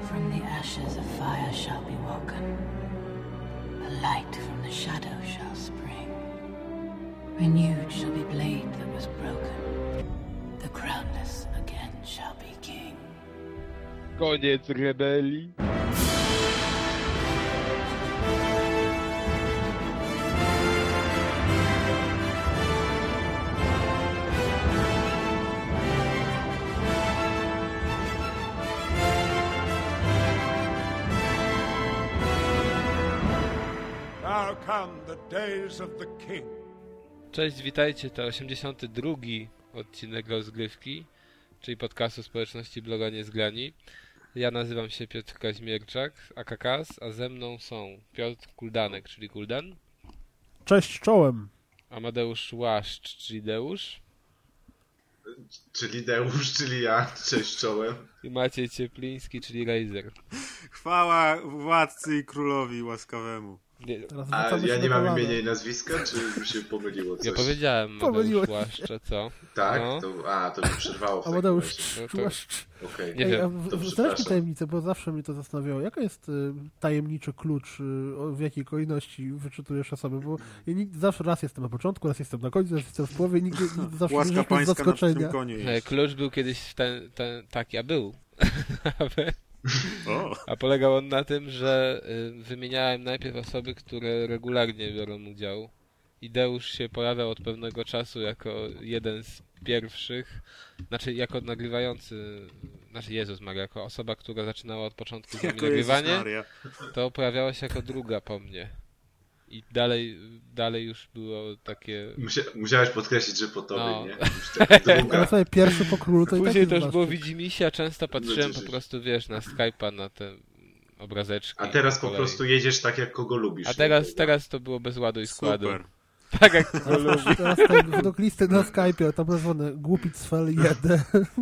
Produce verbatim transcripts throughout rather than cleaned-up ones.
From the ashes a fire shall be woken. A light from the shadow shall spring. Renewed shall be blade that was broken. The crownless again shall be king. Koniec rebelii. Now come the days of the king. Cześć, witajcie, to osiemdziesiąty drugi odcinek Rozgrywki, czyli podcastu społeczności bloga Niezgrani. Ja nazywam się Piotr Kaźmierczak, aka Kas, a ze mną są Piotr Kuldanek, czyli Kuldan. Cześć czołem. Amadeusz Łaszcz, czyli Deusz. Czyli Deusz, czyli ja, cześć czołem. I Maciej Ciepliński, czyli Razer. Chwała władcy i królowi łaskawemu. Nie, A ja nie mam imienia i nazwiska, czy mi się pomyliło coś? ja powiedziałem Amadeusz Łaszcz, co? Tak? No. To, a, to mi przerwało. Amadeusz No to- Łaszcz. Okej. Nie Ej, a wiem, w- to w- przepraszam. Zdradź mi tajemnicę, bo zawsze mnie to zastanawiało. Jaka jest y, tajemniczy klucz, y, o- w jakiej kolejności wyczytujesz osoby? Bo ja nigdy, zawsze raz jestem na początku, raz jestem na końcu, raz jestem w połowie, nigdy, nigdy zawsze Łaska nie z pańska na zaskoczenia. tym koniu E, jest. klucz był kiedyś ten, ten taki, a był. O, A polegał on na tym, że y, wymieniałem najpierw osoby, które regularnie biorą udział. I Deusz się pojawiał od pewnego czasu jako jeden z pierwszych, znaczy jako nagrywający, znaczy Jezus Maria, jako osoba, która zaczynała od początku z nami jako Jezus nagrywanie, Maria. to pojawiała się jako druga po mnie. I dalej, dalej już było takie... Musia, musiałeś podkreślić, że po tobie, No. nie? Już tak Ale druga. sobie pierwszy po królu to i tak Później jest to już wasz. było widzimisię, a często patrzyłem po Znaczy, że- prostu, wiesz, na Skype'a, na te obrazeczki. A teraz z po kolei. prostu jedziesz tak, jak kogo lubisz. A teraz, nie? teraz to było bez ładu i składu. Super. Tak jak to lubi. Teraz ten według listy na Skype'ie, tam nazwane Głupicfel jeden,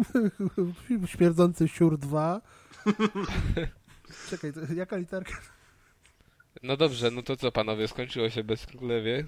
Śmierdzący Siur dwa. Czekaj, to jaka literka? No dobrze, no to co panowie, skończyło się bez królewie.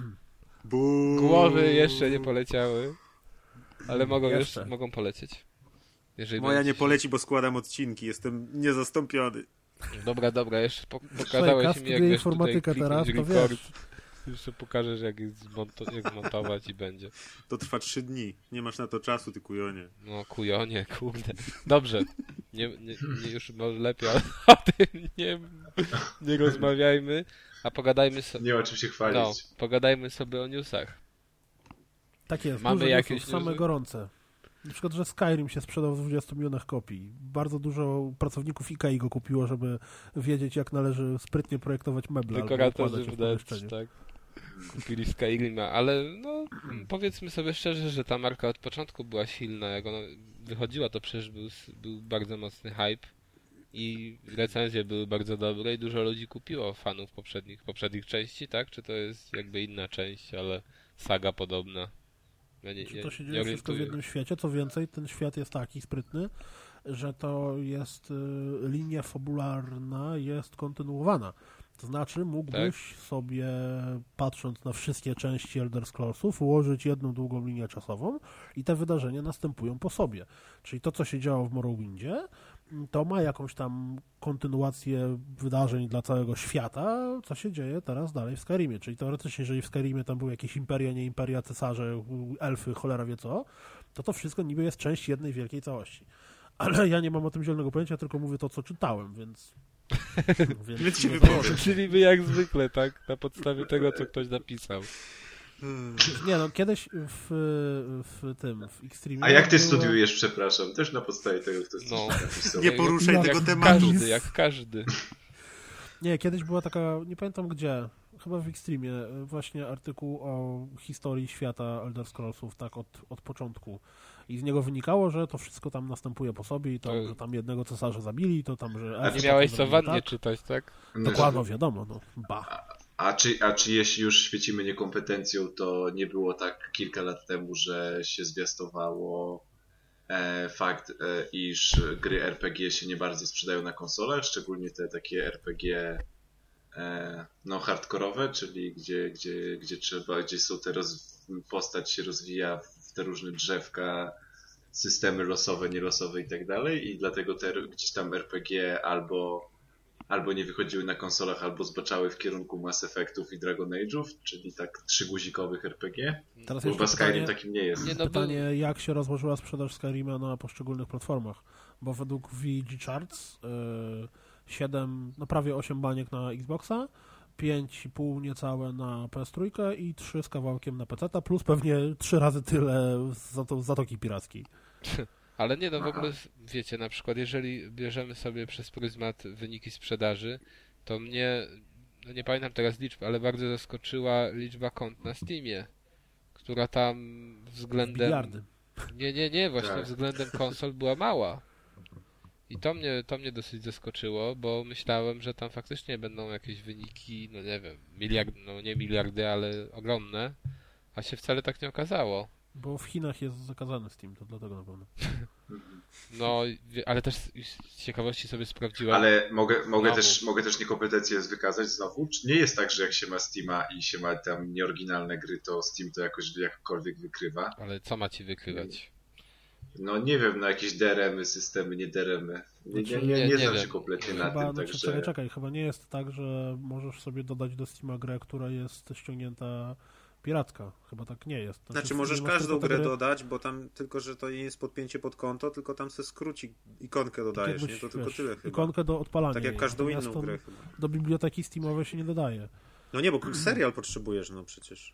Bu. Głowy jeszcze nie poleciały, ale mogą Jeszcze. jeszcze, mogą polecieć. Jeżeli Moja nie będzie- poleci, bo składam odcinki. Jestem niezastąpiony. Dobra, dobra, jeszcze po, Słuchaj, pokazałeś Kas mi studiuje jak wiesz informatykę tutaj teraz, kliknąć to record. wiesz. Jeszcze pokażesz jak, jest zmonto- jak zmontować i będzie. To trwa trzy dni. Nie masz na to czasu, ty kujonie. No kujonie, kurde. Dobrze, nie, nie, nie już może lepiej, ale o tym nie, nie rozmawiajmy, a pogadajmy sobie. Nie ma czym się chwalić. No, pogadajmy sobie o newsach. Tak jest, Mamy duże jakieś newsy, same newsy? gorące. Na przykład, że Skyrim się sprzedał w dwudziestu milionach kopii. Bardzo dużo pracowników Ikei go kupiło, żeby wiedzieć, jak należy sprytnie projektować meble albo Dekoratorzy układać je w wnętrz, pomieszczeniu. tak. Kupili Skyrima, ale no powiedzmy sobie szczerze, że ta marka od początku była silna. Jak ona wychodziła, to przecież był, był bardzo mocny hype i recenzje były bardzo dobre i dużo ludzi kupiło, fanów poprzednich, poprzednich części, tak? Czy to jest jakby inna część, ale saga podobna? Ja nie, Czy to się nie dzieje wszystko w orientuję. jednym świecie? Co więcej, ten świat jest taki sprytny, że to jest y, linia fabularna jest kontynuowana. To znaczy mógłbyś sobie, patrząc na wszystkie części Elder Scrollsów, ułożyć jedną długą linię czasową i te wydarzenia następują po sobie. Czyli to, co się działo w Morrowindzie, to ma jakąś tam kontynuację wydarzeń dla całego świata, co się dzieje teraz dalej w Skyrimie. Czyli teoretycznie, jeżeli w Skyrimie tam były jakieś imperia, nie imperia, cesarze, elfy, cholera wie co, to to wszystko niby jest część jednej wielkiej całości. Ale ja nie mam o tym zielonego pojęcia, tylko mówię to, co czytałem, więc... Więc się nie wypowiedz. Czyli by jak zwykle, tak? Na podstawie tego, co ktoś napisał. Nie no, kiedyś w, w tym, w Extreme... A jak ty było- studiujesz, przepraszam? Też na podstawie tego, kto No. napisał. Nie poruszaj Jak tego jak tematu. każdy, jak każdy. Nie, kiedyś była taka, nie pamiętam gdzie, chyba w Extremie, właśnie artykuł o historii świata Elder Scrollsów, tak od, od początku. I z niego wynikało, że to wszystko tam następuje po sobie i to, To- że tam jednego cesarza zabili, to tam, że... A elfy nie miałeś potem co zrobili wannie tak. czytać, tak? Dokładno, wiadomo, no, ba. A czy, a czy jeśli już świecimy niekompetencją, to nie było tak kilka lat temu, że się zwiastowało e, fakt, e, iż gry R P G się nie bardzo sprzedają na konsolach, szczególnie te takie R P G e, no hardkorowe, czyli gdzie, gdzie, gdzie trzeba, gdzie są te roz, postać się rozwija w te różne drzewka, systemy losowe, nielosowe i tak dalej i dlatego te gdzieś tam R P G albo, albo nie wychodziły na konsolach, albo zbaczały w kierunku Mass Effectów i Dragon Age'ów, czyli tak trzyguzikowych R P G. Teraz Bo jeszcze Skyrim pytanie, takim nie jest. Nie, no pytanie, jak się rozłożyła sprzedaż Skyrima na poszczególnych platformach, bo według V G Charts yy, siedem, no prawie osiem baniek na Xboxa, pięć i pół niecałe na P S trzy i trzy z kawałkiem na P C, plus pewnie trzy razy tyle z Zato- Zatoki Pirackiej. Ale nie, no w ogóle, wiecie, na przykład jeżeli bierzemy sobie przez pryzmat wyniki sprzedaży, to mnie, no nie pamiętam teraz liczb, ale bardzo zaskoczyła liczba kont na Steamie, która tam względem... Miliardy. Nie, nie, nie, właśnie Tak. względem konsol była mała. I to mnie, to mnie dosyć zaskoczyło, bo myślałem, że tam faktycznie będą jakieś wyniki, no nie wiem, miliard, no nie miliardy, ale ogromne, a się wcale tak nie okazało. Bo w Chinach jest zakazany Steam, to dlatego na pewno. No, wie- ale też z ciekawości sobie sprawdziłem. Ale mogę, mogę, Znowu. też, mogę też niekompetencje wykazać znowu? Czy nie jest tak, że jak się ma Steama i się ma tam nieoryginalne gry, to Steam to jakoś jakkolwiek wykrywa? Ale co ma ci wykrywać? No nie wiem, no jakieś D R M y, systemy, nie D R M y. Nie, nie, nie, Nie, nie nie znam wiem. się kompletnie na Chyba, tym, znaczy, także... czekaj, czekaj, chyba nie jest tak, że możesz sobie dodać do Steama grę, która jest ściągnięta piracka. Chyba tak nie jest. Znaczy w możesz Steamie masz każdą tylko te grę gry- dodać, bo tam tylko, że to nie jest podpięcie pod konto, tylko tam se skróci ikonkę dodajesz, jakbyś, nie? To tylko wiesz, tyle chyba. Ikonkę do odpalania. Tak jak jej. każdą Natomiast inną tam grę chyba. do biblioteki Steamowej się nie dodaje. No nie, bo serial potrzebujesz, no przecież.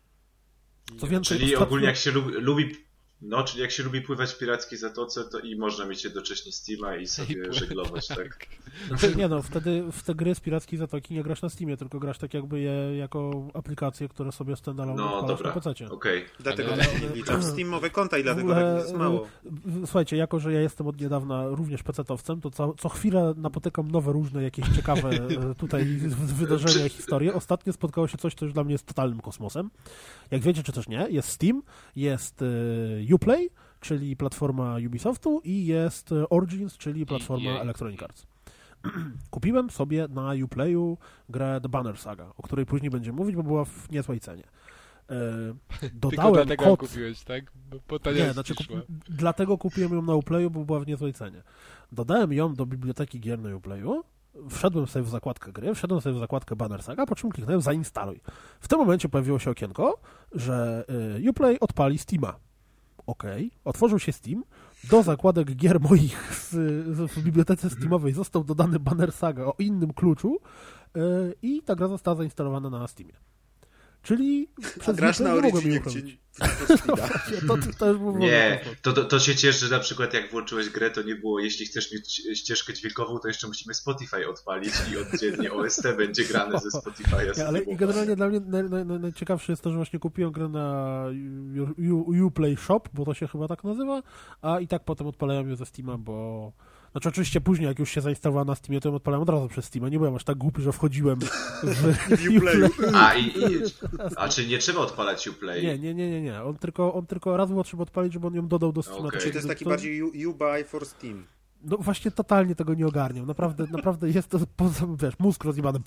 Co więcej, Czyli ostatnio- ogólnie jak się lubi, lubi... No, czyli jak się lubi pływać w pirackiej zatoce, to i można mieć jednocześnie Steama i sobie pływać. żeglować, tak? Znaczy, nie no, wtedy w te gry z pirackiej zatoki nie grasz na Steamie, tylko grasz tak jakby je jako aplikacje, które sobie standalone No odpalasz dobra, na pececie. okej. Dlatego Ale- nie wliczam Steamowe konta i W dlatego ogóle, tak jest mało. y, Słuchajcie, jako że ja jestem od niedawna również pecetowcem, to co, co chwilę napotykam nowe, różne jakieś ciekawe y, tutaj w- wydarzenia, historie. Ostatnio spotkało się coś, co już dla mnie jest totalnym kosmosem. Jak wiecie, czy też nie, jest Steam, jest y, Uplay, czyli platforma Ubisoftu i jest y, Origins, czyli platforma E A. Electronic Arts. Kupiłem sobie na Uplayu grę The Banner Saga, o której później będziemy mówić, bo była w niezłej cenie. Y, Tylko Dodałem dlatego kod... kupiłeś, tak? Bo po Nie, taniaści znaczy kup... szła. dlatego kupiłem ją na Uplayu, bo była w niezłej cenie. Dodałem ją do biblioteki gier na Uplayu, wszedłem sobie w zakładkę gry, wszedłem sobie w zakładkę Banner Saga, po czym kliknąłem zainstaluj. W tym momencie pojawiło się okienko, że y, Uplay odpali Steama. Okej, otworzył się Steam, do zakładek gier moich z, z, w bibliotece Steamowej został dodany Banner Saga o innym kluczu y, i ta gra została zainstalowana na Steamie. Czyli A przez grasz Uplay na nie mogłem Originie, jej gdzie... uruchomić. To, To, to, to już był Nie, kosmos. to, to, to się cieszę, że na przykład jak włączyłeś grę, to nie było, jeśli chcesz mieć ścieżkę dźwiękową, to jeszcze musimy Spotify odpalić i oddzielnie O S T będzie grane ze Spotify'a. Nie, ale i generalnie dla mnie naj, naj, naj, najciekawsze jest to, że właśnie kupiłem grę na U- U- Uplay Shop, bo to się chyba tak nazywa, a i tak potem odpalają ją ze Steama, bo... Znaczy oczywiście później, jak już się zainstalowała na Steamie, to ją odpalałem od razu przez Steama. Nie byłem aż tak głupi, że wchodziłem w Uplayu. A, i, i, a czy nie trzeba odpalać Uplay? Nie, nie, nie, nie, nie. On tylko, on tylko raz było trzeba odpalić, żeby on ją dodał do Steama. Okej. Czyli to jest taki bardziej you, you buy for Steam. No właśnie totalnie tego nie ogarniam. Naprawdę, naprawdę jest to, poza, wiesz, mózg rozjebany.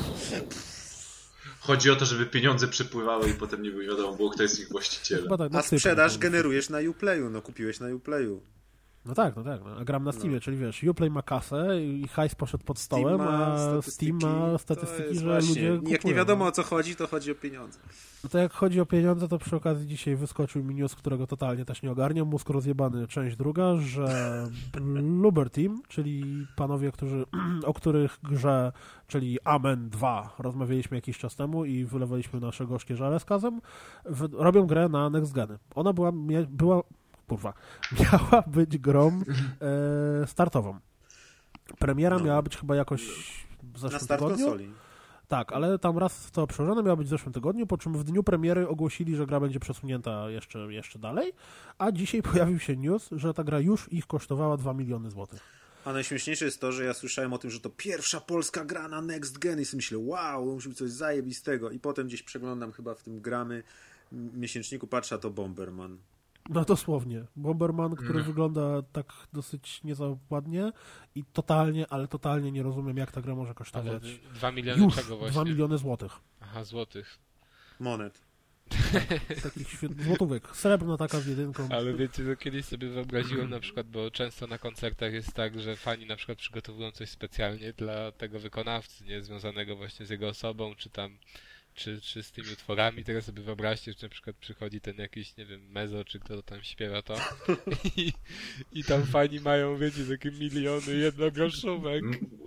Chodzi o to, żeby pieniądze przepływały i potem nie wiadomo było, kto jest ich właścicielem. Chyba tak, no A sypie, sprzedaż no. generujesz na Uplayu, no kupiłeś na Uplayu. No tak, no tak. No. A gram na Steamie, czyli wiesz, Uplay ma kasę i hajs poszedł pod stołem, a Steam ma statystyki, że właśnie, ludzie kupują. jak nie wiadomo o co chodzi, to chodzi o pieniądze. No to jak chodzi o pieniądze, to przy okazji dzisiaj wyskoczył mi news, którego totalnie też nie ogarniam. Mózg rozjebany, część druga, że Bloober Team, czyli panowie, którzy, o których grze, czyli Amen dwa, rozmawialiśmy jakiś czas temu i wylewaliśmy nasze gorzkie żale z Kazem, w, robią grę na Next Geny. Ona była, mia, była kurwa, miała być grą e, startową. Premiera No. miała być chyba jakoś w Na zeszłym start tygodniu. konsoli. Tak, ale tam raz to przełożone miało być w zeszłym tygodniu, po czym w dniu premiery ogłosili, że gra będzie przesunięta jeszcze, jeszcze dalej, a dzisiaj pojawił się news, że ta gra już ich kosztowała dwa miliony złotych. A najśmieszniejsze jest to, że ja słyszałem o tym, że to pierwsza polska gra na Next Gen i sobie myślę, wow, musi być coś zajebistego. I potem gdzieś przeglądam chyba w tym gramy miesięczniku, patrzę, a to Bomberman. No dosłownie. Bomberman, który Mm. wygląda tak dosyć niezaładnie i totalnie, ale totalnie nie rozumiem, jak ta gra może Ale kosztować. dwa miliony Już czego właśnie? dwa miliony złotych. Aha, złotych. Monet. Takich świet... złotówek. Srebrna taka z jedynką. Ale wiecie, no kiedyś sobie wyobraziłem na przykład, bo często na koncertach jest tak, że fani na przykład przygotowują coś specjalnie dla tego wykonawcy, nie? Związanego właśnie z jego osobą, czy tam Czy, czy z tymi utworami. Teraz sobie wyobraźcie, że na przykład przychodzi ten jakiś, nie wiem, Mezo, czy kto tam śpiewa to i, i tam fani mają, wiecie, takie miliony jednogroszówek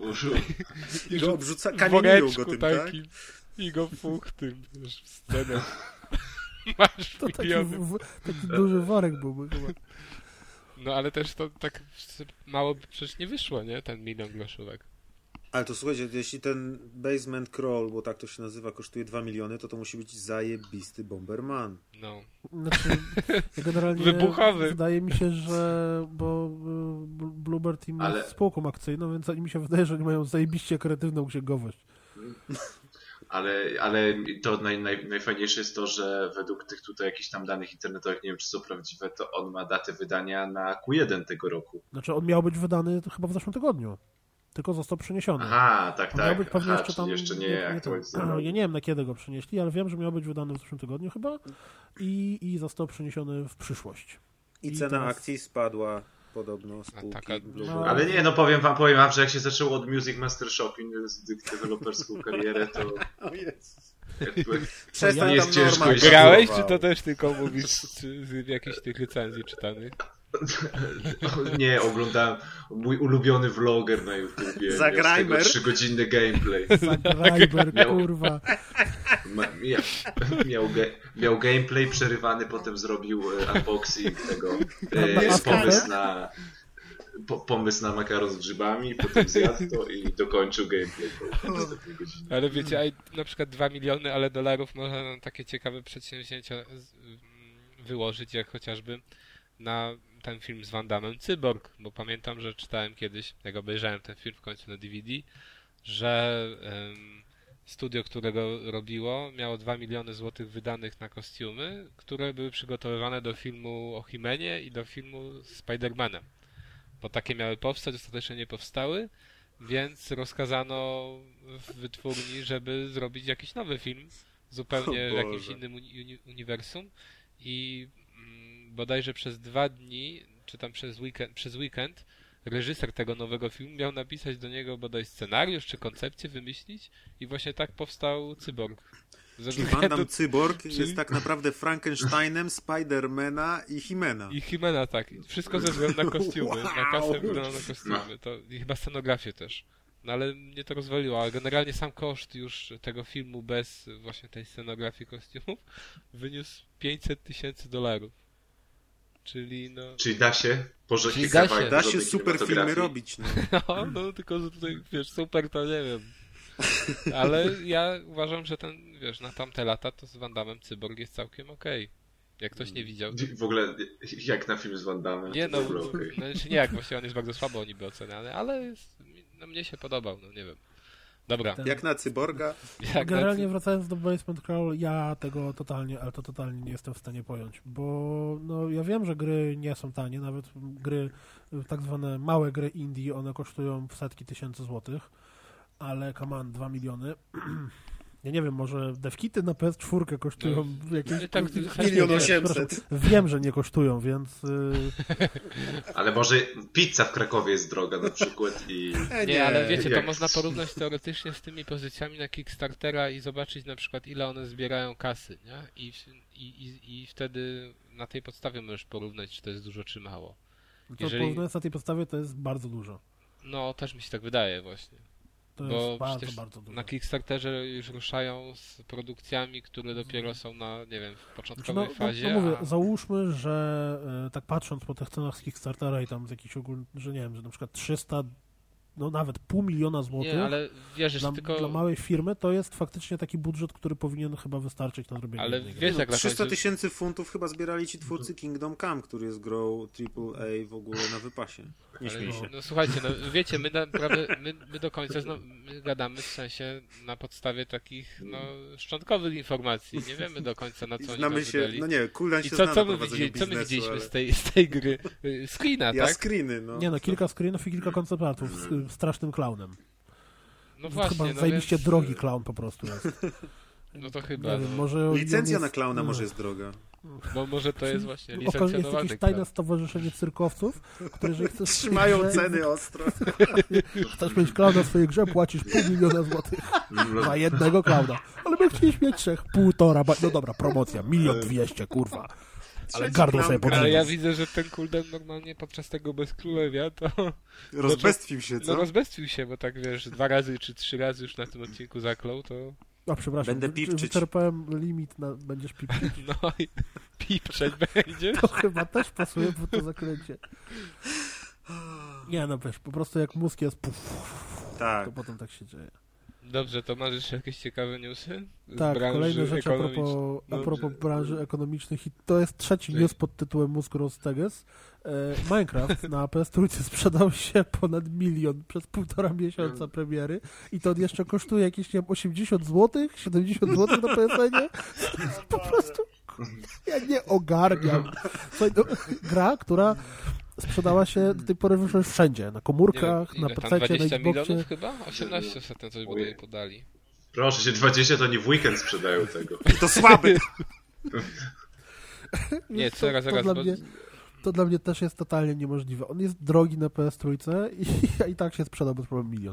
i go obrzuca w kamienią go tym, takim, tak? I go fuch tym, wiesz, w scenę. Masz to taki, miliony. w, taki duży worek byłby chyba. No ale też to tak mało by przecież nie wyszło, nie? Ten milion groszówek. Ale to słuchajcie, jeśli ten Basement Crawl, bo tak to się nazywa, kosztuje dwa miliony, to to musi być zajebisty Bomberman. No. Znaczy, ja generalnie wybuchowy. Wydaje mi się, że bo Bloober Team Ale... jest spółką akcyjną, więc mi się wydaje, że oni mają zajebiście kreatywną księgowość. Ale, ale to naj, naj, najfajniejsze jest to, że według tych tutaj jakichś tam danych internetowych, nie wiem czy są prawdziwe, to on ma datę wydania na Q jeden tego roku. Znaczy on miał być wydany chyba w zeszłym tygodniu. Tylko został przeniesiony. Aha, tak, on tak. miał być pewnie Aha, jeszcze tam. jeszcze nie, nie, nie nie to, aktualizowany. Ja nie wiem na kiedy go przenieśli, ale wiem, że miał być wydany w zeszłym tygodniu chyba i, i został przeniesiony w przyszłość. I, I cena teraz... akcji spadła podobno spółki. taka... no... Ale nie, no powiem wam, powiem wam, że jak się zaczęło od Music Master Shopping, deweloperską karierę, to... O Jezus. Jakby... Przestań jest tam ciężko Norman. iść. Grałeś, czy to też tylko mówisz czy z jakichś tych recenzji czytanych? Nie, oglądałem mój ulubiony vloger na YouTubie. Zagrajmer. trzygodzinny gameplay. Zagrajmer, kurwa. Ma, miał, miał, ge, miał gameplay przerywany, potem zrobił e, unboxing tego, e, pomysł na po, pomysł na makaron z grzybami, potem zjadł to i dokończył gameplay po następnej godzinie. Ale wiecie, a na przykład dwa miliony, ale dolarów można na takie ciekawe przedsięwzięcia z, wyłożyć, jak chociażby na ten film z Van Damme, Cyborg, bo pamiętam, że czytałem kiedyś, jak obejrzałem ten film w końcu na D V D, że um, studio, które go robiło, miało dwa miliony złotych wydanych na kostiumy, które były przygotowywane do filmu o He-Manie i do filmu z Spider-Manem. Bo takie miały powstać, ostatecznie nie powstały, więc rozkazano w wytwórni, żeby zrobić jakiś nowy film, zupełnie w jakimś innym uni- uniwersum i mm, bodajże przez dwa dni, czy tam przez weekend, przez weekend reżyser tego nowego filmu miał napisać do niego bodaj scenariusz czy koncepcję wymyślić i właśnie tak powstał Cyborg. Czyli Van Damme Cyborg czyli... jest tak naprawdę Frankensteinem, Spidermana i He-Mana. I He-Mana, tak. Wszystko ze względu na kostiumy. Wow. Na kasę wygląda na kostiumy. To, i chyba scenografię też. No ale mnie to rozwaliło, ale generalnie sam koszt już tego filmu bez właśnie tej scenografii kostiumów wyniósł pięćset tysięcy dolarów. Czyli no... Czyli da się? Boże, Czyli da się. Da się super filmy robić. No. no, no, tylko że tutaj, wiesz, super to nie wiem. Ale ja uważam, że ten, wiesz, na tamte lata to z Van Dammem Cyborg jest całkiem okej. Okay. Jak ktoś nie widział. W ogóle jak na film z Van Damme. Nie no, okay. no znaczy nie jak, właściwie on jest bardzo słabo niby oceniany, ale jest, no mnie się podobał, no nie wiem. Dobra. Ten... Jak na Cyborga. Jak Generalnie na... wracając do Basement Crawl, ja tego totalnie, ale to totalnie nie jestem w stanie pojąć, bo no ja wiem, że gry nie są tanie, nawet gry, tak zwane małe gry indie, one kosztują w setki tysięcy złotych, ale come on, dwa miliony. Ja nie wiem, może devkity na P S cztery kosztują no, jakieś... Tak, milion osiemset. Wiem, że nie kosztują, więc... Ale może pizza w Krakowie jest droga na przykład i... Nie, nie ale wiecie, to jak... można porównać teoretycznie z tymi pozycjami na Kickstartera i zobaczyć na przykład ile one zbierają kasy, nie? I, i, i, i wtedy na tej podstawie możesz porównać, czy to jest dużo, czy mało. To Jeżeli... porównując na tej podstawie, to jest bardzo dużo. No, też mi się tak wydaje właśnie. To Bo jest bardzo, bardzo dużo. Na Kickstarterze już ruszają z produkcjami, które dopiero są na, nie wiem, w początkowej znaczy, no, fazie. No, no mówię, a... załóżmy, że e, tak patrząc po tych cenach z Kickstartera i tam z jakichś ogólnych, że nie wiem, że na przykład trzysta, no nawet pół miliona złotych nie, ale wierzysz, dla, tylko... dla małej firmy to jest faktycznie taki budżet, który powinien chyba wystarczyć na zrobienie ale jednej wiesz, gry. jak na trzysta końcu... tysięcy funtów chyba zbierali ci twórcy Kingdom Come, który jest grą triple A w ogóle na wypasie. Nie śmiej się. No, no słuchajcie, no wiecie, my naprawdę, my, my do końca zno, my gadamy w sensie na podstawie takich, no, szczątkowych informacji. Nie wiemy do końca, na co oni Znamy nam się, wydali. no nie, Kuldan się I co, zna co, na my prowadzeniu widzieli, co my biznesu, widzieliśmy ale... z, tej, z tej gry? Screena, Ja tak? screeny, no. Nie no, kilka screenów i kilka konceptów z, z strasznym klaunem. No właśnie, Chyba no zajebiście więc... drogi clown po prostu jest. No to chyba. Nie wiem, No. może Licencja jest, na klauna no. może jest droga. Bo może to jest właśnie Okazuje jest licencjonowany jakieś tajne klan. stowarzyszenie cyrkowców, które jeżeli chcesz Trzymają grze, ceny ostro. chcesz mieć klauna w swojej grze, płacisz pół miliona złotych za jednego klauna. Ale my chcieliśmy mieć trzech, półtora, ba... no dobra, promocja, milion dwieście, kurwa. Ale gardło sobie klaun Ale podnieść. ja widzę, że ten Kulden normalnie podczas tego bezkrólewia to Rozbestwił się, no co? rozbestwił się, bo tak wiesz, dwa razy czy trzy razy już na tym odcinku zaklął, to A przepraszam, Będę wy- pipczyć. wyczerpałem limit na... Będziesz pipczyć. no i pipczeć będzie. To chyba też pasuje w to zaklęcie. Nie no wiesz, po prostu jak mózg jest puf, Tak. to potem tak się dzieje. Dobrze, to masz jeszcze jakieś ciekawe newsy? Z Tak, branży kolejna rzecz a ekonomicznej? propos, a No, propos że- branży ekonomicznych i to jest trzeci Że- news pod tytułem Mózg Rosteges. E, Minecraft na P S trzy sprzedał się ponad milion przez półtora miesiąca premiery i to on jeszcze kosztuje jakieś nie wiem, osiemdziesiąt złotych, siedemdziesiąt złotych na P S N-ie. Po prostu ja nie ogarniam. Słuchaj, no, gra, która sprzedała się do tej pory wyszła już wszędzie, na komórkach, Nie wiem, na ile tam, pececie, na dwadzieścia Xboxie. milionów chyba? osiemnaście ostatnio coś bodaj podali. Proszę się, dwadzieścia to nie w weekend sprzedają tego. To słaby. Nie, Wiesz co, zaraz, to zaraz, dla bo... mnie- To dla mnie też jest totalnie niemożliwe. On jest drogi na P S trzy i, i tak się sprzedał bez problemu milion.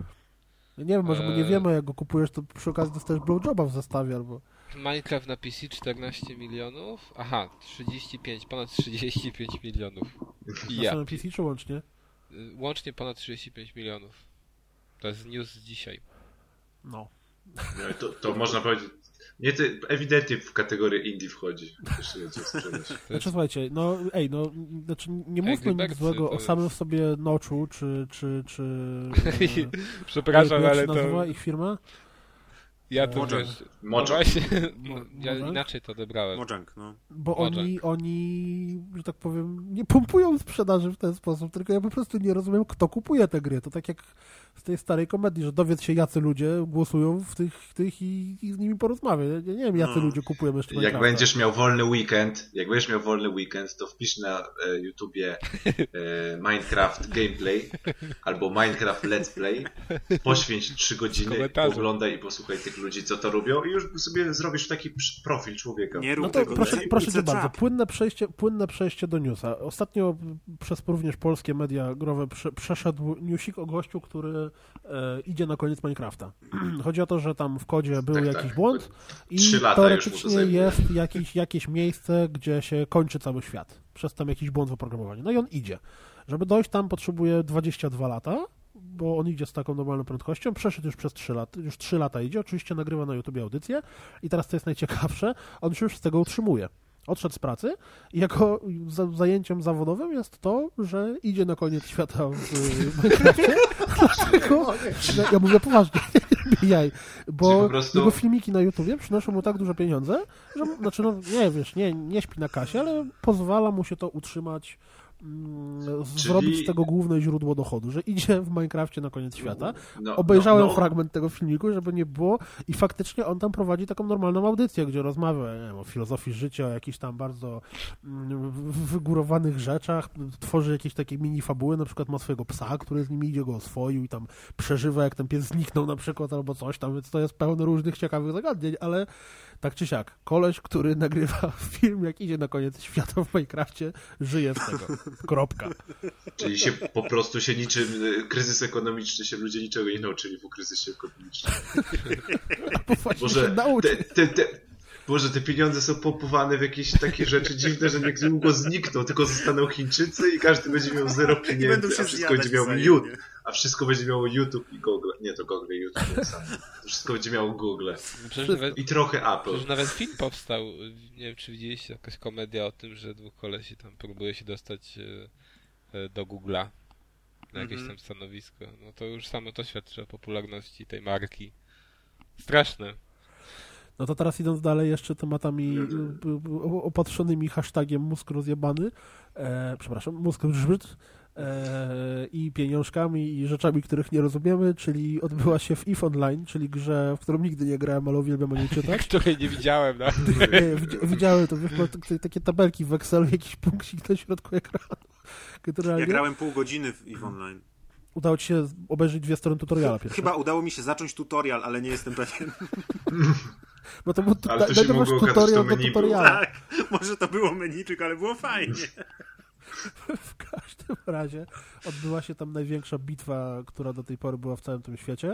Ja nie wiem, może bo nie Eee. wiemy, jak go kupujesz, to przy okazji dostajesz blowjoba w zestawie albo... Minecraft na P C czternaście milionów? Aha, trzydzieści pięć, ponad trzydzieści pięć milionów. Na Ja. samym P C czy łącznie? Y, Łącznie ponad trzydzieści pięć milionów. To jest news z dzisiaj. No. No, to, to można powiedzieć. Nie, to ewidentnie w kategorię indie wchodzi. Jeszcze będzie sprzedać. Znaczy słuchajcie, no ej, no, znaczy nie mówmy nic Bercy złego to o jest- samym w sobie Noczu, czy, czy, czy... e, Przepraszam, jak ale się to... nazywa ich firma? Ja to Mojang. wiesz... No Mojang. właśnie, no, Mo- ja Mojang? inaczej to odebrałem. Mojang, no. Bo Może. oni, oni, że tak powiem, nie pompują sprzedaży w ten sposób, tylko ja po prostu nie rozumiem, kto kupuje te gry. To tak jak z tej starej komedii, że dowiedz się, jacy ludzie głosują w tych, tych i, i z nimi porozmawiaj. Ja nie wiem, jacy No. ludzie kupują jeszcze Jak Minecrafta. będziesz miał wolny weekend, jak będziesz miał wolny weekend, to wpisz na e, YouTubie e, Minecraft Gameplay albo Minecraft Let's Play, poświęć trzy godziny, Komentarzem. oglądaj i posłuchaj tych ludzi, co to robią i już sobie zrobisz taki psz- profil człowieka. Nie rób No to tego. proszę, nie. proszę It's cię a bardzo, trap. płynne przejście, płynne przejście do newsa. Ostatnio przez również polskie media growe prze, przeszedł newsik o gościu, który e, idzie na koniec Minecrafta. Chodzi o to, że tam w kodzie był Tak, jakiś tak. błąd i Trzy lata już mu to teoretycznie zajmuje. jest jakiś, jakieś miejsce, gdzie się kończy cały świat. Przez tam jakiś błąd w oprogramowaniu. No i on idzie. Żeby dojść tam potrzebuje dwadzieścia dwa lata, bo on idzie z taką normalną prędkością, przeszedł już przez trzy lata, już trzy lata idzie, oczywiście nagrywa na YouTubie audycję i teraz to jest najciekawsze, on się już z tego utrzymuje. Odszedł z pracy i jego za, zajęciem zawodowym jest to, że idzie na koniec świata w Minecrafcie, dlatego, że, ja mówię poważnie, jaj, Czyli bo po prostu- jego filmiki na YouTubie przynoszą mu tak duże pieniądze, że, znaczy no nie wiesz, nie, nie śpi na kasie, ale pozwala mu się to utrzymać, mm, zrobić z tego główne źródło dochodu, że idzie w Minecrafcie na koniec świata. No, Obejrzałem no, no. fragment tego filmiku, żeby nie było i faktycznie on tam prowadzi taką normalną audycję, gdzie rozmawia nie wiem, o filozofii życia, o jakichś tam bardzo mm, w- wygórowanych rzeczach, tworzy jakieś takie mini fabuły, na przykład ma swojego psa, który z nim idzie, go oswoił i tam przeżywa, jak ten pies zniknął na przykład albo coś tam, więc to jest pełno różnych ciekawych zagadnień, ale tak czy siak, koleś, który nagrywa film, jak idzie na koniec świata w Minecrafcie, żyje z tego. Kropka. Czyli się po prostu się niczym, y, kryzys ekonomiczny się ludzie niczego nie nauczyli po kryzysie ekonomicznym. Bo właśnie się Boże, nauczy. te, te, te, Boże, te pieniądze są pompowane w jakieś takie rzeczy dziwne, że niedługo znikną, tylko zostaną Chińczycy i każdy będzie miał zero I będą pieniędzy, się a wszystko będzie miało zjadać YouTube, wzajemnie. a wszystko będzie miało YouTube i Google. Nie, to Google i YouTube tak samo. To wszystko będzie miało Google. Przecież nawet, I trochę Apple. przecież nawet film powstał, nie wiem czy widzieliście, jakaś komedia o tym, że dwóch kolesi tam próbuje się dostać e, e, do Google'a na jakieś Mhm. tam stanowisko. No to już samo to świadczy o popularności tej marki. Straszne. No to teraz idąc dalej jeszcze tematami y, y, opatrzonymi hashtagiem mózg rozjebany, e, przepraszam, mózg żbyt e, i pieniążkami i rzeczami, których nie rozumiemy, czyli odbyła się w EVE Online, czyli grze, w którą nigdy nie grałem, ale uwielbiam o niej czytać. Której nie widziałem, no. Nie, widzi- widziałem to, wiesz, ma t- takie tabelki w Excelu, jakiś punkcik na środku ekranu. Generalnie Ja grałem pół godziny w EVE Online. udało ci się obejrzeć dwie strony tutoriala pierwsze. Chyba udało mi się zacząć tutorial, ale nie jestem pewien. Bo to był tu, Ale to się najnowszy mogło okazać, tutorial to do menu tutoriala. Tak, może to było menu, tylko ale było fajnie. W każdym razie odbyła się tam największa bitwa, która do tej pory była w całym tym świecie.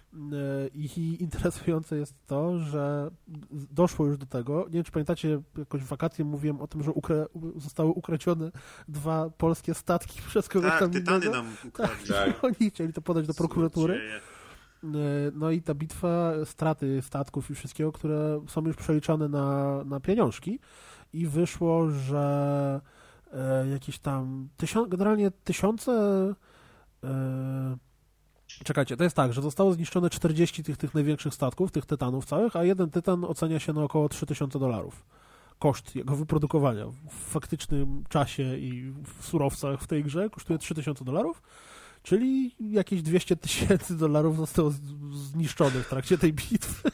I interesujące jest to, że doszło już do tego, nie wiem, czy pamiętacie, jakoś w wakacje mówiłem o tym, że ukra- zostały ukradzione dwa polskie statki przez kogoś Tak, tam Tytany innego. nam ukradli. Tak. Oni chcieli to podać do prokuratury. Złodzieje. No i ta bitwa, straty statków i wszystkiego, które są już przeliczane na, na pieniążki i wyszło, że e, jakieś tam tysiąc, generalnie tysiące e, czekajcie, to jest tak, że zostało zniszczone czterdzieści tych, tych największych statków, tych tytanów całych, a jeden tytan ocenia się na około trzy tysiące dolarów. Koszt jego wyprodukowania w faktycznym czasie i w surowcach w tej grze kosztuje trzy tysiące dolarów. Czyli jakieś dwieście tysięcy dolarów zostało zniszczonych w trakcie tej bitwy.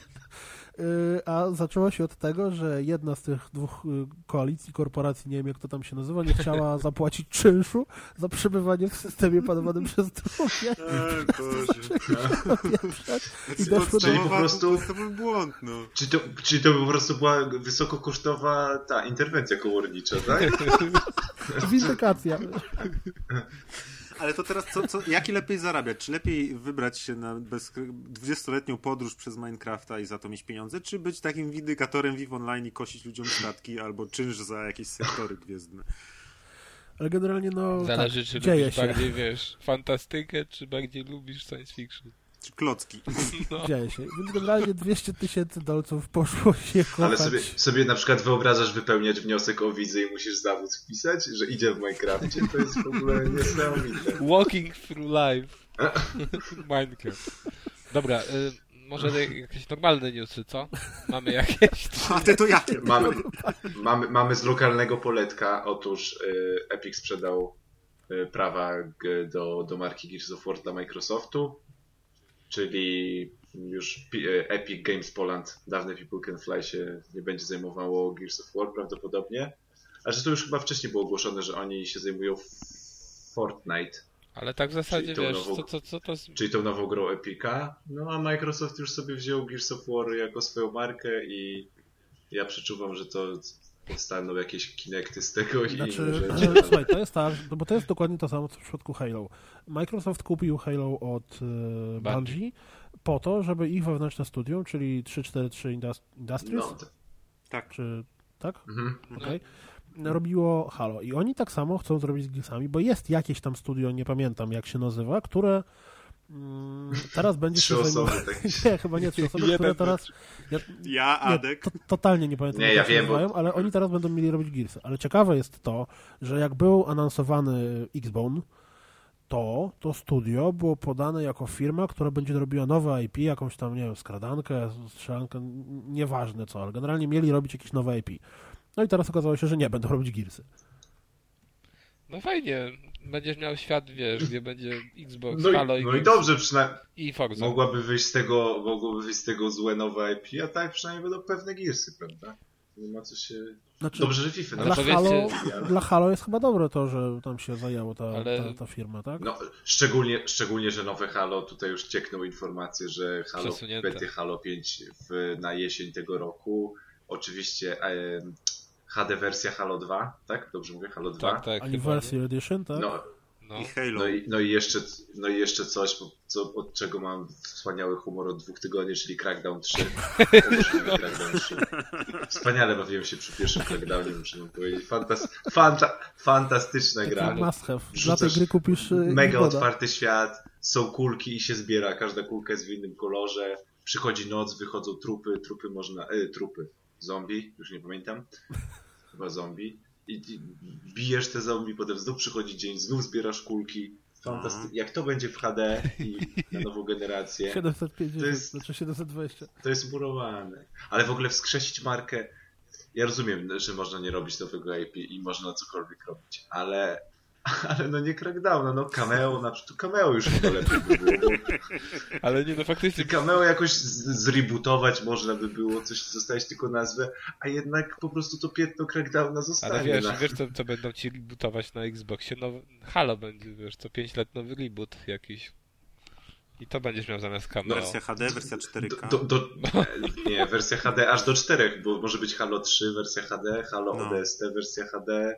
A zaczęło się od tego, że jedna z tych dwóch koalicji, korporacji, nie wiem jak to tam się nazywa, nie chciała zapłacić czynszu za przebywanie w systemie panowanym przez drugie. Ej, Boże. I doszło Czyli do... po prostu- To był błąd, no. Czy to, czy to po prostu była wysokokosztowa ta interwencja komornicza, tak? Windykacja. Ale to teraz, co, co, jaki lepiej zarabiać? Czy lepiej wybrać się na bez, dwudziestoletnią podróż przez Minecrafta i za to mieć pieniądze, czy być takim windykatorem WoW Online i kosić ludziom statki, albo czynsz za jakieś sektory gwiezdne? Ale generalnie no Zależy, tak, czy dzieje lubisz się. bardziej, wiesz, fantastykę, czy bardziej lubisz science fiction. Czy klocki? No. Dzieje się. Więc generalnie dwieście tysięcy dolców poszło się kochać. Ale sobie, sobie na przykład wyobrażasz wypełniać wniosek o wizę i musisz zawód wpisać, że idzie w Minecrafcie, to jest w ogóle niesamowite. Walking through life. Minecraft. Dobra, y, może jakieś normalne newsy, co? Mamy jakieś? A ty to jakie? Mamy, mamy, mamy z lokalnego poletka, otóż y, Epic sprzedał y, prawa g, do, do marki Gears of War dla Microsoftu, czyli już P- y, Epic Games Poland, dawne People Can Fly się nie będzie zajmowało Gears of War prawdopodobnie, a że to już chyba wcześniej było ogłoszone, że oni się zajmują Fortnite, Ale tak w zasadzie, Czyli tą wiesz, nową- co, co, co to... z- czyli tą nową grą Epica, no a Microsoft już sobie wziął Gears of War jako swoją markę i ja przeczuwam, że to powstaną jakieś Kinecty z tego i Znaczy, inne e, rzeczy. słuchaj, to jest tak, bo to jest dokładnie to samo, co w przypadku Halo. Microsoft kupił Halo od e, Bungie po to, żeby ich wewnętrzne studium, czyli trzysta czterdzieści trzy Indus- Industries, No, to, Tak. czy tak? mhm. Okej. Robiło Halo. I oni tak samo chcą zrobić z Gearsami, bo jest jakieś tam studio, nie pamiętam jak się nazywa, które mm, teraz będzie Trzy się osoby, zajmować... tak. Nie, chyba nie trzy osoby, które Jeden teraz... Ja, Ja, nie, Adek. to, totalnie nie pamiętam, Nie, jak ja się wiem, bo- nazywają, ale oni teraz będą mieli robić Gearsy. Ale ciekawe jest to, że jak był anonsowany X-Bone, to to studio było podane jako firma, która będzie robiła nowe I P, jakąś tam, nie wiem, skradankę, strzelankę, n- nieważne co, ale generalnie mieli robić jakieś nowe I P. No i teraz okazało się, że nie, będą robić Gearsy. No fajnie, będziesz miał świat, wiesz, gdzie będzie Xbox, No, Halo i, i, no i Gears dobrze, przynajmniej i Forza. mogłaby wyjść z tego, mogłoby wyjść z tego złe nowe I P, a tak przynajmniej będą pewne Gearsy, prawda? Nie ma co się... Znaczy, Dobrze, że FIFA Ale dla, na powiedzcie- Halo, dla Halo jest chyba dobre to, że tam się zajęło ta, Ale- ta, ta firma, tak? No, szczególnie, szczególnie, że nowe Halo, tutaj już ciekną informacje, że Halo Przesunięte. będzie Halo pięć w, na jesień tego roku. Oczywiście e, H D wersja Halo dwa, tak? Dobrze mówię? Halo dwa? Tak, tak. Anniversary Edition, tak? No, No. I Halo. no, i, no, i jeszcze, no i jeszcze coś, bo- co, od czego mam wspaniały humor od dwóch tygodni, czyli Crackdown trzy. Obożuję Crackdown trzy. Wspaniale bawiłem się przy pierwszym Crackdownie, muszę wam powiedzieć. Fantas, fanta, fantastyczna gra. Taki must have. Dla tej Rzucasz gry kupisz y, Mega Xboxa. otwarty świat, są kulki i się zbiera, każda kulka jest w innym kolorze, przychodzi noc, wychodzą trupy, trupy można, e, trupy, zombie, już nie pamiętam, chyba zombie, i, i bijesz te zombie, potem znów przychodzi dzień, znów zbierasz kulki, fantasty- jak to będzie w H D i na nową generację, siedemset pięćdziesiąt, To jest- znaczy siedemset dwadzieścia. to jest murowane, ale w ogóle wskrzesić markę, ja rozumiem, że można nie robić nowego I P i można cokolwiek robić, ale ale no nie Crackdowna, no cameo, na przykład cameo już chyba lepiej by było, bo Ale nie, no faktycznie, cameo jakoś z- zrebootować można by było, coś zostawić tylko nazwę, a jednak po prostu to piętno Crackdowna zostanie. ale wiesz, na... wiesz co, co będą ci rebootować na Xboxie? No, Halo będzie, wiesz, co pięć lat nowy reboot jakiś. I to będziesz miał zamiast cameo. Wersja H D, wersja cztery K. Do, do, nie, wersja H D aż do czterech, bo może być Halo trzy, wersja H D, Halo No. O D S T, wersja H D.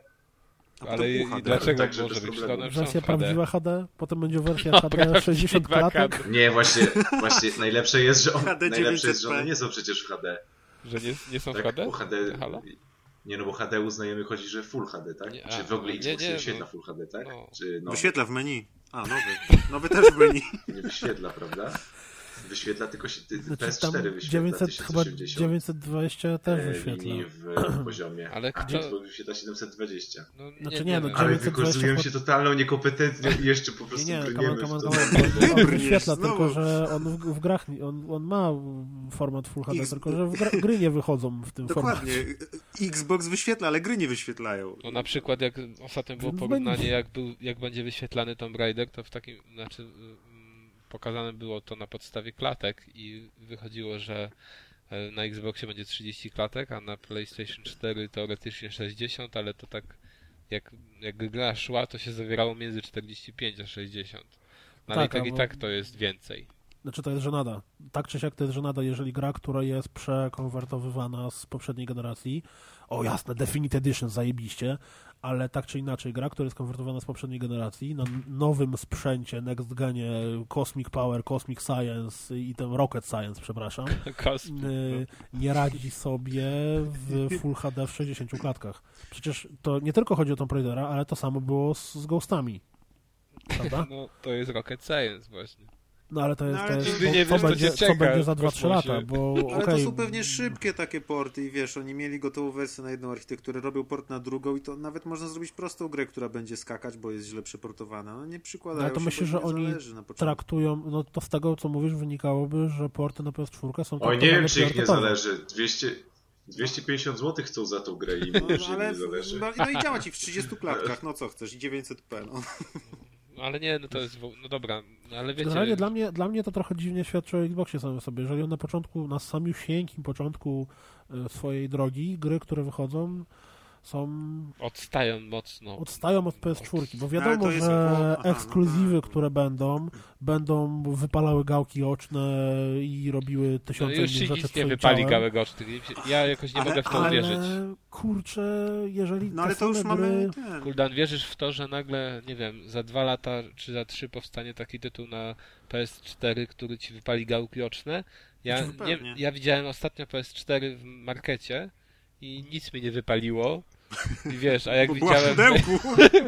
Ale i, i dlaczego Także może bez być? problemu. To one Wersja są w H D. prawdziwa H D, potem będzie wersja No, H D sześćdziesiąt prawdziwa klatek. H D. Nie, właśnie, właśnie najlepsze jest, że on, H D najlepsze jest, że one dziewięćset p. nie są przecież w H D. Że nie, nie są w Tak, H D? bo H D Halo? Nie, no bo H D uznajemy, chodzi, że Full H D, tak? Nie, Czy a, w ogóle nie, Xbox nie, nie wyświetla no. Full H D, tak? No. Czy no, Wyświetla w menu. A, nowy. Nowy też w menu. nie wyświetla, prawda? Wyświetla tylko się, ty, Znaczy, P S tam cztery wyświetla dziewięćset, chyba tysiąc osiemdziesiąt dziewięćset dwadzieścia też e, wyświetla. linii w poziomie. Ale A kto... Xbox wyświetla siedemset dwadzieścia. No, nie, Znaczy nie, nie, no, wiem. Ale dziewięćset dwadzieścia wykazują pod- się totalną niekompetencją i jeszcze po prostu Nie, nie, brniemy kaman, w kaman, to. kaman. On Brniesz wyświetla, znowu. tylko że on w, w grach, on, on ma format Full H D, X- tylko że w gra, gry nie wychodzą w tym Dokładnie. formacie. Xbox wyświetla, ale gry nie wyświetlają. No na przykład jak ostatnio było Więc porównanie, będzie. jak, był, jak będzie wyświetlany Tomb Raider, to w takim, znaczy mm, pokazane było to na podstawie klatek i wychodziło, że e, na Xboxie będzie trzydzieści klatek, a na PlayStation cztery teoretycznie sześćdziesiąt, ale to tak jak, jak gra szła, to się zawierało między czterdzieści pięć a sześćdziesiąt. No ale Tak, i tak i albo- tak to jest więcej. Znaczy to jest żenada. Tak czy siak to jest żenada, jeżeli gra, która jest przekonwertowywana z poprzedniej generacji, o jasne, Definitive Edition, zajebiście, ale tak czy inaczej gra, która jest konwertowana z poprzedniej generacji, na nowym sprzęcie, next genie, Cosmic Power, Cosmic Science i ten Rocket Science, przepraszam, Kosmik, y, nie radzi sobie w Full H D w sześćdziesięciu klatkach. Przecież to nie tylko chodzi o Tomb Raidera, ale to samo było z, z Ghostami. Prawda? no to jest Rocket Science właśnie. No ale to jest, No, to ale jest ty nie co, wiesz, co będzie, cię co czeka będzie za w dwa trzy kosmosie. lata, bo Ale okej, to są pewnie szybkie takie porty i wiesz, oni mieli gotową wersję na jedną architekturę, robią port na drugą i to nawet można zrobić prostą grę, która będzie skakać, bo jest źle przeportowana. No nie przykładają ale to się, myślę, bo że nie oni zależy na początku. traktują, no to z tego co mówisz wynikałoby, że porty na P S cztery są Oj, nie traktowane wiem, czy ich nie priorytetowo. zależy. dwieście, dwieście pięćdziesiąt złotych chcą za tą grę i No, mówią, że ale, nie zależy. no, no i działa ci w trzydziestu klatkach, no co chcesz, i dziewięćset p, no. No, ale nie, no to jest, w- no dobra, no, ale wiecie... Generalnie dla mnie, dla mnie to trochę dziwnie świadczy o Xboxie samym sobie. Jeżeli on na początku, na samiusieńkim początku e, swojej drogi, gry, które wychodzą, są Odstają mocno. odstają od P S cztery, bo wiadomo, Ale to jest- że o, aha, no ekskluzywy, tak. które będą, będą wypalały gałki oczne i robiły No tysiące już innych się rzeczy nic nie swoim wypali ciałem. gałek ocznych. Ja jakoś nie Ale- mogę w to ale- uwierzyć. Ale kurczę, jeżeli No ale te to już same mamy gry... ten. Kuldan, wierzysz w to, że nagle, nie wiem, za dwa lata czy za trzy powstanie taki tytuł na P S cztery, który ci wypali gałki oczne? Ja, Znaczy, nie, pewnie. ja widziałem ostatnio P S cztery w markecie i nic mi nie wypaliło. I wiesz, a jak Bo była w widziałem, pudełku.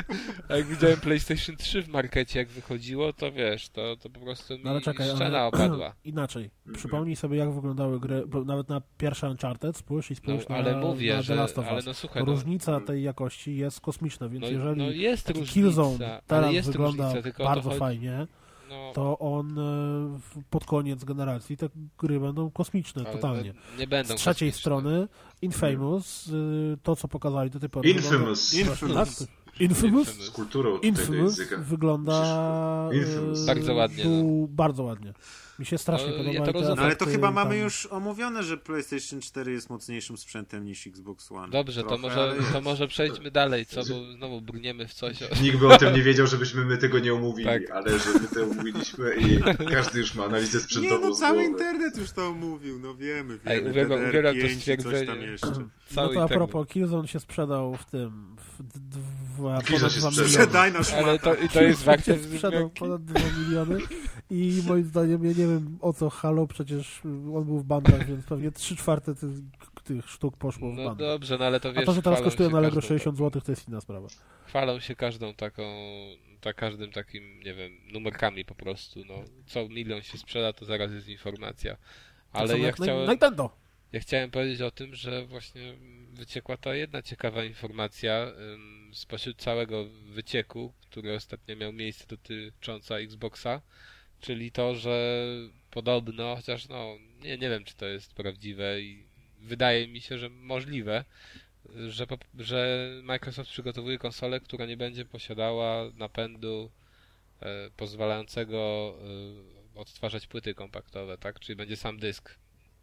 a jak widziałem PlayStation trzy w markecie, jak wychodziło, to wiesz, to, to po prostu mi No ale czekaj, szczena ale opadła. inaczej. Przypomnij sobie, jak wyglądały gry, bo nawet na pierwsze Uncharted, spójrz i No, spójrz ale na, mówię, na The że, Last of ale Us. no słuchaj, no, Różnica tej jakości jest kosmiczna, więc no, jeżeli no jest taki różnica, Killzone ale teraz jest wygląda różnica, tylko o bardzo to chodzi, fajnie, no, to on e, w- pod koniec generacji te gry będą kosmiczne, ale totalnie. no, nie będą Z trzeciej kosmiczne. strony Infamous, y, to co pokazali do tej pory. Infamous. Wygląda, Infamous. Tak? Infamous? Z kulturą tutaj do Infamous języka. wygląda Infamous. e, Bardzo ładnie, był bardzo ładnie. Mi się strasznie No, ja podoba. to i te rozumiem. No ale to efekty chyba tam- mamy już omówione, że PlayStation cztery jest mocniejszym sprzętem niż Xbox One. Dobrze, Trochę, to może, ale jest. to może przejdźmy dalej, co, bo znowu brniemy w coś. O... Nikt by o tym nie wiedział, żebyśmy my tego nie omówili, Tak. ale że my to omówiliśmy i każdy już ma analizę Nie, sprzętową no z cały głowy. internet już to omówił, no wiemy, Ej, wiemy. uwielbiam- D D R uwielbiam to pięć i coś stwierdzenie. tam jeszcze. No Cały to a internet. propos, Killzone się sprzedał w tym, w d- dwa, Killzone ponad się dwa sprzedał. miliony. Sprzedaj na szmatę. Ale to, i to jest warte się sprzedał ponad dwa miliony i moim zdaniem, ja nie wiem o co Halo, przecież on był w bandach, więc pewnie trzy czwarte tych, tych sztuk poszło w No bandach. dobrze, no ale to wiesz, A to, że teraz chwalą kosztuje się na Allegro każdą sześćdziesiąt taką- złotych, to jest inna sprawa. Chwalą się każdą taką, ta, każdym takim, nie wiem, numerkami po prostu, no. Co milion się sprzeda, to zaraz jest informacja. Tak Ale samo ja jak na- chciałem... Nintendo! Ja chciałem powiedzieć o tym, że właśnie wyciekła ta jedna ciekawa informacja ym, spośród całego wycieku, który ostatnio miał miejsce dotycząca Xboxa, czyli to, że podobno, chociaż no nie, nie wiem, czy to jest prawdziwe i wydaje mi się, że możliwe, że, po, że Microsoft przygotowuje konsolę, która nie będzie posiadała napędu e, pozwalającego e, odtwarzać płyty kompaktowe, tak? Czyli będzie sam dysk.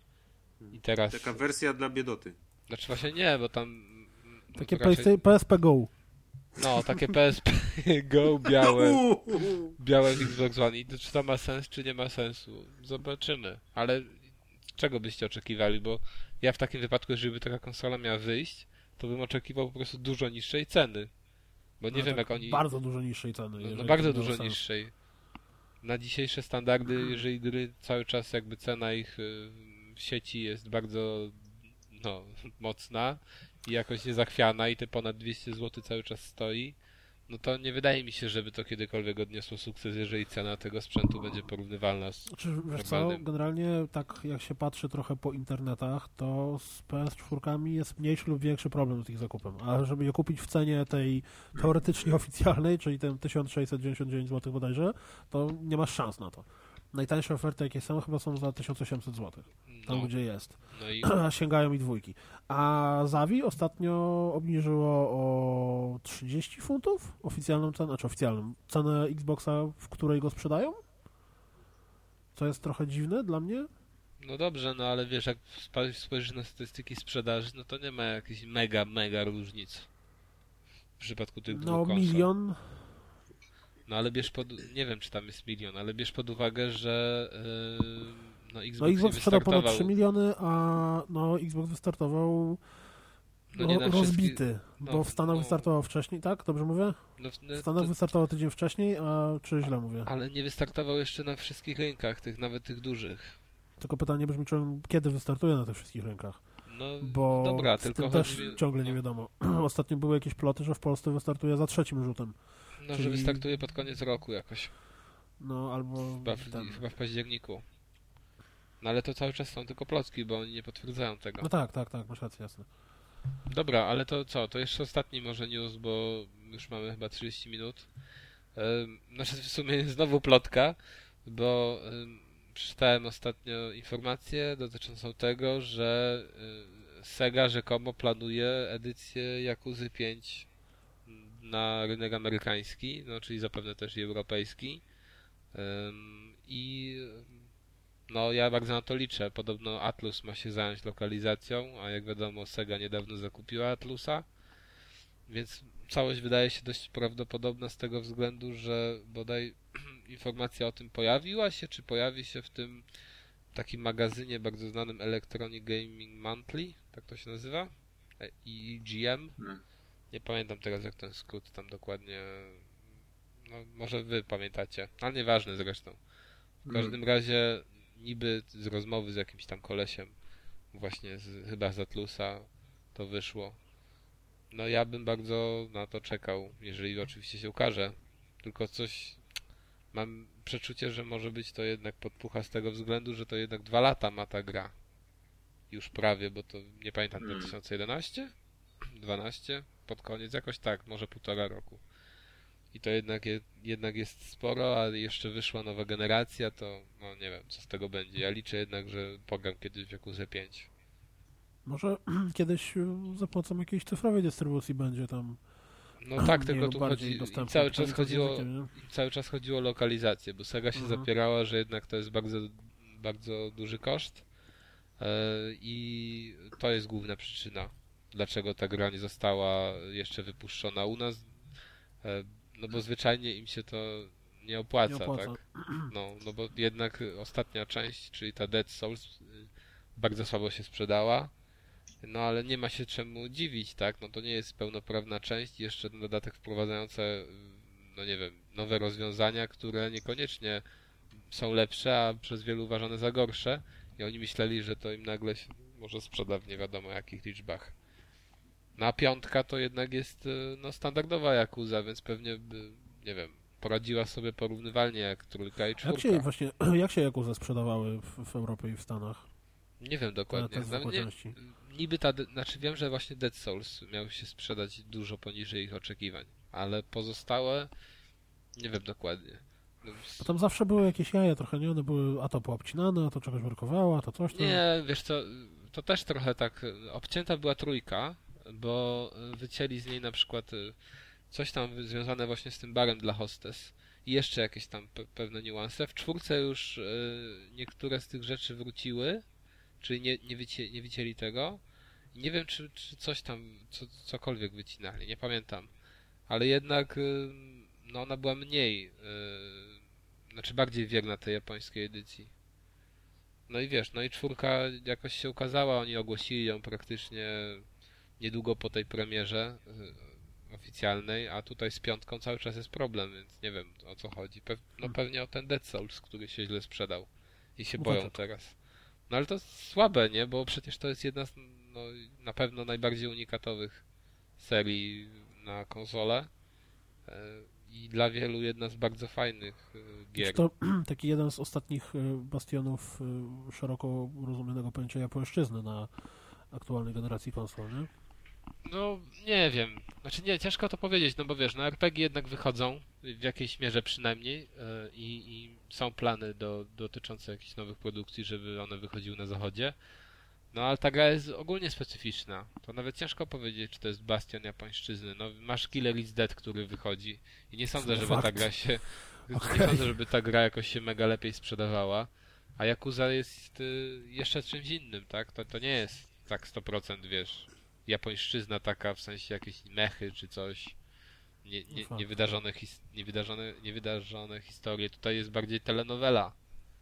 I teraz... Taka wersja dla biedoty. Znaczy właśnie nie, bo tam... Takie raczej, PlayStation- P S P Go. No, takie P S P Go białe, białe w Xbox One. I to, czy to ma sens, czy nie ma sensu? Zobaczymy. Ale czego byście oczekiwali? Bo ja w takim wypadku, jeżeli by taka konsola miała wyjść, to bym oczekiwał po prostu dużo niższej ceny. Bo nie no wiem, tak jak oni... Bardzo dużo niższej ceny. No, no jeżeli bardzo to miało dużo sens. niższej. Na dzisiejsze standardy, jeżeli gry cały czas jakby cena ich y, w sieci jest bardzo no, mocna i jakoś niezachwiana i te ponad dwieście złotych cały czas stoi, no to nie wydaje mi się, żeby to kiedykolwiek odniosło sukces, jeżeli cena tego sprzętu będzie porównywalna z Znaczy, wiesz co, normalnym. generalnie tak jak się patrzy trochę po internetach, to z P S cztery jest mniejszy lub większy problem z ich zakupem. A żeby je kupić w cenie tej teoretycznie oficjalnej, czyli ten tysiąc sześćset dziewięćdziesiąt dziewięć złotych bodajże, to nie masz szans na to. Najtańsze oferty, jakie są, chyba są za tysiąc osiemset złotych. Tam, No, gdzie jest. no i Sięgają i dwójki. A Zawi ostatnio obniżyło o trzydzieści funtów oficjalną cenę, znaczy oficjalną cenę Xboxa, w której go sprzedają? To jest trochę dziwne dla mnie. no dobrze, no ale wiesz, jak spa- spojrzysz na statystyki sprzedaży, no to nie ma jakichś mega, mega różnic w przypadku tych No dwóch konsol. milion. No ale bierz pod... nie wiem, czy tam jest milion, ale bierz pod uwagę, że yy, no Xbox, No Xbox nie sprzedał ponad wystartował. trzy miliony, a no Xbox wystartował No nie ro- na wszystkich- rozbity, no, bo w Stanach no. wystartował wcześniej, tak? Dobrze mówię? No, no, W Stanach to, wystartował tydzień wcześniej, a czy źle mówię? ale nie wystartował jeszcze na wszystkich rynkach, tych nawet tych dużych. Tylko pytanie brzmi, czy on kiedy wystartuje na tych wszystkich rynkach? No Bo dobra, z tylko tym chodzi też mi- ciągle nie no, wiadomo. Ostatnio były jakieś ploty, że w Polsce wystartuje za trzecim rzutem. no czyli- że wystartuje pod koniec roku jakoś, No albo chyba w, ten... chyba w październiku. No ale to cały czas są tylko plotki, bo oni nie potwierdzają tego. No tak, tak, tak, masz rację, jasne. Dobra, ale to co? To jeszcze ostatni może news, bo już mamy chyba trzydzieści minut. Ym, Znaczy w sumie znowu plotka, bo ym, przeczytałem ostatnio informację dotyczącą tego, że y, Sega rzekomo planuje edycję Yakuzy pięć na rynek amerykański, no czyli zapewne też i europejski. Ym, I no ja bardzo na to liczę. Podobno Atlus ma się zająć lokalizacją, a jak wiadomo Sega niedawno zakupiła Atlusa, więc całość wydaje się dość prawdopodobna z tego względu, że bodaj informacja o tym pojawiła się, czy pojawi się w tym takim magazynie bardzo znanym Electronic Gaming Monthly, tak to się nazywa? E G M? Hmm. Nie pamiętam teraz jak ten skrót tam dokładnie, no może wy pamiętacie, ale nieważne zresztą. W każdym razie niby z rozmowy z jakimś tam kolesiem, właśnie z, chyba z Atlusa to wyszło. No ja bym bardzo na to czekał, jeżeli oczywiście się ukaże. Tylko coś, mam przeczucie, że może być to jednak podpucha z tego względu, że to jednak dwa lata ma ta gra. Już prawie, bo to nie pamiętam, Hmm. dwa tysiące jedenaście? dwanaście? Pod koniec, jakoś tak, może półtora roku. I to jednak, je, jednak jest sporo, a jeszcze wyszła nowa generacja, to no nie wiem, co z tego będzie. Ja liczę jednak, że pogram kiedyś w Yakuza pięć. Może kiedyś y, za pomocą jakiejś cyfrowej dystrybucji będzie tam No tak, mniej tylko lub tu bardziej chodzi, im dostępny, cały tylko czas nie chodziło, językiem, nie? im cały czas chodziło o lokalizację, bo Sega się Mhm. zapierała, że jednak to jest bardzo, bardzo duży koszt e, i to jest główna przyczyna, dlaczego ta gra nie została jeszcze wypuszczona u nas, e, no bo zwyczajnie im się to nie opłaca, Nie opłaca. tak? No, no bo jednak ostatnia część, czyli ta Dead Souls, y, bardzo słabo się sprzedała. No ale nie ma się czemu dziwić, tak? No to nie jest pełnoprawna część i jeszcze na dodatek wprowadzające, y, no nie wiem, nowe rozwiązania, które niekoniecznie są lepsze, a przez wielu uważane za gorsze. I oni myśleli, że to im nagle się może sprzeda w nie wiadomo jakich liczbach. No a piątka to jednak jest y, no standardowa Yakuza, więc pewnie by, nie wiem, poradziła sobie porównywalnie jak trójka i Jak czwórka. się właśnie, jak się Yakuza sprzedawały w, w Europie i w Stanach? Nie wiem Te, dokładnie. te zwykłe Nawet nie, części. niby ta, znaczy wiem, że właśnie Dead Souls miał się sprzedać dużo poniżej ich oczekiwań, ale pozostałe nie wiem dokładnie. No, Bo tam zawsze były jakieś jaja trochę, nie? One były, a to poobcinane, a to czegoś brakowało, a to coś tam. nie, wiesz co, to też trochę tak, obcięta była trójka, bo wycięli z niej na przykład coś tam związane właśnie z tym barem dla hostes i jeszcze jakieś tam pe pewne niuanse. W czwórce już y, niektóre z tych rzeczy wróciły, czyli nie, nie, wycie, nie wycięli tego. I nie wiem, czy, czy coś tam, co, cokolwiek wycinali, nie pamiętam. ale jednak y, no ona była mniej, y, znaczy bardziej wierna tej japońskiej edycji. No i wiesz, no i czwórka jakoś się ukazała, oni ogłosili ją praktycznie niedługo po tej premierze y, oficjalnej, a tutaj z piątką cały czas jest problem, więc nie wiem o co chodzi. Pew, no pewnie o ten Dead Souls, który się źle sprzedał i się boją tak. teraz. No ale to słabe, nie? Bo przecież to jest jedna z no, na pewno najbardziej unikatowych serii na konsolę y, i dla wielu jedna z bardzo fajnych y, gier. To taki jeden z ostatnich y, bastionów y, szeroko rozumianego pojęcia japońszczyzny na aktualnej generacji konsol, nie? No, nie wiem. Znaczy nie, ciężko to powiedzieć, no bo wiesz, no er pe gie jednak wychodzą, w jakiejś mierze przynajmniej, yy, i są plany do, dotyczące jakichś nowych produkcji, żeby one wychodziły na zachodzie. No ale ta gra jest ogólnie specyficzna. To nawet ciężko powiedzieć, czy to jest bastion japońszczyzny. No masz Killer is Dead, który wychodzi i nie sądzę, żeby Fakt. ta gra się... Okay. Nie sądzę, żeby ta gra jakoś się mega lepiej sprzedawała. A Yakuza jest y, jeszcze czymś innym, tak? To, to nie jest tak sto procent, wiesz, japońszczyzna taka, w sensie jakieś mechy czy coś. Nie, nie, Fakt. niewydarzone, his, niewydarzone, niewydarzone historie. Tutaj jest bardziej telenowela.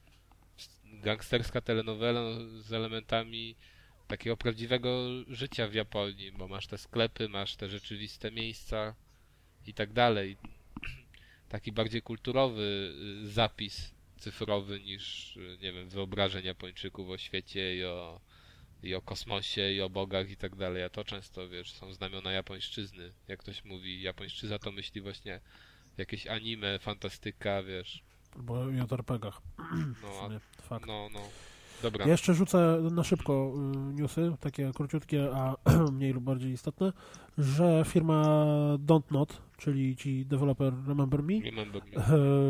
Gangsterska telenowela z elementami takiego prawdziwego życia w Japonii, bo masz te sklepy, masz te rzeczywiste miejsca i tak dalej. Taki bardziej kulturowy zapis cyfrowy niż, nie wiem, wyobrażeń Japończyków o świecie i o, i o kosmosie i o bogach i tak dalej. A to często, wiesz, są znamiona japońszczyzny. Jak ktoś mówi japońszczyzna, to myśli właśnie jakieś anime, fantastyka, wiesz. Bo i o er pe gach. No, W a, sumie, fakt. no, no. Dobra. Ja jeszcze rzucę na szybko y, newsy, takie króciutkie, a mniej lub bardziej istotne, że firma Dontnod, czyli ci deweloper Remember Me, Remember me.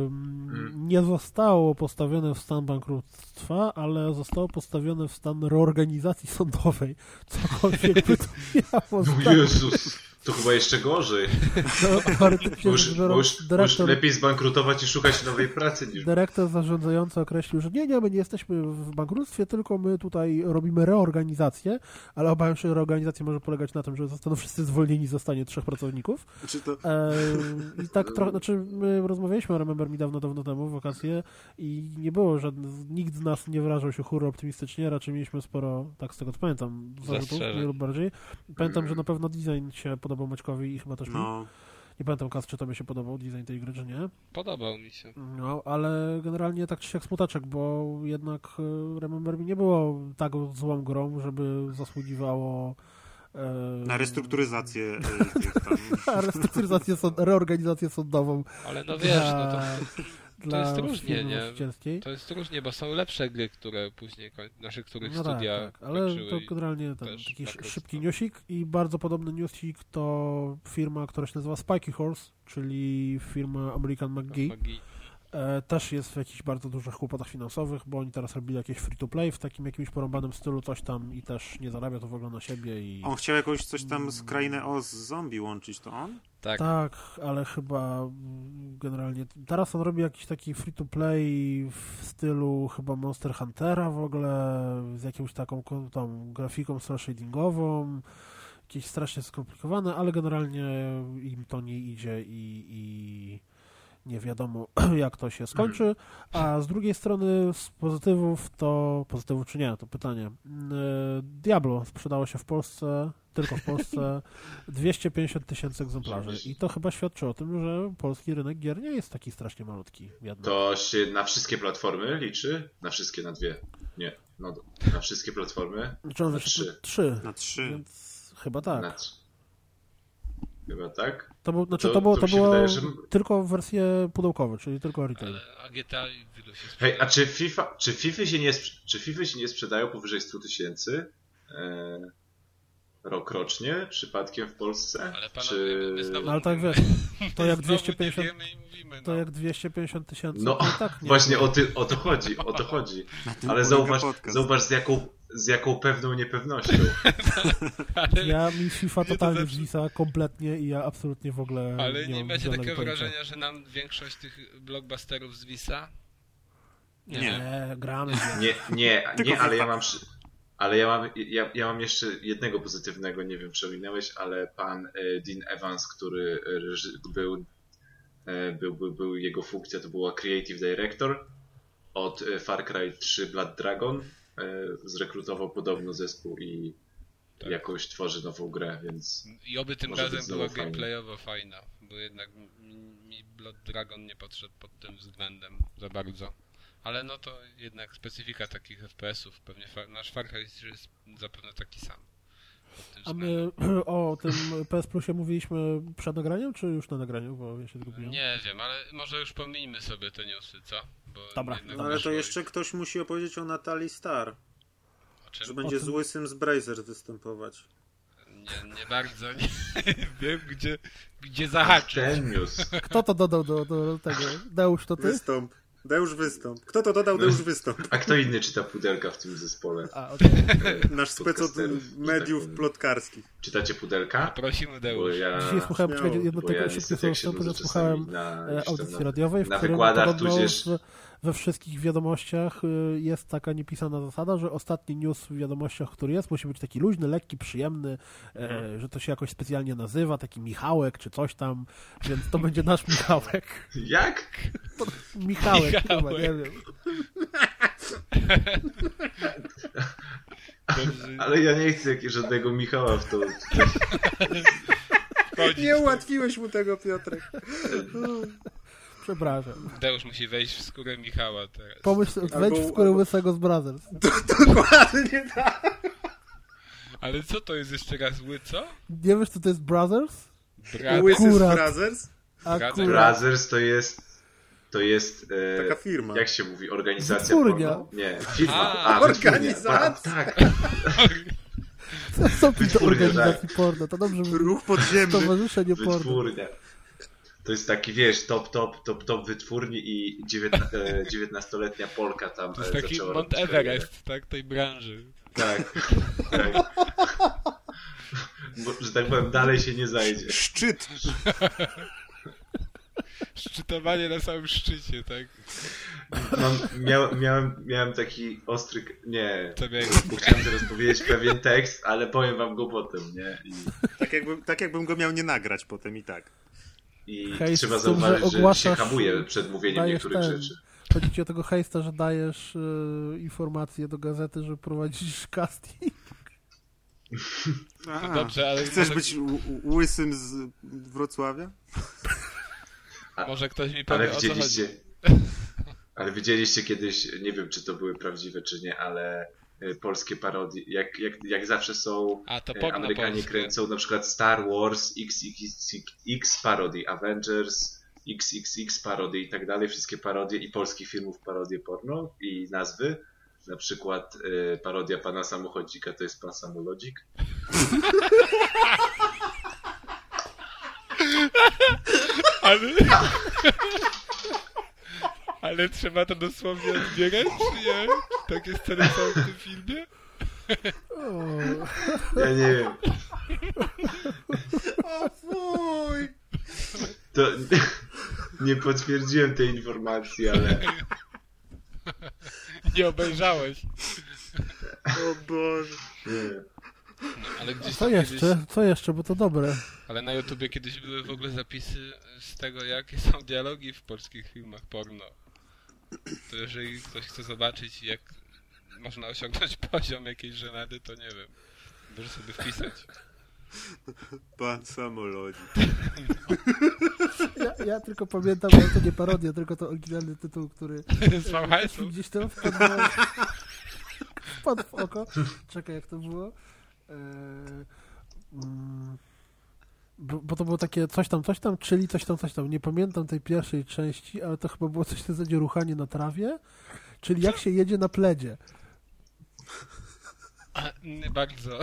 y, nie zostało postawione w stan bankructwa, ale zostało postawione w stan reorganizacji sądowej. Cokolwiek by to miało No znaczyć. Jezus, to chyba jeszcze gorzej. No, teoretycznie Bo już, rzecz bo biorąc, już, bo już dyrektor, lepiej zbankrutować i szukać nowej pracy niż... dyrektor zarządzający określił, że nie, nie, my nie jesteśmy w bankructwie, tylko my tutaj robimy reorganizację, ale obawiam się, że reorganizacja może polegać na tym, że zostaną wszyscy zwolnieni, zostanie trzech pracowników. Czy to... E, I tak trochę, znaczy my rozmawialiśmy o Remember Me dawno, dawno temu w wakacje i nie było żadnych, nikt z nas nie wyrażał się hurra optymistycznie, raczej mieliśmy sporo, tak z tego co pamiętam, zarzutów, Zastrzeżeń. mniej lub bardziej. Pamiętam, że na pewno design się podobał Maćkowi i chyba też mi. No, Nie pamiętam, Kas, czy tobie się podobał design tej gry, czy nie. Podobał mi się. No, ale generalnie tak czy siak smutaczek, bo jednak e, Remember Me nie było tak złą grą, żeby zasługiwało e, na restrukturyzację e, tych tam... na restrukturyzację, sąd, reorganizację sądową. Ale no wiesz, no to, dla jest różnie, firmy nie? właścicielskiej. to jest różnie, bo są lepsze gry, które później, koń, naszych których No tak, studia tak, ale kończyły to i- generalnie ten, też taki tak sz- jest, szybki no. newsik i bardzo podobny newsik to firma, która się nazywa Spiky Horse, czyli firma American McGee. magii. E, też jest w jakichś bardzo dużych kłopotach finansowych, bo oni teraz robili jakieś free-to-play w takim jakimś porąbanym stylu, coś tam i też nie zarabia to w ogóle na siebie i... On chciał jakoś coś tam z Krainę Oz z zombie łączyć, to on? Tak, Tak, ale chyba mm, generalnie teraz on robi jakiś taki free-to-play w stylu chyba Monster Huntera w ogóle, z jakąś taką ko- tą grafiką cel shadingową, jakieś strasznie skomplikowane, ale generalnie im to nie idzie i, i nie wiadomo jak to się skończy, a z drugiej strony z pozytywów to, pozytywów czy nie, to pytanie, Yy, Diablo sprzedało się w Polsce, tylko w Polsce dwieście pięćdziesiąt tysięcy egzemplarzy i to chyba świadczy o tym, że polski rynek gier nie jest taki strasznie malutki. Jednak. To się na wszystkie platformy liczy? Na wszystkie, na dwie. Nie, no na wszystkie platformy. Znaczy on na wyszedł trzy. trzy, Na trzy. więc chyba tak. Na trzy. Chyba tak? To, był, znaczy, To- to było, to to mi się było wydaje, że- tylko wersje pudełkowe, czyli tylko retail. ale a G T A wielu się Hej, a czy FIFA, czy FIFA się nie, sprz- czy FIFA się nie sprzedają powyżej stu tysięcy e, rok rocznie przypadkiem w Polsce? Ale panowie, czy... my znowu No ale tak mówimy- wiesz, to jak znowu dwieście pięćdziesiąt, nie wiemy i mówimy, to no. jak dwieście pięćdziesiąt tysięcy, No, to i tak nie właśnie o, ty, o to chodzi, o to chodzi. Na tym Ale polega zauważ, podcast. zauważ z, jaką, z jaką pewną niepewnością. Ale, Ja mi FIFA Mnie to totalnie zawsze- zwisa kompletnie i ja absolutnie w ogóle ale nie mam macie zielonego takiego pojęcia. wrażenia, że nam większość tych blockbusterów zwisa? Nie. Nie, gramy. Nie, nie, Tylko nie ale ja FIFA. mam... przy- Ale ja mam, ja, ja mam jeszcze jednego pozytywnego, nie wiem czy ominąłeś, ale pan e, Dean Evans, który reży- był, e, był, był, był jego funkcja, to była Creative Director od Far Cry trzy Blood Dragon, e, zrekrutował podobno zespół i tak. jakoś tworzy nową grę, więc i oby tym może razem być była znowu fajnie. gameplayowo fajna, bo jednak mi, mi Blood Dragon nie podszedł pod tym względem za bardzo. Ale no to jednak specyfika takich F P S-ów, pewnie fa- nasz Far Cry jest zapewne taki sam. A my o tym P S Plusie mówiliśmy przed nagraniem, czy już na nagraniu, bo ja się zgubiłem? Nie wiem, ale może już pomijmy sobie te newsy, co? Bo Dobra. No ale to jeszcze ktoś musi opowiedzieć o Natalii Star, o czym? że będzie z łysym z Brazers występować. Nie, nie bardzo, nie wiem gdzie, gdzie zahaczyć. Ten news. Kto to dodał do, do tego? Deusz, to ty? Wystąp. Deusz wystąp. Kto to dodał? Deusz wystąp. A kto inny czyta Pudelka w tym zespole? A, okay. Nasz spec od mediów tak plotkarskich. Czytacie Pudelka? Prosimy Bo Deusz. ja... Dzisiaj słuchałem, Śmiało, czekajcie, jedno bo tego ja szybkie niestety, jak się wstępu, że nudzę słuchałem czasami na- e, gdzieś tam audycji na- radiowej, w na którym wykładach, podobno tudzież- w, we wszystkich wiadomościach y, jest taka niepisana zasada, że ostatni news w wiadomościach, który jest, musi być taki luźny, lekki, przyjemny, e, że to się jakoś specjalnie nazywa, taki Michałek czy coś tam, więc to będzie nasz Michałek. Jak? Michałek, Michałek. chyba, nie wiem. Ale ja nie chcę jakiegoś żadnego Michała w to. Nie ułatwiłeś mu tego, Piotrek. Przepraszam. Deusz musi wejść w skórę Michała teraz. Pomyśl, Albo- wejdź w skórę albo- łysego z Brothers. Dokładnie tak. Ale co to jest jeszcze raz ły, co? Nie wiesz, co to jest Brothers? Brat. Łysy z Akurat. Brazers? Akurat. Brothers to jest. To jest. E, Taka firma. Jak się mówi? Organizacja. Wytwórnia. porno? Nie, firma. A, A, wytwórnia. organizacja. Tak, Co są to Wytwórnia, organizacji porno? To dobrze by Ruch podziemny. Stowarzyszenie porno. wytwórnia. To jest taki, wiesz, top, top, top, top wytwórni i dziewiętnastoletnia Polka tam To jest e, taki zaczęła Mount robić karierę. Everest, tak, tej branży. Tak, tak. Bo, że tak powiem, dalej się nie zajdzie. Szczyt. Szczytowanie na samym szczycie, tak? Mam, miał, miałem, miałem taki ostry... Nie, Co miałem? bo chciałem teraz powiedzieć pewien tekst, ale powiem wam go potem, nie? I, Tak jakbym, tak jakbym go miał nie nagrać potem i tak. i Hej, trzeba z tym, że zauważyć, że się ogłaszasz- hamuje przed mówieniem dajesz niektórych ten- rzeczy. Chodzi ci o tego hejsta, że dajesz y, informacje do gazety, że prowadzisz casting. Aha. Dobrze, ale Chcesz może, być ł- łysym z Wrocławia? może ktoś mi Ale powie, o co chodzi. widzieliście... Ale widzieliście kiedyś, nie wiem czy to były prawdziwe czy nie, ale e, polskie parodie, jak, jak, jak zawsze są A, to e, porno Amerykanie polskie. kręcą na przykład Star Wars, X X X parody, Avengers, X X X parody i tak dalej, wszystkie parodie i polskich filmów parodie porno i nazwy, na przykład e, parodia Pana Samochodzika to jest Pan Samolodzik. Ale... Ale trzeba to dosłownie odbierać, czy nie? Takie sceny są w tym filmie? O, Ja nie wiem. O fuj! To nie potwierdziłem tej informacji, ale Nie obejrzałeś. O Boże. nie. No, ale gdzieś co tam jeszcze? Kiedyś, Co jeszcze? Bo to dobre. ale na YouTubie kiedyś były w ogóle zapisy z tego, jakie są dialogi w polskich filmach porno. To jeżeli ktoś chce zobaczyć, jak można osiągnąć poziom jakiejś żenady, to nie wiem. Może sobie wpisać. Pan Samolodzik. Ja, ja tylko pamiętam, ale to nie parodia, tylko to oryginalny tytuł, który Z V H S-u. gdzieś tam wpadł, wpadł w oko. Czekaj, jak to było? Eee, mm, bo, bo to było takie coś tam, coś tam, czyli coś tam, coś tam. Nie pamiętam tej pierwszej części, ale to chyba było coś na zasadzie ruchanie na trawie, czyli jak się jedzie na pledzie. A, nie bardzo.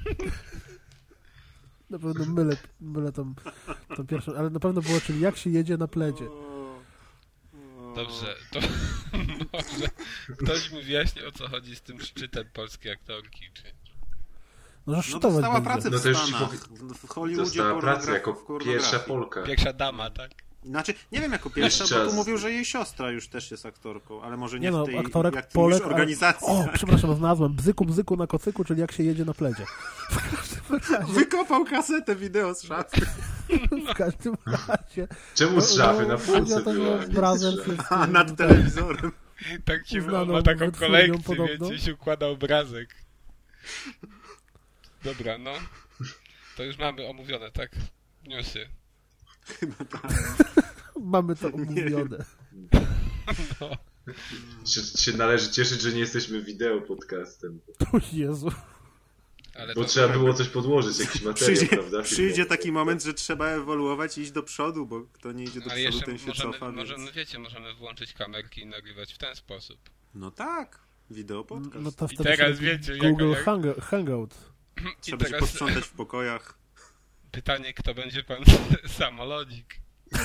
Na pewno mylę, mylę tą, tą pierwszą, ale na pewno było, czyli jak się jedzie na pledzie. Dobrze, to może ktoś mi wyjaśni, o co chodzi z tym szczytem polskiej aktorki, czy... No, że No szczytować dostała będzie. pracę w No to już ci Stanach. powie- W Hollywoodzie Dostała pracę pornografii- jako w pornografii. pierwsza Polka. Pierwsza dama, tak? Znaczy, nie wiem jako pierwsza, Jeszcze bo tu raz. mówił, że jej siostra już też jest aktorką, ale może nie, Nie no, w tej aktorek jak ty Polek, mówisz, organizacji. Ale... O, przepraszam, znalazłem. Bzyku, bzyku na kocyku, czyli jak się jedzie na pledzie. Wykopał kasetę wideo z szafy. W każdym razie... Czemu z szafy? Na Chodzi o półce to, była. że nie Brazers z szafy. jest... A, nad telewizorem. Tak ci Uznaną ma taką wytwórnią kolekcję, podobno. wiecie, się układa obrazek. Dobra, no. To już mamy omówione, tak? Newsy. Chyba tak. Mamy to omówione. No. Się, się należy cieszyć, że nie jesteśmy wideo podcastem. O Jezu. Ale Bo to trzeba było coś podłożyć, jakiś materiał, Przyjdzie, prawda? przyjdzie taki moment, że trzeba ewoluować i iść do przodu, bo kto nie idzie do Ale przodu, jeszcze ten się możemy, cofa. możemy, Więc... wiecie, możemy włączyć kamerki i nagrywać w ten sposób. No tak, wideo podcast. No to I wtedy teraz się wiecie, Google jak- jak- Hang- Hangout. Trzeba I się teraz posprzątać w pokojach. pytanie, kto będzie pan samolodzik?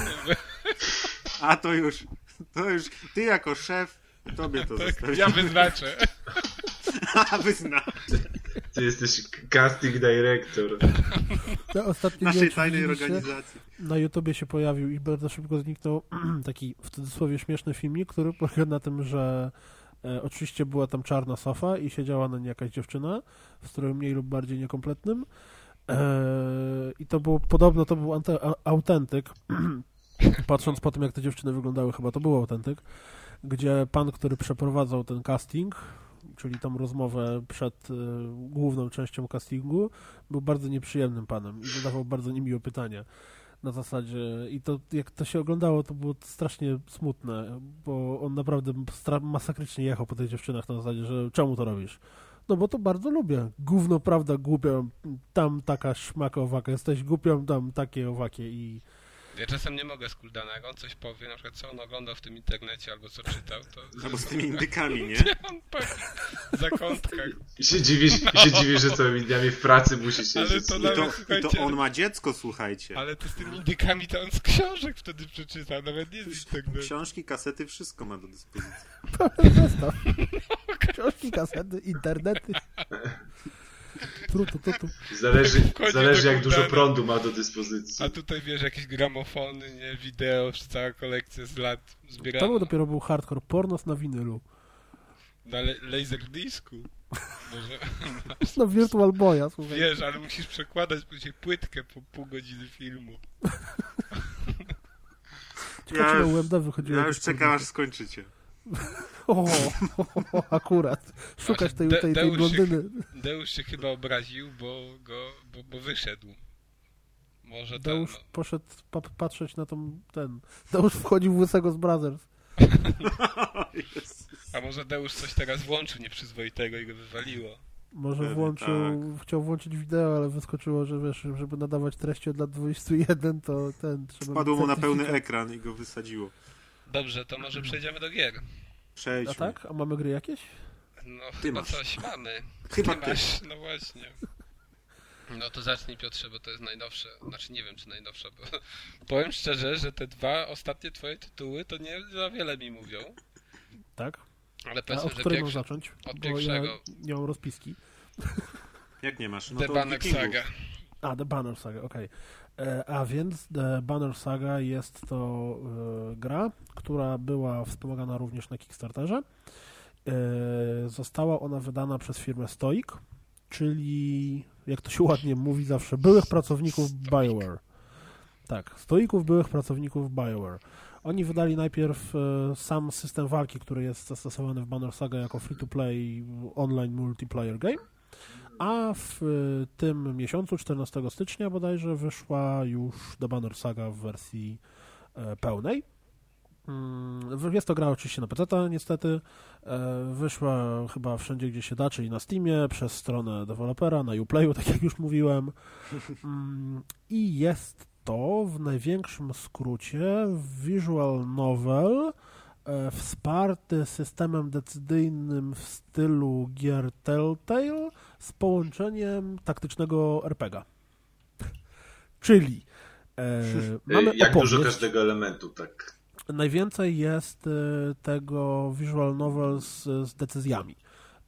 A to już, to już, ty jako szef, tobie to Tak, zostawię. ja wyznaczę. A, wyzna. Ty jesteś casting director. To ostatnio Naszej nie wiem, czy tajnej widzieliście, organizacji. na YouTubie się pojawił i bardzo szybko zniknął taki w cudzysłowie śmieszny filmik, który polega na tym, że e, oczywiście była tam czarna sofa i siedziała na niej jakaś dziewczyna w stroju mniej lub bardziej niekompletnym e, i to było, podobno to był ante, a, autentyk, patrząc po tym, jak te dziewczyny wyglądały, chyba to był autentyk, gdzie pan, który przeprowadzał ten casting, czyli tą rozmowę przed y, główną częścią castingu, był bardzo nieprzyjemnym panem i zadawał bardzo niemiłe pytania. Na zasadzie, i to jak to się oglądało, to było strasznie smutne, bo on naprawdę stra- masakrycznie jechał po tych dziewczynach na zasadzie, że czemu to robisz? No bo to bardzo lubię. Gówno, prawda, głupia, tam taka szmaka owaka, jesteś głupią, tam takie owakie i... Ja czasem nie mogę z Kuldanego, on coś powie, na przykład co on oglądał w tym internecie albo co czytał, to... Albo z tymi indykami, nie? On po takich zakątkach. I się dziwisz, i się dziwisz, że całymi dniami w pracy musi Ale siedzieć. to I nawet- to, I słuchajcie, to on ma dziecko, słuchajcie. Ale to z tymi indykami to on z książek wtedy przeczytał, nawet nie z internetu. Książki, kasety, wszystko ma do dyspozycji. Zestaw. Książki, kasety, internety. Tu, tu, tu, tu. Zależy, Wchodzi zależy do jak dużo Kuldana. prądu ma do dyspozycji. A tutaj wiesz, jakieś gramofony, nie, wideo, cała kolekcja z lat zbierana. To był dopiero był hardcore, pornos na winylu. Na le- laserdisku. Może, No Virtual Boya, słuchaj. wiesz, ale musisz przekładać później płytkę po pół godziny filmu. Ciekawe, czy Ja na już- U M D wychodziło Ja już jakieś czekam, aż pornosy. skończycie. O, akurat. Szukasz tej, tej, tej Deusz się- blondyny. Deusz się chyba obraził, bo go, bo, bo wyszedł. Może ten, Deusz no, poszedł pa patrzeć na tą, ten... Deusz wchodził w łysego z Brothers. a może Deusz coś teraz włączył nieprzyzwoitego i go wywaliło. Może Pewnie włączył, chciał włączyć wideo, ale wyskoczyło, że wiesz, żeby nadawać treści od lat dwudziestu jeden, to ten trzeba... Wpadło mieć mu na pełny certyfikat. ekran i go wysadziło. Dobrze, to może przejdziemy do gier. Przejdźmy. A tak? A mamy gry jakieś? No Ty chyba masz. coś mamy. Chyba ty ty. masz, no właśnie. No to zacznij Piotrze, bo to jest najnowsze. Znaczy nie wiem czy najnowsze, bo powiem szczerze, że te dwa ostatnie twoje tytuły to nie za wiele mi mówią. Tak? Ale A powiedzmy, od że której mam pierwszy, zacząć? od Bo pierwszego. ja nie mam rozpiski. Jak nie masz? No The to Banner Wikingów. Saga. A, The Banner Saga, okej. E, A więc The Banner Saga jest to e, gra, która była wspomagana również na Kickstarterze. E, została ona wydana przez firmę Stoic, czyli, jak to się ładnie mówi zawsze, byłych pracowników BioWare. Tak, Stoików, byłych pracowników BioWare. Oni wydali najpierw e, sam system walki, który jest zastosowany w Banner Saga jako free-to-play online multiplayer game. A w y, tym miesiącu, czternastego stycznia bodajże, wyszła już The Banner Saga w wersji e, pełnej. Mm, jest to gra oczywiście na peceta, niestety. E, wyszła chyba wszędzie, gdzie się da, czyli na Steamie, przez stronę dewelopera, na Uplayu, tak jak już mówiłem. Mm, I jest to w największym skrócie visual novel e, wsparty systemem decyzyjnym w stylu gier Telltale z połączeniem taktycznego er pe gie a. Czyli e, mamy Jak opowieść. dużo każdego elementu, tak. Najwięcej jest e, tego visual novel z, z decyzjami.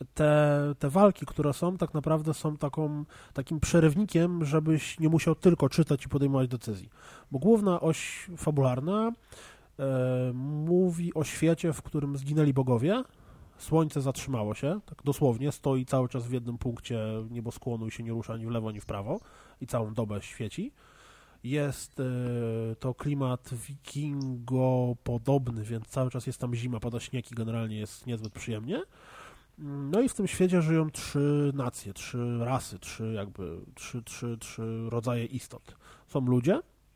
te, te walki, które są, tak naprawdę są taką, takim przerywnikiem, żebyś nie musiał tylko czytać i podejmować decyzji. Bo główna oś fabularna e, mówi o świecie, w którym zginęli bogowie, słońce zatrzymało się, tak dosłownie, stoi cały czas w jednym punkcie nieboskłonu i się nie rusza ani w lewo, ani w prawo i całą dobę świeci. Jest e, to klimat wikingopodobny, więc cały czas jest tam zima, pada śnieg i generalnie jest niezbyt przyjemnie. No i w tym świecie żyją trzy nacje, trzy rasy, trzy jakby, trzy, trzy, trzy rodzaje istot. Są ludzie,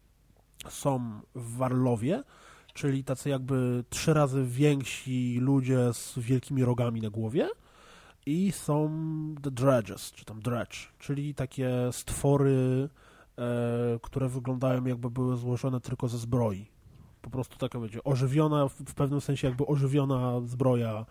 są warlowie, czyli tacy jakby trzy razy więksi ludzie z wielkimi rogami na głowie i są the dredges, czy tam dredge, czyli takie stwory, e, które wyglądają jakby były złożone tylko ze zbroi. Po prostu taka będzie ożywiona, w pewnym sensie jakby ożywiona zbroja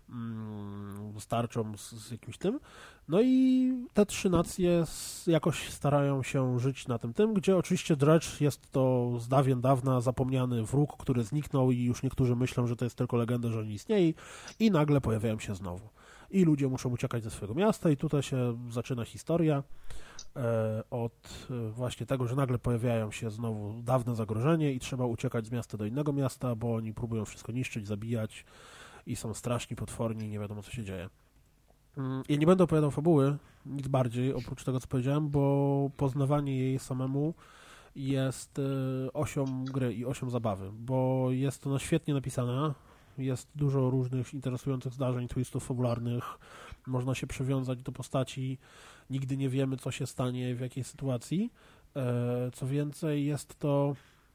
z tarczą, z, z jakimś tym. No i te trzy nacje jakoś starają się żyć na tym tym, gdzie oczywiście Dredge jest to z dawien dawna zapomniany wróg, który zniknął i już niektórzy myślą, że to jest tylko legenda, że nie istnieje i nagle pojawiają się znowu. I ludzie muszą uciekać ze swojego miasta i tutaj się zaczyna historia e, od e, właśnie tego, że nagle pojawiają się znowu dawne zagrożenie i trzeba uciekać z miasta do innego miasta, bo oni próbują wszystko niszczyć, zabijać i są straszni, potworni i nie wiadomo, co się dzieje. Ja nie będę opowiadał fabuły, nic bardziej, oprócz tego, co powiedziałem, bo poznawanie jej samemu jest osią gry i osią zabawy, bo jest ona świetnie napisana, jest dużo różnych interesujących zdarzeń, twistów fabularnych, można się przywiązać do postaci, nigdy nie wiemy, co się stanie, w jakiej sytuacji. Co więcej, jest to...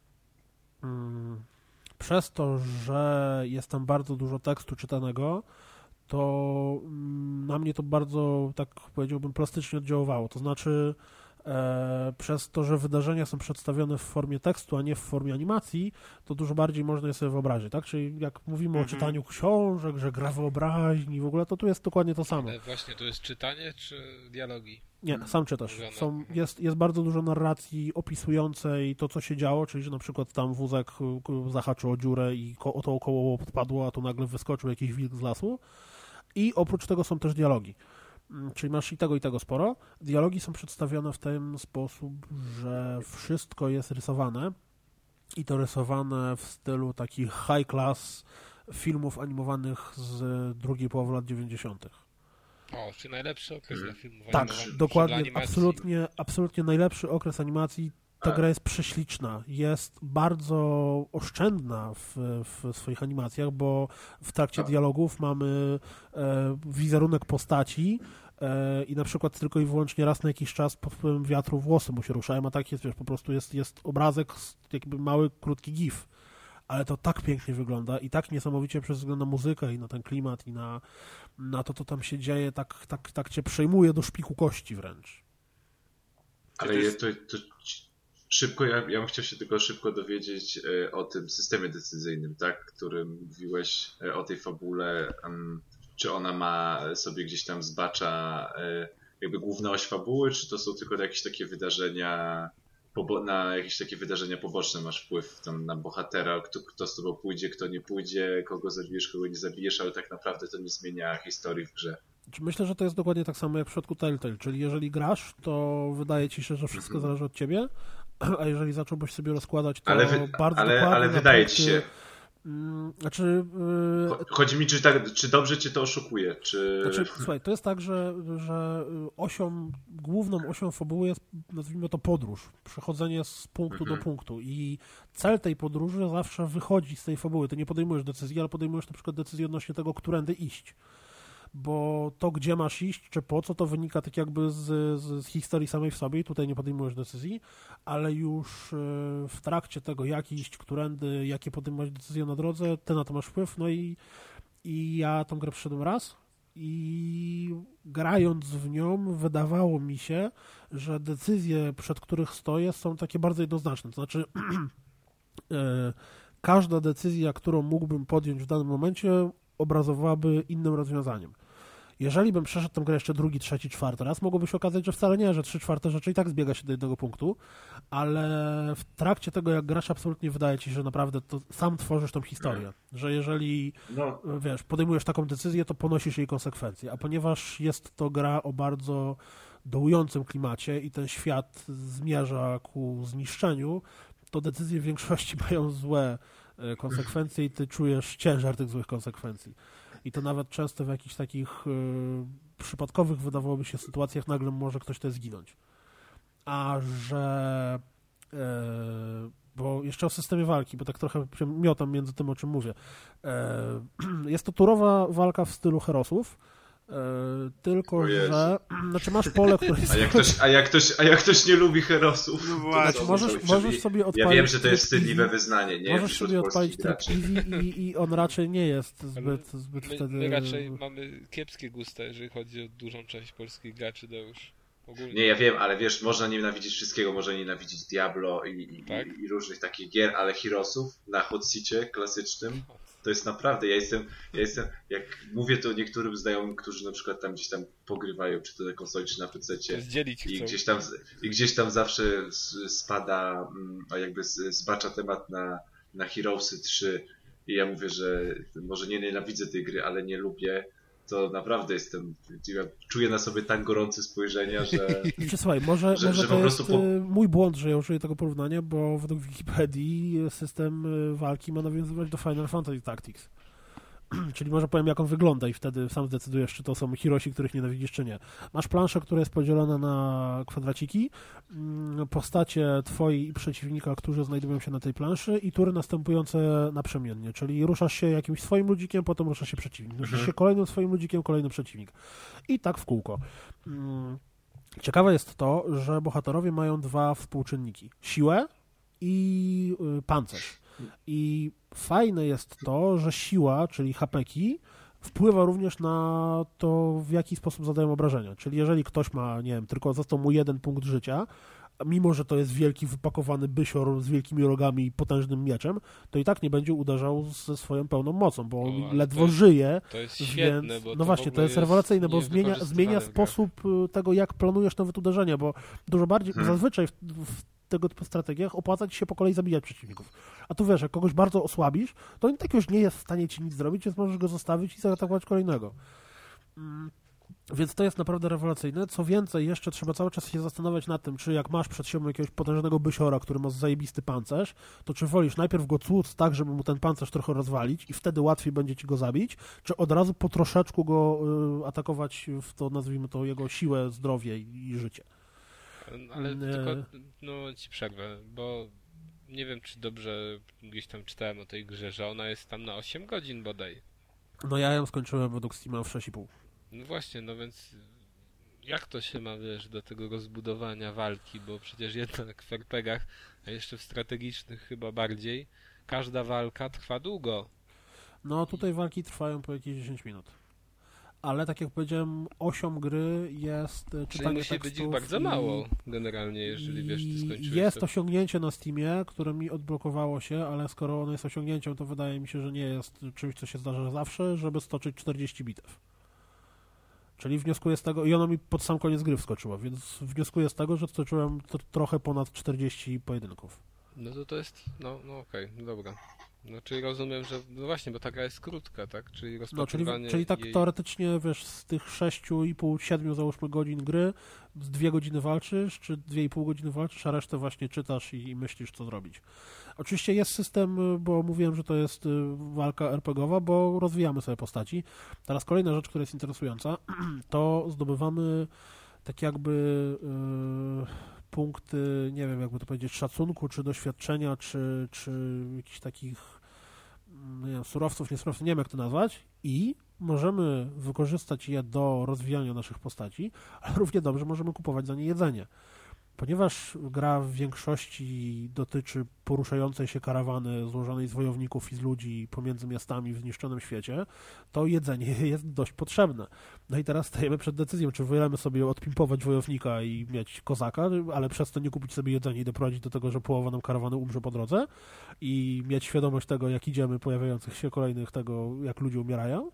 Hmm, przez to, że jest tam bardzo dużo tekstu czytanego, to na mnie to bardzo, tak powiedziałbym, plastycznie oddziaływało. To znaczy, e, przez to, że wydarzenia są przedstawione w formie tekstu, a nie w formie animacji, to dużo bardziej można je sobie wyobrazić, tak? Czyli jak mówimy mhm. o czytaniu książek, że gra wyobraźni w ogóle, to tu jest dokładnie to samo. Ale właśnie, to jest czytanie czy dialogi? Nie, sam czytasz. Są, jest, jest bardzo dużo narracji opisującej to, co się działo, czyli że na przykład tam wózek zahaczył o dziurę i ko- to około podpadło, a tu nagle wyskoczył jakiś wilk z lasu. I oprócz tego są też dialogi. Czyli masz i tego, i tego sporo. Dialogi są przedstawione w ten sposób, że wszystko jest rysowane i to rysowane w stylu takich high class filmów animowanych z drugiej połowy lat dziewięćdziesiątych. O, czy najlepszy okres dla filmów tak, animowanych? Tak, dokładnie, absolutnie, absolutnie najlepszy okres animacji. Ta gra jest prześliczna, jest bardzo oszczędna w, w swoich animacjach, bo w trakcie dialogów mamy e, wizerunek postaci e, i na przykład tylko i wyłącznie raz na jakiś czas pod wpływem wiatru włosy mu się ruszają, a tak jest, wiesz, po prostu jest, jest obrazek, jakby mały, krótki gif. Ale to tak pięknie wygląda i tak niesamowicie przez wzgląd na muzykę i na ten klimat i na, na to, co tam się dzieje, tak, tak, tak cię przejmuje do szpiku kości wręcz. Ale jest, to, to szybko, ja, ja bym chciał się tylko szybko dowiedzieć e, o tym systemie decyzyjnym, tak, którym mówiłeś, e, o tej fabule, um, czy ona ma sobie gdzieś tam zbacza e, jakby główna oś fabuły, czy to są tylko jakieś takie wydarzenia, pobo- na jakieś takie wydarzenia poboczne masz wpływ tam na bohatera, kto, kto z tobą pójdzie, kto nie pójdzie, kogo zabijesz, kogo nie zabijesz, ale tak naprawdę to nie zmienia historii w grze. Myślę, że to jest dokładnie tak samo jak w przypadku Telltale, czyli jeżeli grasz, to wydaje ci się, że wszystko mhm. zależy od ciebie, a jeżeli zacząłbyś sobie rozkładać, to ale wy, bardzo ale, dokładnie... Ale wydaje punkty, ci się... Znaczy... Yy, Chodzi mi, czy, tak, czy dobrze cię to oszukuje, czy... Znaczy, słuchaj, to jest tak, że, że osią, główną osią fabuły jest, nazwijmy to, podróż, przechodzenie z punktu mhm. do punktu i cel tej podróży zawsze wychodzi z tej fabuły. Ty nie podejmujesz decyzji, ale podejmujesz na przykład decyzję odnośnie tego, którędy iść. Bo to, gdzie masz iść, czy po co, to wynika tak jakby z, z, z historii samej w sobie i tutaj nie podejmujesz decyzji, ale już w trakcie tego, jak iść, którędy, jakie podejmować decyzje na drodze, ty na to masz wpływ, no i, i ja tą grę przyszedłem raz i grając w nią wydawało mi się, że decyzje, przed których stoję, są takie bardzo jednoznaczne, to znaczy każda decyzja, którą mógłbym podjąć w danym momencie, obrazowałaby innym rozwiązaniem. Jeżeli bym przeszedł tę grę jeszcze drugi, trzeci, czwarty raz, mogłoby się okazać, że wcale nie, że trzy czwarte rzeczy i tak zbiega się do jednego punktu, ale w trakcie tego, jak grasz, absolutnie wydaje ci się, że naprawdę to sam tworzysz tą historię, że jeżeli, No. wiesz, podejmujesz taką decyzję, to ponosisz jej konsekwencje, a ponieważ jest to gra o bardzo dołującym klimacie i ten świat zmierza ku zniszczeniu, to decyzje w większości mają złe konsekwencje i ty czujesz ciężar tych złych konsekwencji. I to nawet często w jakichś takich y, przypadkowych, wydawałoby się, sytuacjach nagle może ktoś też zginąć. A że... Y, bo jeszcze o systemie walki, bo tak trochę się miotam między tym, o czym mówię. Y, jest to turowa walka w stylu Herosów, Yy, tylko, że znaczy masz pole, które jest... A jak ktoś, a jak ktoś, a jak ktoś nie lubi Herosów, no to znaczy, możesz, możesz sobie odpalić... Ja wiem, że to jest wstydliwe wyznanie, nie? Możesz sobie odpalić tryb easy i, i on raczej nie jest zbyt, zbyt my, wtedy... My raczej mamy kiepskie gusta, jeżeli chodzi o dużą część polskich graczy, to już ogólnie... Nie, ja wiem, ale wiesz, można nienawidzić wszystkiego, można nienawidzić Diablo i, i, tak? i, i różnych takich gier, ale Heroesów na Hot Seacie klasycznym to jest naprawdę, ja jestem, ja jestem, jak mówię to niektórym znajomym, którzy na przykład tam gdzieś tam pogrywają, czy to na konsoli, czy na pececie i gdzieś tam, i gdzieś tam zawsze spada, a jakby zbacza temat na, na Heroesy trzy i ja mówię, że może nie nienawidzę tej gry, ale nie lubię, to naprawdę jestem, ja czuję na sobie tak gorące spojrzenia, że... Słuchaj, może, że, może że to po jest prostu po... mój błąd, że ja użyję tego porównania, bo według Wikipedii system walki ma nawiązywać do Final Fantasy Tactics. Czyli może powiem, jak on wygląda i wtedy sam zdecydujesz, czy to są Heroesi, których nienawidzisz, czy nie. Masz planszę, która jest podzielona na kwadraciki, postacie twoi i przeciwnika, którzy znajdują się na tej planszy i tury następujące naprzemiennie, czyli ruszasz się jakimś swoim ludzikiem, potem ruszasz się przeciwnik. Ruszasz mhm. się kolejnym swoim ludzikiem, kolejny przeciwnik. I tak w kółko. Ciekawe jest to, że bohaterowie mają dwa współczynniki. Siłę i pancerz. I fajne jest to, że siła, czyli hapeki, wpływa również na to, w jaki sposób zadają obrażenia. Czyli jeżeli ktoś ma, nie wiem, tylko został mu jeden punkt życia, mimo że to jest wielki, wypakowany bysior z wielkimi rogami i potężnym mieczem, to i tak nie będzie uderzał ze swoją pełną mocą, bo on o, ledwo to jest, żyje. To jest świetne, więc, bo no to właśnie, to jest rewelacyjne, bo zmienia, zmienia sposób tego, jak planujesz nawet uderzenie, bo dużo bardziej, hmm. zazwyczaj w, w tego typu strategiach opłaca ci się po kolei zabijać przeciwników. A tu wiesz, jak kogoś bardzo osłabisz, to on tak już nie jest w stanie ci nic zrobić, więc możesz go zostawić i zaatakować kolejnego. Mm. Więc to jest naprawdę rewelacyjne. Co więcej, jeszcze trzeba cały czas się zastanawiać nad tym, czy jak masz przed sobą jakiegoś potężnego bysiora, który ma zajebisty pancerz, to czy wolisz najpierw go tłuc tak, żeby mu ten pancerz trochę rozwalić i wtedy łatwiej będzie ci go zabić, czy od razu po troszeczku go y, atakować w to, nazwijmy to, jego siłę, zdrowie i, i życie. Ale nie. tylko, no ci przerwę, bo nie wiem, czy dobrze gdzieś tam czytałem o tej grze, że ona jest tam na osiem godzin bodaj. No ja ją skończyłem według Steama w sześć i pół. No właśnie, no więc jak to się ma, wiesz, do tego rozbudowania walki, bo przecież jednak w er pe gach, a jeszcze w strategicznych chyba bardziej, każda walka trwa długo. No tutaj walki trwają po jakieś dziesięć minut. Ale tak jak powiedziałem, osią gry jest czytanie Czyli musi tekstów być ich bardzo i, mało generalnie, jeżeli wiesz, ty skończyłeś. Jest to... osiągnięcie na Steamie, które mi odblokowało się, ale skoro ono jest osiągnięciem, to wydaje mi się, że nie jest czymś, co się zdarza zawsze, żeby stoczyć czterdzieści bitew. Czyli wnioskuję z tego, i ono mi pod sam koniec gry wskoczyło, więc wnioskuję z tego, że stoczyłem to, trochę ponad czterdzieści pojedynków. No to to jest, no, no okej, okay, dobra. No czyli rozumiem, że, no właśnie, bo ta gra jest krótka, tak? Czyli rozpatrywanie... No, czyli, czyli tak jej... teoretycznie, wiesz, z tych sześciu i pół, siedmiu załóżmy godzin gry, z dwie godziny walczysz, czy dwie i pół godziny walczysz, a resztę właśnie czytasz i, i myślisz, co zrobić. Oczywiście jest system, bo mówiłem, że to jest walka er pe gie owa, bo rozwijamy sobie postaci. Teraz kolejna rzecz, która jest interesująca, to zdobywamy tak jakby yy, punkty, nie wiem, jakby to powiedzieć, szacunku, czy doświadczenia, czy, czy jakichś takich, nie wiem, surowców, nie surowców, nie wiem jak to nazwać, i możemy wykorzystać je do rozwijania naszych postaci, ale równie dobrze możemy kupować za nie jedzenie. Ponieważ gra w większości dotyczy poruszającej się karawany złożonej z wojowników i z ludzi pomiędzy miastami w zniszczonym świecie, to jedzenie jest dość potrzebne. No i teraz stajemy przed decyzją, czy wolimy sobie odpimpować wojownika i mieć kozaka, ale przez to nie kupić sobie jedzenie i doprowadzić do tego, że połowa nam karawany umrze po drodze i mieć świadomość tego, jak idziemy, pojawiających się kolejnych tego, jak ludzie umierają,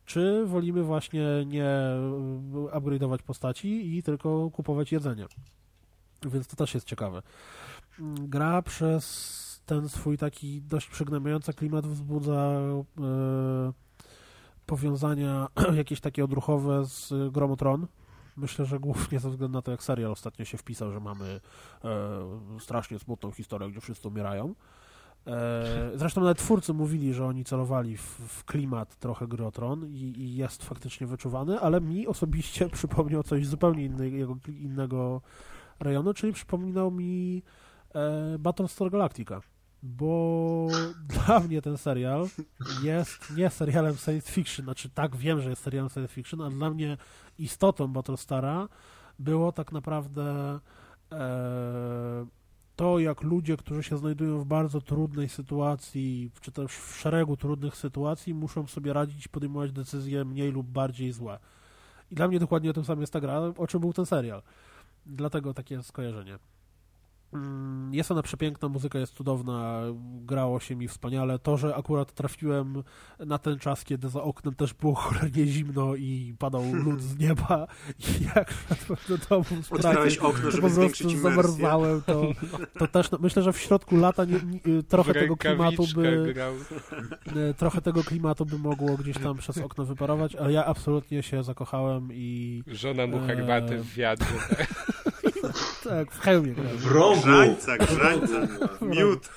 czy wolimy właśnie nie upgrade'ować postaci i tylko kupować jedzenie. Więc to też jest ciekawe. Gra przez ten swój taki dość przygnębiający klimat wzbudza e, powiązania jakieś takie odruchowe z grą o Tron. Myślę, że głównie ze względu na to, jak serial ostatnio się wpisał, że mamy e, strasznie smutną historię, gdzie wszyscy umierają. E, zresztą nawet twórcy mówili, że oni celowali w, w klimat trochę gry o Tron i, i jest faktycznie wyczuwany, ale mi osobiście przypomniał coś zupełnie innego, innego rejonu, czyli przypominał mi e, Battlestar Galactica. Bo dla mnie ten serial jest nie serialem science fiction, znaczy tak, wiem, że jest serialem science fiction, ale dla mnie istotą Battlestara było tak naprawdę e, to, jak ludzie, którzy się znajdują w bardzo trudnej sytuacji, czy też w szeregu trudnych sytuacji, muszą sobie radzić i podejmować decyzje mniej lub bardziej złe. I dla mnie dokładnie o tym samym jest ta gra, o czym był ten serial. Dlatego takie skojarzenie. Jest ona przepiękna, muzyka jest cudowna, grało się mi wspaniale. To, że akurat trafiłem na ten czas, kiedy za oknem też było cholernie zimno i padał lód z nieba i jak szedłem do domu z pracy, okno, to po prostu zamarzałem. To, to też, no, myślę, że w środku lata nie, nie, trochę tego klimatu by grał. trochę tego klimatu by mogło gdzieś tam przez okno wyparować, ale ja absolutnie się zakochałem i żona mu herbatę w wiadrze. tak, w hełmie. W rogu! Grzańca, grzańca, miód.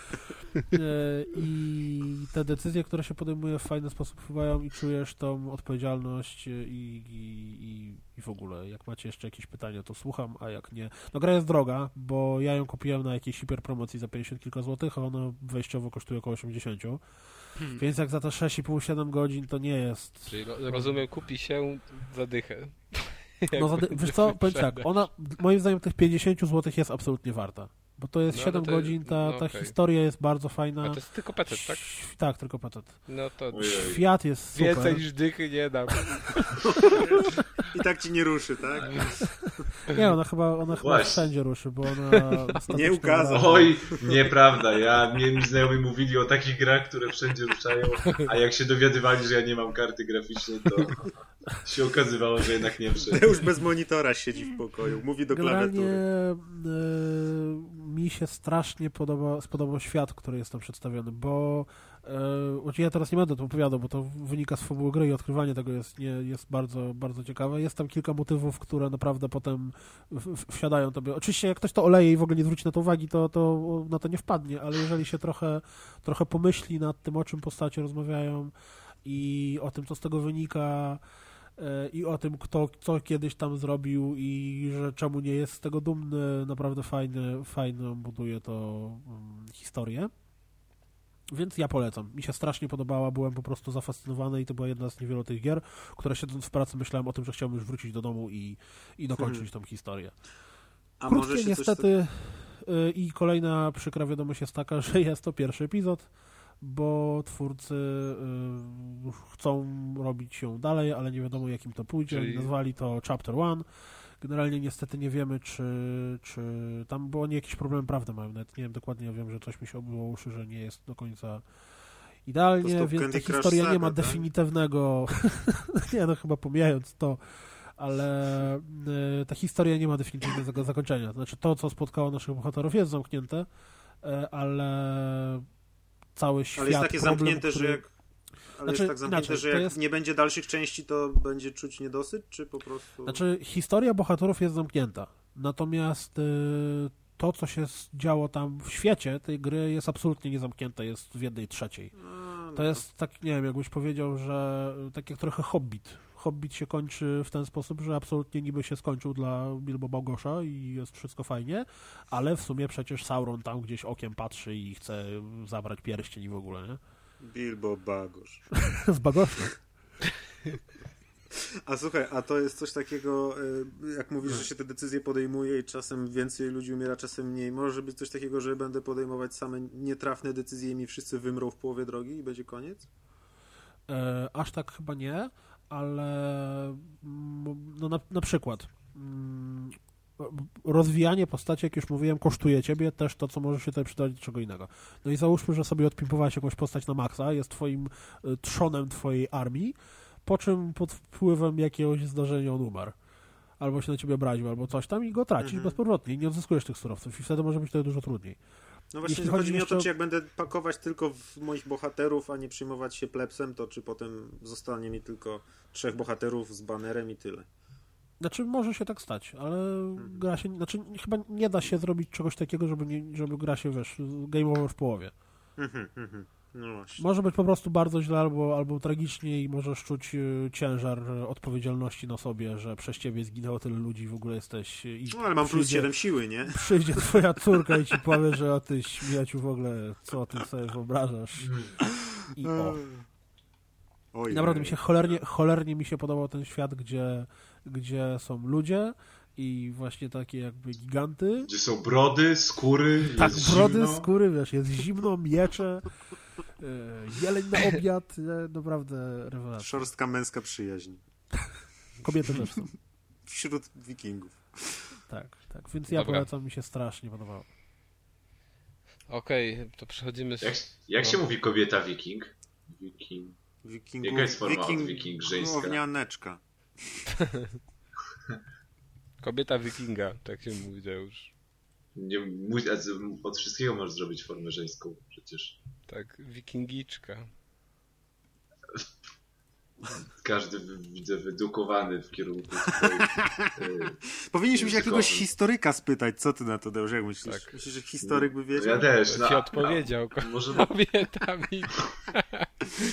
I te decyzje, które się podejmuje, w fajny sposób wpływają i czujesz tą odpowiedzialność i, i, i, i w ogóle. Jak macie jeszcze jakieś pytania, to słucham, a jak nie... No gra jest droga, bo ja ją kupiłem na jakiejś hiperpromocji za pięćdziesiąt kilka złotych, a ona wejściowo kosztuje około osiemdziesiąt. Hmm. Więc jak za te sześć i pół do siedmiu godzin to nie jest... Czyli rozumiem, kupi się za dychę. No, za dy... wiesz co, powiem tak, ona moim zdaniem tych pięćdziesiąt złotych jest absolutnie warta. Bo to jest no, siedem to godzin, ta, no, ta okay. historia jest bardzo fajna. A to jest tylko pecet, tak? Tak, tylko pecet. No to świat jest super. Więcej niż dychy nie dam. I tak ci nie ruszy, tak? Nie, ona chyba, ona chyba wszędzie ruszy, bo ona... Nie ukazał. Oj, nieprawda. Ja, mnie mi znajomi mówili o takich grach, które wszędzie ruszają, a jak się dowiadywali, że ja nie mam karty graficznej, to się okazywało, że jednak nie wszedł. Już bez monitora siedzi w pokoju, mówi do Generalnie, klawiatury. E, mi się strasznie podoba, spodobał świat, który jest tam przedstawiony, bo e, ja teraz nie będę to opowiadał, bo to wynika z fabuły gry i odkrywanie tego jest, nie, jest bardzo, bardzo ciekawe. Jest tam kilka motywów, które naprawdę potem w, w, wsiadają tobie. Oczywiście jak ktoś to oleje i w ogóle nie zwróci na to uwagi, to, to na to nie wpadnie, ale jeżeli się trochę, trochę pomyśli nad tym, o czym postacie rozmawiają i o tym, co z tego wynika, i o tym, kto co kiedyś tam zrobił i że czemu nie jest z tego dumny, naprawdę fajne, fajną buduje to um, historię. Więc ja polecam. Mi się strasznie podobała, byłem po prostu zafascynowany i to była jedna z niewielu tych gier, które siedząc w pracy myślałem o tym, że chciałbym już wrócić do domu i, i dokończyć hmm. tą historię. A krótkie może niestety coś... i kolejna przykra wiadomość jest taka, że jest to pierwszy epizod, bo twórcy y, chcą robić ją dalej, ale nie wiadomo, jak im to pójdzie. Czyli... Nazwali to Chapter One. Generalnie niestety nie wiemy, czy, czy tam było nie jakieś problemy prawne mają. Nawet nie wiem dokładnie, ja wiem, że coś mi się obyło uszy, że nie jest do końca idealnie, więc ta historia Saga, nie ma tak? definitywnego nie no, chyba pomijając to, ale y, ta historia nie ma definitywnego zakończenia. Znaczy to, co spotkało naszych bohaterów jest zamknięte, y, ale cały świat... Ale jest takie problem, zamknięte, który... że jak... Ale znaczy, jest tak zamknięte, inaczej, że jak jest... nie będzie dalszych części, to będzie czuć niedosyt, czy po prostu... Znaczy, historia bohaterów jest zamknięta. Natomiast y, to, co się działo tam w świecie tej gry jest absolutnie niezamknięte, jest w jednej trzeciej. A, to jest tak, nie wiem, jakbyś powiedział, że tak jak trochę Hobbit. Hobbit się kończy w ten sposób, że absolutnie niby się skończył dla Bilbo Bałgosza i jest wszystko fajnie, ale w sumie przecież Sauron tam gdzieś okiem patrzy i chce zabrać pierścień i w ogóle, nie? Bilbo Bagosz. Z Bagosza. A słuchaj, a to jest coś takiego, jak mówisz, że się te decyzje podejmuje i czasem więcej ludzi umiera, czasem mniej. Może być coś takiego, że będę podejmować same nietrafne decyzje i mi wszyscy wymrą w połowie drogi i będzie koniec? E, aż tak chyba nie, ale no na, na przykład rozwijanie postaci, jak już mówiłem, kosztuje ciebie też to, co może się tutaj przydać do czego innego. No i załóżmy, że sobie odpimpowałeś jakąś postać na maksa, jest twoim trzonem twojej armii, po czym pod wpływem jakiegoś zdarzenia on umarł. Albo się na ciebie obraził, albo coś tam i go tracisz Mhm. bezpowrotnie i nie odzyskujesz tych surowców i wtedy może być to dużo trudniej. No właśnie, Jeśli chodzi chodzi mi o jeszcze to, o- czy jak będę pakować tylko w moich bohaterów, a nie przyjmować się plepsem, to czy potem zostanie mi tylko trzech bohaterów z banerem i tyle. Znaczy może się tak stać, ale gra się, znaczy chyba nie da się zrobić czegoś takiego, żeby, nie, żeby gra się, wiesz, game over w połowie. Mhm, mhm. No właśnie. Może być po prostu bardzo źle albo, albo tragicznie i możesz czuć y, ciężar y, odpowiedzialności na sobie, że przez ciebie zginęło tyle ludzi, w ogóle jesteś... y, I No ale mam plus przyjdzie- siedem siły, nie? Przyjdzie twoja córka i ci powie, że o ty śmieciu w ogóle, co ty sobie wyobrażasz. I o. Oj, I naprawdę mi się cholernie, cholernie mi się podobał ten świat, gdzie, gdzie są ludzie i właśnie takie jakby giganty. Gdzie są brody, skóry, Tak, jest brody, zimno. skóry, wiesz, jest zimno, miecze, yy, jeleń na obiad, nie? Naprawdę rewelacja. Szorstka męska przyjaźń. Kobiety też są. Wśród wikingów. Tak, tak, więc ja Dobra. polecam, mi się strasznie podobało. Okej, to przechodzimy... Z... Jak, jak no. się mówi kobieta wiking? Wiking. Wikingów, Jaka jest forma od wiking żeńska? Gównianeczka. Kobieta wikinga, tak się mówi to już. Nie, mu- a z- od wszystkiego możesz zrobić formę żeńską przecież. Tak, wikingiczka. Każdy wy- widzę wydukowany w kierunku tutaj, y, Powinniśmy się jakiegoś językowym. historyka spytać, co ty na to, Deusz? Jak myślisz? Tak. Myślisz, że historyk by Ja wiedział? też. To No, ci a- odpowiedział. a może Kobieta wikinga.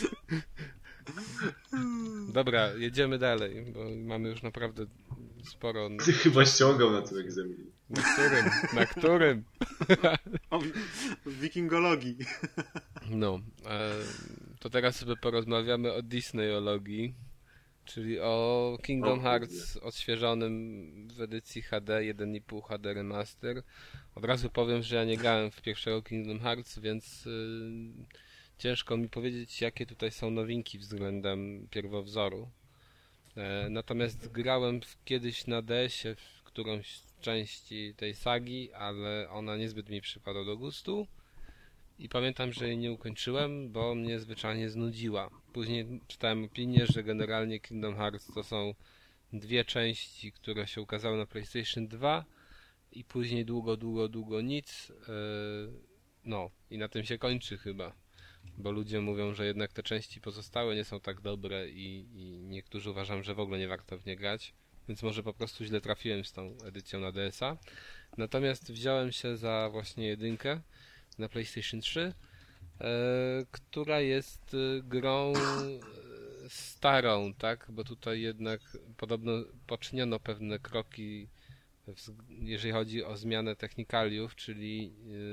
Dobra, jedziemy dalej, bo mamy już naprawdę sporo... ty chyba ściągał na tym egzaminie. Na którym? Na którym? O, wi- wikingologii. No, e, to teraz sobie porozmawiamy o Disneyologii, czyli o Kingdom O kurde. Hearts odświeżonym w edycji H D, jeden i pół H D Remaster. Od razu powiem, że ja nie grałem w pierwszego Kingdom Hearts, więc y, ciężko mi powiedzieć, jakie tutaj są nowinki względem pierwowzoru. E, natomiast grałem w, kiedyś na D S ie w którąś z części tej sagi, ale ona niezbyt mi przypadła do gustu. I pamiętam, że jej nie ukończyłem, bo mnie zwyczajnie znudziła. Później czytałem opinię, że generalnie Kingdom Hearts to są dwie części, które się ukazały na PlayStation dwa i później długo, długo, długo nic. Yy, no i na tym się kończy chyba. Bo ludzie mówią, że jednak te części pozostałe nie są tak dobre i, i niektórzy uważają, że w ogóle nie warto w nie grać. Więc może po prostu źle trafiłem z tą edycją na D S a. Natomiast wziąłem się za właśnie jedynkę na PlayStation trzy, e, która jest e, grą e, starą, tak? Bo tutaj jednak podobno poczyniono pewne kroki, w, jeżeli chodzi o zmianę technikaliów, czyli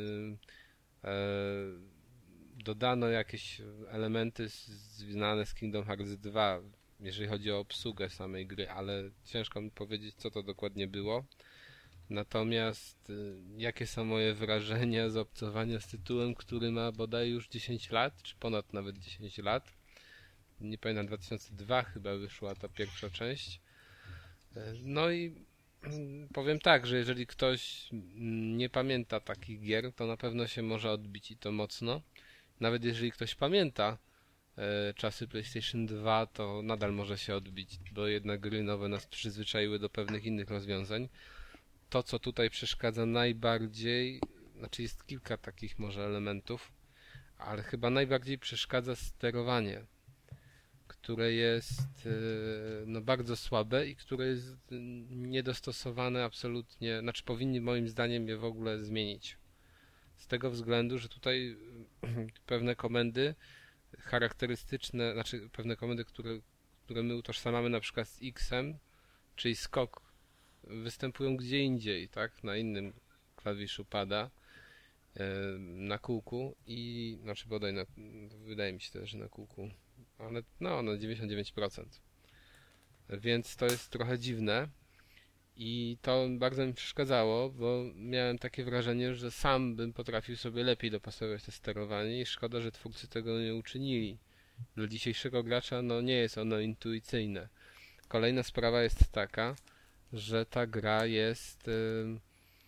e, e, dodano jakieś elementy z- związane z Kingdom Hearts dwa, jeżeli chodzi o obsługę samej gry, ale ciężko mi powiedzieć, co to dokładnie było. Natomiast y, jakie są moje wrażenia z obcowania z tytułem, który ma bodaj już dziesięć lat, czy ponad nawet dziesięć lat. Nie pamiętam, dwa tysiące drugi chyba wyszła ta pierwsza część. Y, No i mm, powiem tak, że jeżeli ktoś mm, nie pamięta takich gier, to na pewno się może odbić i to mocno. Nawet jeżeli ktoś pamięta e, czasy PlayStation dwa, to nadal może się odbić, bo jednak gry nowe nas przyzwyczaiły do pewnych innych rozwiązań. To, co tutaj przeszkadza najbardziej, znaczy jest kilka takich może elementów, ale chyba najbardziej przeszkadza sterowanie, które jest e, no, bardzo słabe i które jest e, niedostosowane absolutnie, znaczy powinni moim zdaniem je w ogóle zmienić. Z tego względu, że tutaj pewne komendy charakterystyczne, znaczy pewne komendy, które, które my utożsamiamy na przykład z X-em, czyli skok, występują gdzie indziej, tak? Na innym klawiszu pada, e, na kółku i, znaczy bodaj na, wydaje mi się też, że na kółku, ale no na dziewięćdziesiąt dziewięć procent. Więc to jest trochę dziwne. I to bardzo mi przeszkadzało, bo miałem takie wrażenie, że sam bym potrafił sobie lepiej dopasować to sterowanie i szkoda, że twórcy tego nie uczynili. Dla dzisiejszego gracza no nie jest ono intuicyjne. Kolejna sprawa jest taka, że ta gra jest... Yy,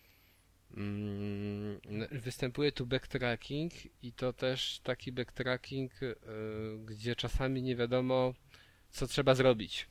yy, występuje tu backtracking i to też taki backtracking, yy, gdzie czasami nie wiadomo co trzeba zrobić.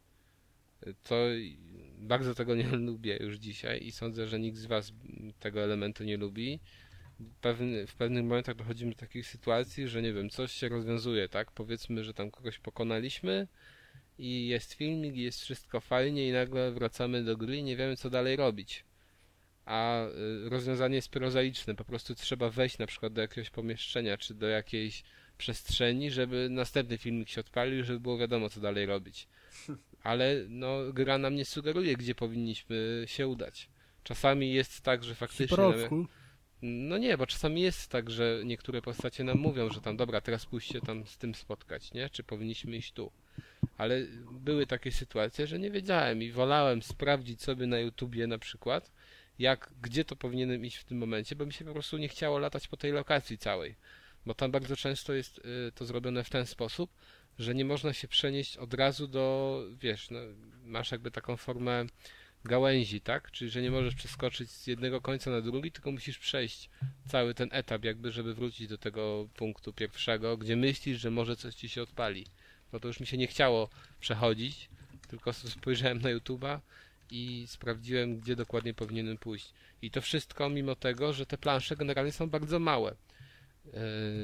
To bardzo tego nie lubię już dzisiaj i sądzę, że nikt z was tego elementu nie lubi. Pewny, w pewnych momentach dochodzimy do takich sytuacji, że nie wiem, coś się rozwiązuje, tak? Powiedzmy, że tam kogoś pokonaliśmy i jest filmik, i jest wszystko fajnie i nagle wracamy do gry i nie wiemy, co dalej robić. A rozwiązanie jest prozaiczne, po prostu trzeba wejść na przykład do jakiegoś pomieszczenia, czy do jakiejś przestrzeni, żeby następny filmik się odpalił, żeby było wiadomo, co dalej robić. Ale no, gra nam nie sugeruje, gdzie powinniśmy się udać. Czasami jest tak, że faktycznie... No nie, bo czasami jest tak, że niektóre postacie nam mówią, że tam dobra, teraz pójść się tam z tym spotkać, nie? Czy powinniśmy iść tu. Ale były takie sytuacje, że nie wiedziałem i wolałem sprawdzić sobie na YouTubie na przykład, jak, gdzie to powinienem iść w tym momencie, bo mi się po prostu nie chciało latać po tej lokacji całej. Bo tam bardzo często jest y, to zrobione w ten sposób, że nie można się przenieść od razu do, wiesz, no, masz jakby taką formę gałęzi, tak? Czyli, że nie możesz przeskoczyć z jednego końca na drugi, tylko musisz przejść cały ten etap jakby, żeby wrócić do tego punktu pierwszego, gdzie myślisz, że może coś ci się odpali. No to już mi się nie chciało przechodzić, tylko spojrzałem na YouTube'a i sprawdziłem, gdzie dokładnie powinienem pójść. I to wszystko mimo tego, że te plansze generalnie są bardzo małe. Yy,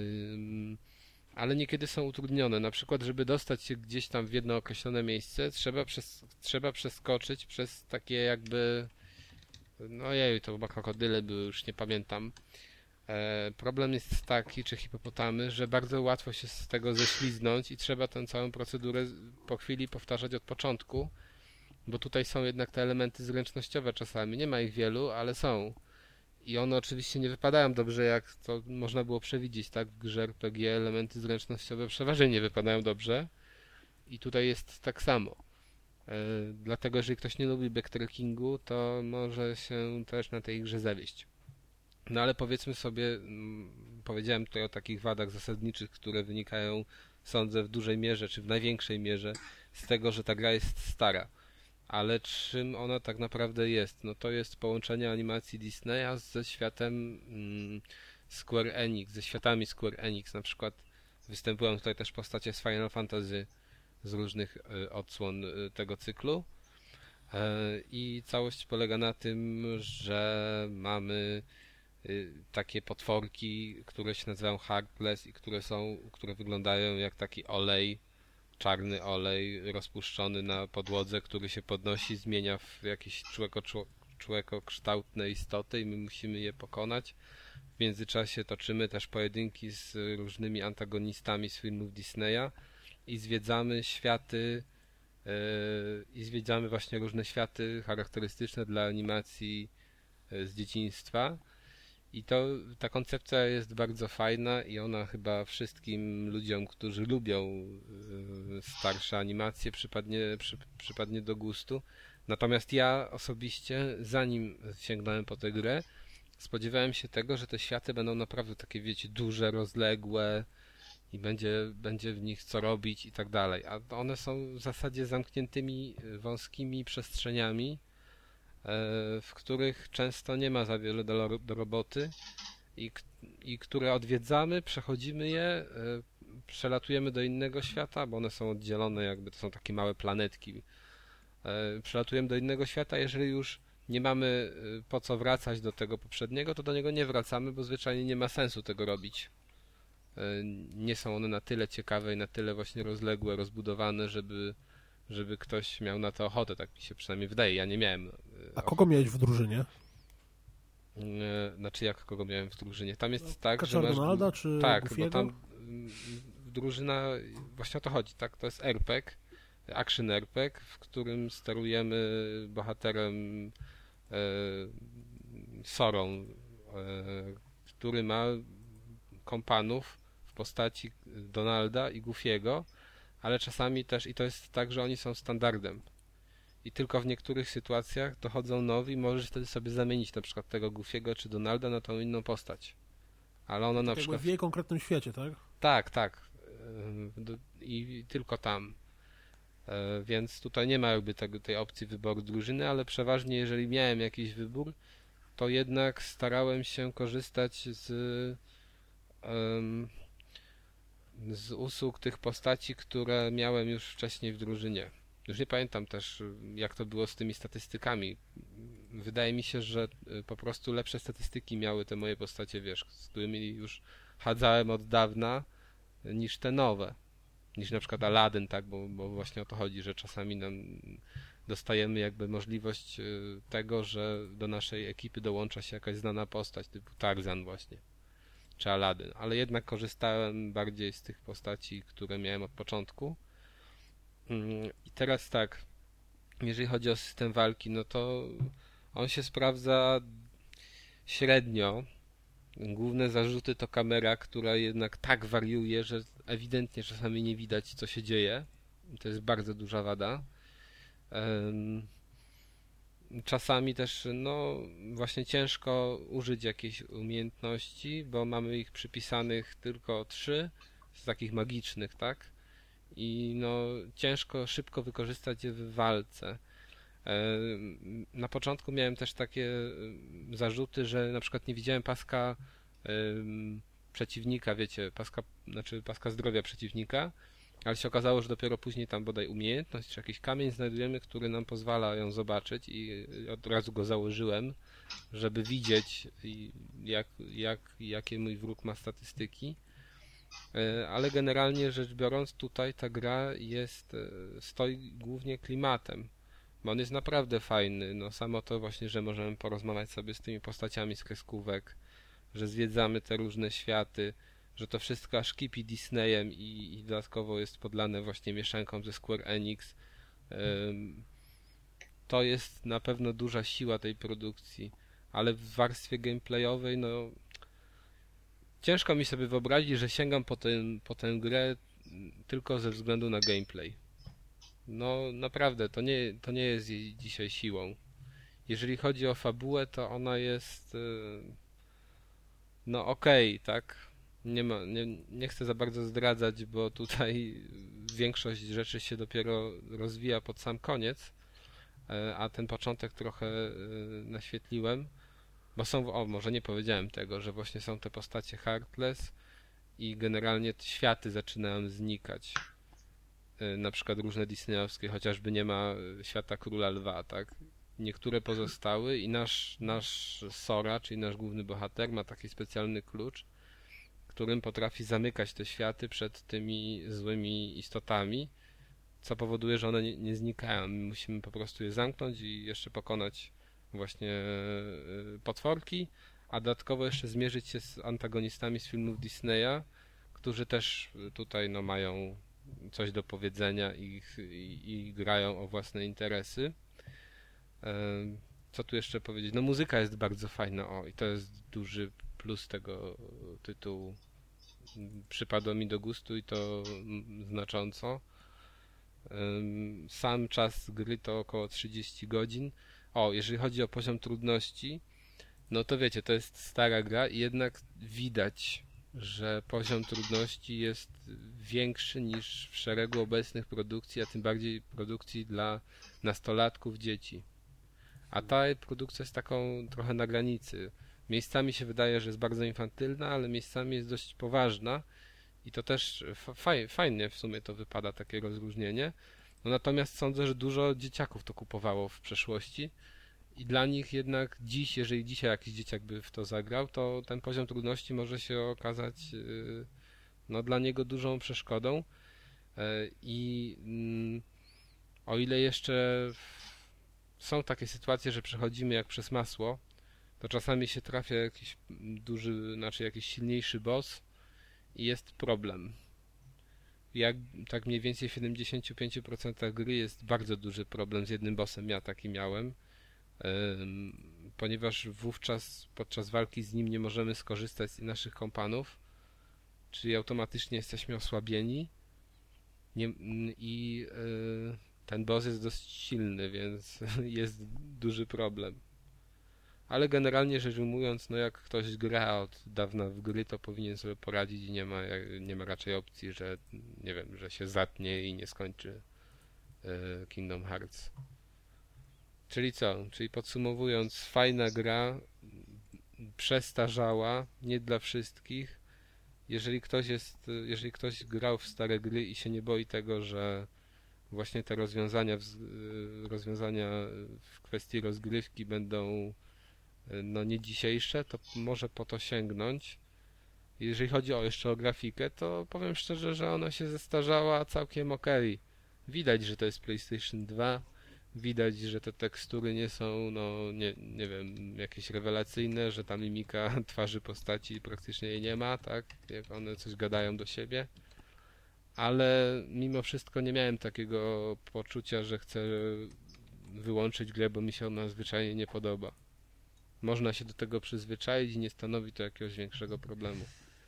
ale niekiedy są utrudnione. Na przykład, żeby dostać się gdzieś tam w jedno określone miejsce, trzeba, przez, trzeba przeskoczyć przez takie jakby... No jej, to chyba krokodyle były, już nie pamiętam. E, problem jest taki, czy hipopotamy, że bardzo łatwo się z tego ześliznąć i trzeba tę całą procedurę po chwili powtarzać od początku, bo tutaj są jednak te elementy zręcznościowe czasami. Nie ma ich wielu, ale są. I one oczywiście nie wypadają dobrze, jak to można było przewidzieć, tak? W grze er pe gie elementy zręcznościowe przeważnie nie wypadają dobrze. I tutaj jest tak samo. E, dlatego, jeżeli ktoś nie lubi backtrackingu, to może się też na tej grze zawieść. No ale powiedzmy sobie, m, powiedziałem tutaj o takich wadach zasadniczych, które wynikają, sądzę, w dużej mierze, czy w największej mierze z tego, że ta gra jest stara. Ale czym ona tak naprawdę jest? No to jest połączenie animacji Disneya ze światem mm, Square Enix, ze światami Square Enix. Na przykład występują tutaj też postacie z Final Fantasy z różnych y, odsłon y, tego cyklu. Y, I całość polega na tym, że mamy y, takie potworki, które się nazywają Heartless i które są, które wyglądają jak taki olej, czarny olej rozpuszczony na podłodze, który się podnosi, zmienia w jakieś człeko, człekokształtne istoty i my musimy je pokonać. W międzyczasie toczymy też pojedynki z różnymi antagonistami z filmów Disneya i zwiedzamy światy yy, i zwiedzamy właśnie różne światy charakterystyczne dla animacji yy, z dzieciństwa. I to, ta koncepcja jest bardzo fajna i ona chyba wszystkim ludziom, którzy lubią y, starsze animacje, przypadnie, przy, przypadnie do gustu. Natomiast ja osobiście, zanim sięgnąłem po tę grę, spodziewałem się tego, że te światy będą naprawdę takie, wiecie, duże, rozległe i będzie, będzie w nich co robić i tak dalej. A one są w zasadzie zamkniętymi, wąskimi przestrzeniami, w których często nie ma za wiele do, do roboty i, i które odwiedzamy, przechodzimy je, przelatujemy do innego świata, bo one są oddzielone, jakby to są takie małe planetki. Przelatujemy do innego świata, jeżeli już nie mamy po co wracać do tego poprzedniego, to do niego nie wracamy, bo zwyczajnie nie ma sensu tego robić. Nie są one na tyle ciekawe i na tyle właśnie rozległe, rozbudowane, żeby żeby ktoś miał na to ochotę, tak mi się przynajmniej wydaje. Ja nie miałem. A kogo miałeś w drużynie? Znaczy jak kogo miałem w drużynie? Tam jest no, tak, Kaczor że masz... Donalda czy tak, Goofiego? Bo tam drużyna, właśnie o to chodzi, tak? To jest er pe gie, action er pe gie, w którym sterujemy bohaterem e, Sorą, e, który ma kompanów w postaci Donalda i Goofiego, ale czasami też, i to jest tak, że oni są standardem i tylko w niektórych sytuacjach dochodzą nowi i możesz wtedy sobie zamienić na przykład tego Goofiego czy Donalda na tą inną postać. Ale ona na tak przykład... w jej konkretnym świecie, tak? Tak, tak. I tylko tam. Więc tutaj nie ma jakby tego, tej opcji wyboru drużyny, ale przeważnie jeżeli miałem jakiś wybór, to jednak starałem się korzystać z... Um, z usług tych postaci, które miałem już wcześniej w drużynie. Już nie pamiętam też, jak to było z tymi statystykami. Wydaje mi się, że po prostu lepsze statystyki miały te moje postacie, wiesz, z którymi już chadzałem od dawna, niż te nowe. Niż na przykład Aladdin, tak, bo, bo właśnie o to chodzi, że czasami nam dostajemy jakby możliwość tego, że do naszej ekipy dołącza się jakaś znana postać, typu Tarzan właśnie, czy Aladdin, ale jednak korzystałem bardziej z tych postaci, które miałem od początku. I teraz tak, jeżeli chodzi o system walki, no to on się sprawdza średnio. Główne zarzuty to kamera, która jednak tak wariuje, że ewidentnie czasami nie widać, co się dzieje. To jest bardzo duża wada. Czasami też, no właśnie ciężko użyć jakiejś umiejętności, bo mamy ich przypisanych tylko trzy, z takich magicznych, tak? I no ciężko szybko wykorzystać je w walce. Na początku miałem też takie zarzuty, że na przykład nie widziałem paska przeciwnika, wiecie, paska, znaczy paska zdrowia przeciwnika, ale się okazało, że dopiero później tam bodaj umiejętność czy jakiś kamień znajdujemy, który nam pozwala ją zobaczyć i od razu go założyłem, żeby widzieć jak, jak, jakie mój wróg ma statystyki. Ale generalnie rzecz biorąc, tutaj ta gra jest, stoi głównie klimatem, bo on jest naprawdę fajny. No samo to właśnie, że możemy porozmawiać sobie z tymi postaciami z kreskówek, że zwiedzamy te różne światy, że to wszystko aż kipi Disneyem i, i dodatkowo jest podlane właśnie mieszanką ze Square Enix. Um, to jest na pewno duża siła tej produkcji, ale w warstwie gameplayowej, no ciężko mi sobie wyobrazić, że sięgam po, ten, po tę grę tylko ze względu na gameplay. No naprawdę, to nie, to nie jest jej dzisiaj siłą. Jeżeli chodzi o fabułę, to ona jest no okej, okay, tak? Nie, ma, nie, nie chcę za bardzo zdradzać, bo tutaj większość rzeczy się dopiero rozwija pod sam koniec, a ten początek trochę naświetliłem. Bo są, o może nie powiedziałem tego, że właśnie są te postacie Heartless i generalnie te światy zaczynają znikać. Na przykład różne disneyowskie, chociażby nie ma świata Króla Lwa, tak? Niektóre pozostały i nasz, nasz Sora, czyli nasz główny bohater, ma taki specjalny klucz, którym potrafi zamykać te światy przed tymi złymi istotami, co powoduje, że one nie, nie znikają. My musimy po prostu je zamknąć i jeszcze pokonać właśnie potworki, a dodatkowo jeszcze zmierzyć się z antagonistami z filmów Disneya, którzy też tutaj no, mają coś do powiedzenia i, i, i grają o własne interesy. Co tu jeszcze powiedzieć? No muzyka jest bardzo fajna, o i to jest duży plus tego tytułu. Przypadło mi do gustu i to znacząco. Sam czas gry to około trzydzieści godzin. O, jeżeli chodzi o poziom trudności, no to wiecie, to jest stara gra i jednak widać, że poziom trudności jest większy niż w szeregu obecnych produkcji, a tym bardziej produkcji dla nastolatków, dzieci. A ta produkcja jest taką trochę na granicy. Miejscami się wydaje, że jest bardzo infantylna, ale miejscami jest dość poważna i to też faj, fajnie w sumie to wypada, takie rozróżnienie. No natomiast sądzę, że dużo dzieciaków to kupowało w przeszłości i dla nich jednak dziś, jeżeli dzisiaj jakiś dzieciak by w to zagrał, to ten poziom trudności może się okazać no, dla niego dużą przeszkodą i o ile jeszcze są takie sytuacje, że przechodzimy jak przez masło, to czasami się trafia jakiś duży, znaczy jakiś silniejszy boss i jest problem. Jak tak mniej więcej w siedemdziesiąt pięć procent gry jest bardzo duży problem z jednym bossem, ja taki miałem, ym, ponieważ wówczas podczas walki z nim nie możemy skorzystać z naszych kompanów, czyli automatycznie jesteśmy osłabieni nie, i yy, ten boss jest dość silny, więc jest duży problem. Ale generalnie rzecz ujmując, no jak ktoś gra od dawna w gry, to powinien sobie poradzić i nie ma, nie ma raczej opcji, że nie wiem, że się zatnie i nie skończy Kingdom Hearts. Czyli co? Czyli podsumowując, fajna gra, przestarzała, nie dla wszystkich, jeżeli ktoś jest, jeżeli ktoś grał w stare gry i się nie boi tego, że właśnie te rozwiązania w, rozwiązania w kwestii rozgrywki będą no nie dzisiejsze, to może po to sięgnąć. Jeżeli chodzi o jeszcze o grafikę, to powiem szczerze, że ona się zestarzała całkiem okej. Widać, że to jest PlayStation dwa, widać, że te tekstury nie są, no nie, nie wiem, jakieś rewelacyjne, że ta mimika twarzy postaci praktycznie jej nie ma, tak? Jak one coś gadają do siebie. Ale mimo wszystko nie miałem takiego poczucia, że chcę wyłączyć grę, bo mi się ona zwyczajnie nie podoba. Można się do tego przyzwyczaić i nie stanowi to jakiegoś większego problemu.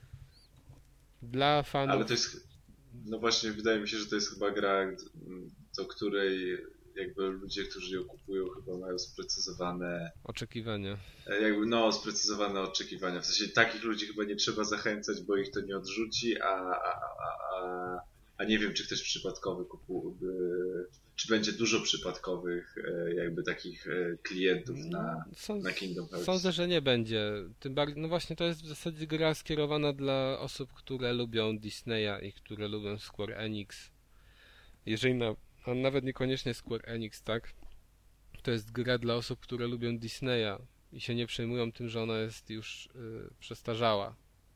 Dla fanów... Ale to jest... No właśnie, wydaje mi się, że to jest chyba gra, do której jakby ludzie, którzy ją kupują, chyba mają sprecyzowane... Oczekiwania. Jakby, no, sprecyzowane oczekiwania. W sensie takich ludzi chyba nie trzeba zachęcać, bo ich to nie odrzuci, a, a, a, a, a nie wiem, czy ktoś przypadkowy kupuje... Czy będzie dużo przypadkowych jakby takich klientów na, Sąd, na Kingdom Hearts? Sądzę, że nie będzie. Tym bardziej, no właśnie to jest w zasadzie gra skierowana dla osób, które lubią Disneya i które lubią Square Enix. Jeżeli na, a nawet niekoniecznie Square Enix, tak? To jest gra dla osób, które lubią Disneya i się nie przejmują tym, że ona jest już y, przestarzała.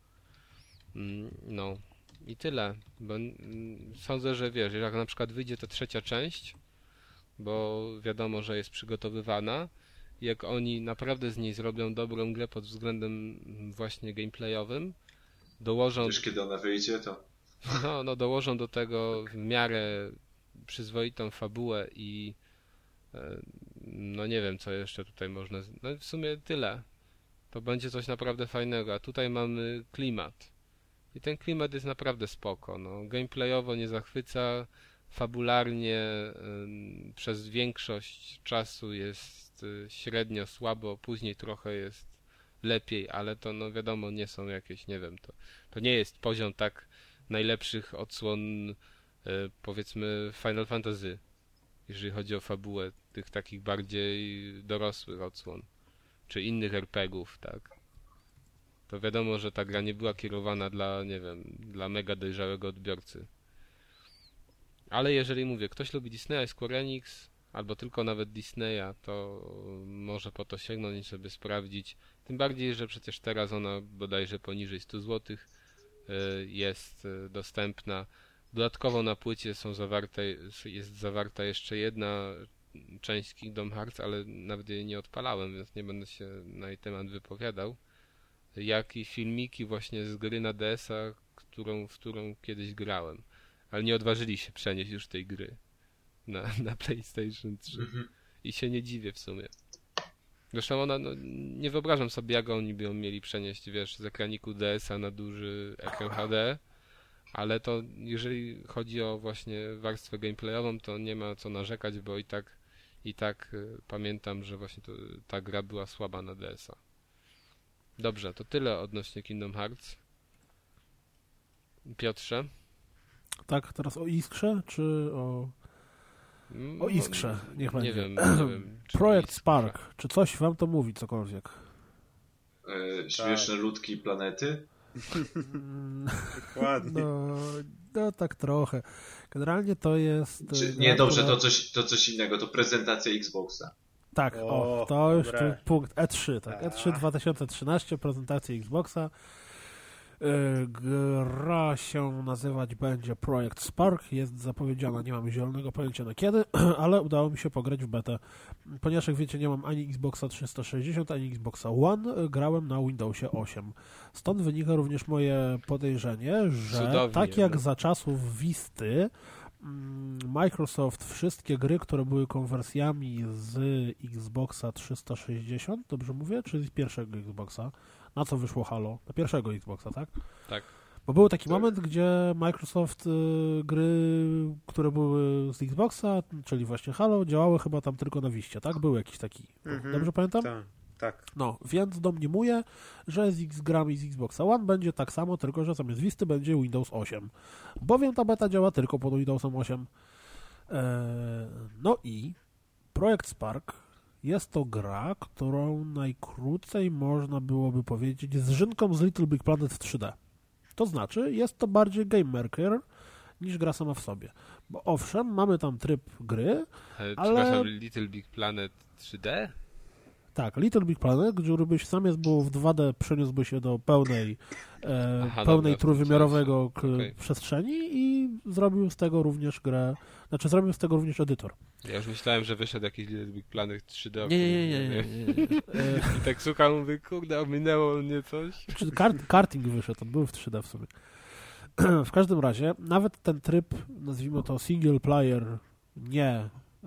Mm, no. I tyle, bo sądzę, że wiesz, jak na przykład wyjdzie ta trzecia część, bo wiadomo, że jest przygotowywana, jak oni naprawdę z niej zrobią dobrą grę pod względem właśnie gameplayowym, dołożą... Wiesz, kiedy ona wyjdzie, to... No, no dołożą do tego w miarę przyzwoitą fabułę i no nie wiem, co jeszcze tutaj można... No w sumie tyle. To będzie coś naprawdę fajnego, a tutaj mamy klimat. I ten klimat jest naprawdę spoko. No, gameplayowo nie zachwyca, fabularnie y, przez większość czasu jest y, średnio słabo, później trochę jest lepiej, ale to no wiadomo, nie są jakieś, nie wiem, to, to nie jest poziom tak najlepszych odsłon y, powiedzmy Final Fantasy, jeżeli chodzi o fabułę, tych takich bardziej dorosłych odsłon, czy innych er pe gie ów, tak. To wiadomo, że ta gra nie była kierowana dla, nie wiem, dla mega dojrzałego odbiorcy. Ale jeżeli mówię, ktoś lubi Disneya i Square Enix, albo tylko nawet Disneya, to może po to sięgnąć i sobie sprawdzić. Tym bardziej, że przecież teraz ona bodajże poniżej stu złotych jest dostępna. Dodatkowo na płycie są zawarte, jest zawarta jeszcze jedna część Kingdom Hearts, ale nawet jej nie odpalałem, więc nie będę się na jej temat wypowiadał. Jak i filmiki właśnie z gry na de es a, którą, w którą kiedyś grałem. Ale nie odważyli się przenieść już tej gry na, na PlayStation trzy. Mhm. I się nie dziwię w sumie. Zresztą ona, no, nie wyobrażam sobie, jak oni by ją mieli przenieść, wiesz, z ekraniku de es a na duży ekran ha de, ale to jeżeli chodzi o właśnie warstwę gameplayową, to nie ma co narzekać, bo i tak, i tak y, pamiętam, że właśnie to, ta gra była słaba na de es a. Dobrze, to tyle odnośnie Kingdom Hearts. Piotrze? Tak, teraz o Iskrze, czy o... O Iskrze, niech nie będzie. Wiem, nie wiem. Projekt Spark, czy coś wam to mówi, cokolwiek? E, śmieszne tak. Ludki planety? Dokładnie. No, no tak trochę. Generalnie to jest... Czy, nie, dobrze, to coś, to coś innego, to prezentacja Xboxa. Tak, o, o to już tu punkt E trzy, tak. E trzy dwa tysiące trzynaście, prezentacja Xboxa. Gra się nazywać będzie Projekt Spark, jest zapowiedziana, nie mam zielonego pojęcia na kiedy, ale udało mi się pograć w betę. Ponieważ jak wiecie, nie mam ani Xboxa trzysta sześćdziesiąt, ani Xboxa One, grałem na Windowsie osiem. Stąd wynika również moje podejrzenie, że Cudownie, tak jak no. za czasów Visty Microsoft wszystkie gry, które były konwersjami z Xboxa trzysta sześćdziesiąt, dobrze mówię, czy z pierwszego Xboxa? Na co wyszło Halo? Na pierwszego Xboxa, tak? Tak. Bo był taki tak. moment, gdzie Microsoft y, gry, które były z Xboxa, czyli właśnie Halo, działały chyba tam tylko na Wiście, tak? Był jakiś taki, mm-hmm. dobrze pamiętam? Tak, tak. No, więc domniemuję, że z X grami z Xboxa One będzie tak samo, tylko że zamiast Visty będzie Windows osiem. Bowiem ta beta działa tylko pod Windowsem osiem. Eee, no i Projekt Spark jest to gra, którą najkrócej można byłoby powiedzieć z żynką z Little Big Planet w trzy D. To znaczy, jest to bardziej game maker niż gra sama w sobie. Bo owszem, mamy tam tryb gry, ale... ale... Przepraszam, Little Big Planet trzy D? Tak, Little Big Planet, który byś zamiast był w dwa D, przeniósłby się do pełnej, e, Aha, pełnej dobra, trójwymiarowego k- okay. przestrzeni i zrobił z tego również grę, znaczy zrobił z tego również edytor. Ja już myślałem, że wyszedł jakiś Little Big Planet trzy D. Nie, nie, nie, nie, nie, nie, nie. E... I tak słucham, mówię, kurde, ominęło mnie coś. Czy kart, karting wyszedł, on był w trzy D w sumie. W każdym razie, nawet ten tryb, nazwijmy to single player, nie e,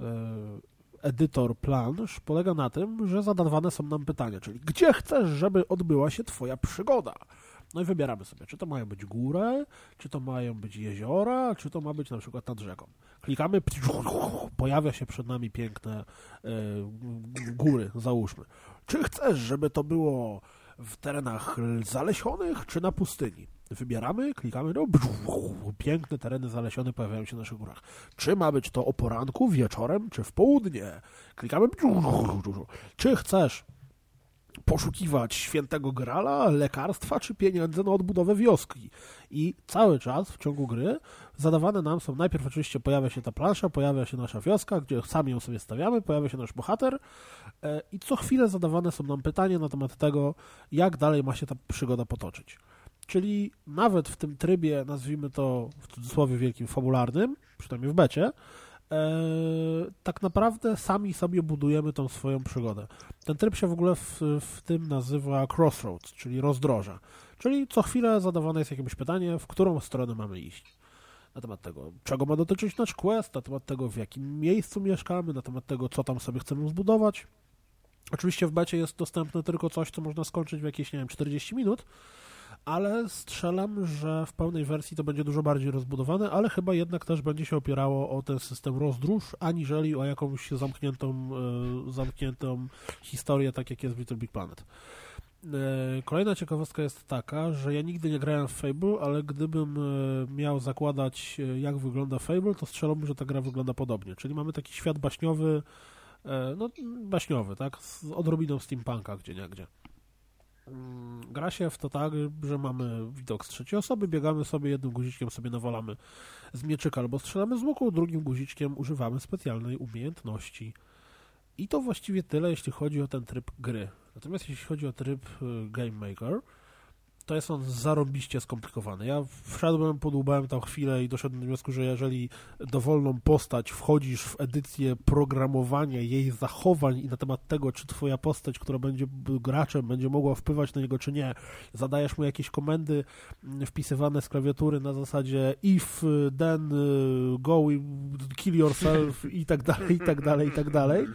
edytor plansz, polega na tym, że zadawane są nam pytania, czyli gdzie chcesz, żeby odbyła się twoja przygoda? No i wybieramy sobie, czy to mają być góry, czy to mają być jeziora, czy to ma być na przykład nad rzeką. Klikamy, pojawia się przed nami piękne e, góry, załóżmy. Czy chcesz, żeby to było w terenach zalesionych, czy na pustyni? Wybieramy, klikamy, no, piękne tereny zalesione pojawiają się na naszych górach. Czy ma być to o poranku, wieczorem, czy w południe? Klikamy, czy chcesz poszukiwać świętego grala, lekarstwa, czy pieniędzy na odbudowę wioski? I cały czas w ciągu gry zadawane nam są, najpierw oczywiście pojawia się ta plansza, pojawia się nasza wioska, gdzie sami ją sobie stawiamy, pojawia się nasz bohater e, i co chwilę zadawane są nam pytania na temat tego, jak dalej ma się ta przygoda potoczyć. Czyli nawet w tym trybie, nazwijmy to w cudzysłowie wielkim, fabularnym, przynajmniej w becie, e, tak naprawdę sami sobie budujemy tą swoją przygodę. Ten tryb się w ogóle w, w tym nazywa Crossroads, czyli rozdroża. Czyli co chwilę zadawane jest jakieś pytanie, w którą stronę mamy iść. Na temat tego, czego ma dotyczyć nasz quest, na temat tego, w jakim miejscu mieszkamy, na temat tego, co tam sobie chcemy zbudować. Oczywiście w becie jest dostępne tylko coś, co można skończyć w jakieś, nie wiem, czterdzieści minut, ale strzelam, że w pełnej wersji to będzie dużo bardziej rozbudowane, ale chyba jednak też będzie się opierało o ten system rozdróż, aniżeli o jakąś zamkniętą, e, zamkniętą historię, tak jak jest w Little Big Planet. E, kolejna ciekawostka jest taka, że ja nigdy nie grałem w Fable, ale gdybym e, miał zakładać, e, jak wygląda Fable, to strzelałbym, że ta gra wygląda podobnie. Czyli mamy taki świat baśniowy, e, no baśniowy, tak, z odrobiną steampunka gdzieniegdzie. Gra się w to tak, że mamy widok z trzeciej osoby, biegamy sobie, jednym guziczkiem sobie nawalamy z mieczyka albo strzelamy z łuku, drugim guziczkiem używamy specjalnej umiejętności. I to właściwie tyle, jeśli chodzi o ten tryb gry. Natomiast jeśli chodzi o tryb Game Maker, to jest on zarąbiście skomplikowany. Ja wszedłem, podłubałem tam chwilę i doszedłem do wniosku, że jeżeli dowolną postać wchodzisz w edycję programowania jej zachowań i na temat tego, czy twoja postać, która będzie graczem, będzie mogła wpływać na niego, czy nie, zadajesz mu jakieś komendy wpisywane z klawiatury na zasadzie if, then, go, kill yourself i tak dalej, i tak dalej, i tak dalej.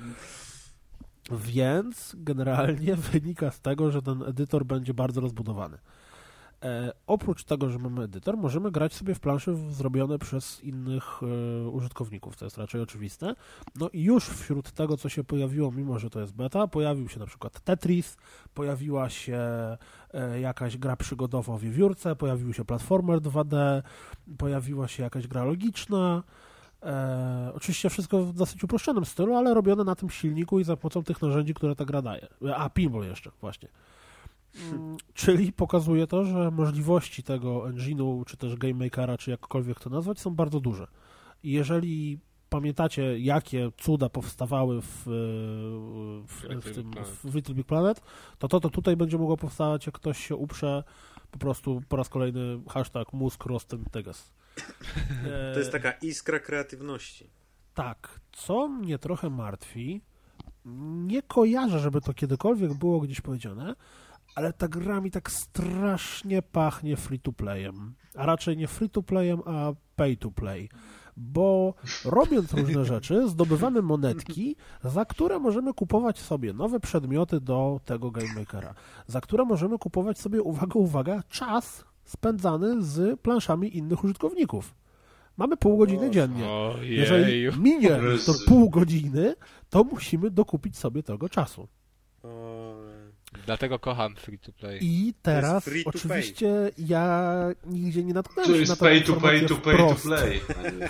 Więc generalnie wynika z tego, że ten edytor będzie bardzo rozbudowany. E, oprócz tego, że mamy edytor, możemy grać sobie w plansze zrobione przez innych e, użytkowników, to jest raczej oczywiste. No i już wśród tego, co się pojawiło, mimo że to jest beta, pojawił się na przykład Tetris, pojawiła się e, jakaś gra przygodowa o wiewiórce, pojawił się platformer dwa D, pojawiła się jakaś gra logiczna. E, oczywiście wszystko w dosyć uproszczonym stylu, ale robione na tym silniku i za pomocą tych narzędzi, które ta gra daje. A, pinball jeszcze, właśnie. Hmm. Czyli pokazuje to, że możliwości tego engine'u, czy też Game Makera, czy jakkolwiek to nazwać, są bardzo duże. I jeżeli pamiętacie, jakie cuda powstawały w, w, w, tym, w Little Big Planet, to to, to tutaj będzie mogło powstawać, jak ktoś się uprze, po prostu po raz kolejny hashtag mózg, roztem, teges. To jest taka iskra kreatywności. Tak. Co mnie trochę martwi, nie kojarzę, żeby to kiedykolwiek było gdzieś powiedziane, ale ta gra mi tak strasznie pachnie free-to-playem. A raczej nie free-to-playem, a pay-to-play. Bo robiąc różne rzeczy, zdobywamy monetki, za które możemy kupować sobie nowe przedmioty do tego Game Makera. Za które możemy kupować sobie, uwaga, uwaga, czas spędzany z planszami innych użytkowników. Mamy pół godziny o, dziennie. Ojej. Jeżeli minie to pół godziny, to musimy dokupić sobie tego czasu. Dlatego kocham free to play. I teraz oczywiście pay. Ja nigdzie nie natknąłem się na to pay to pay to pay to play.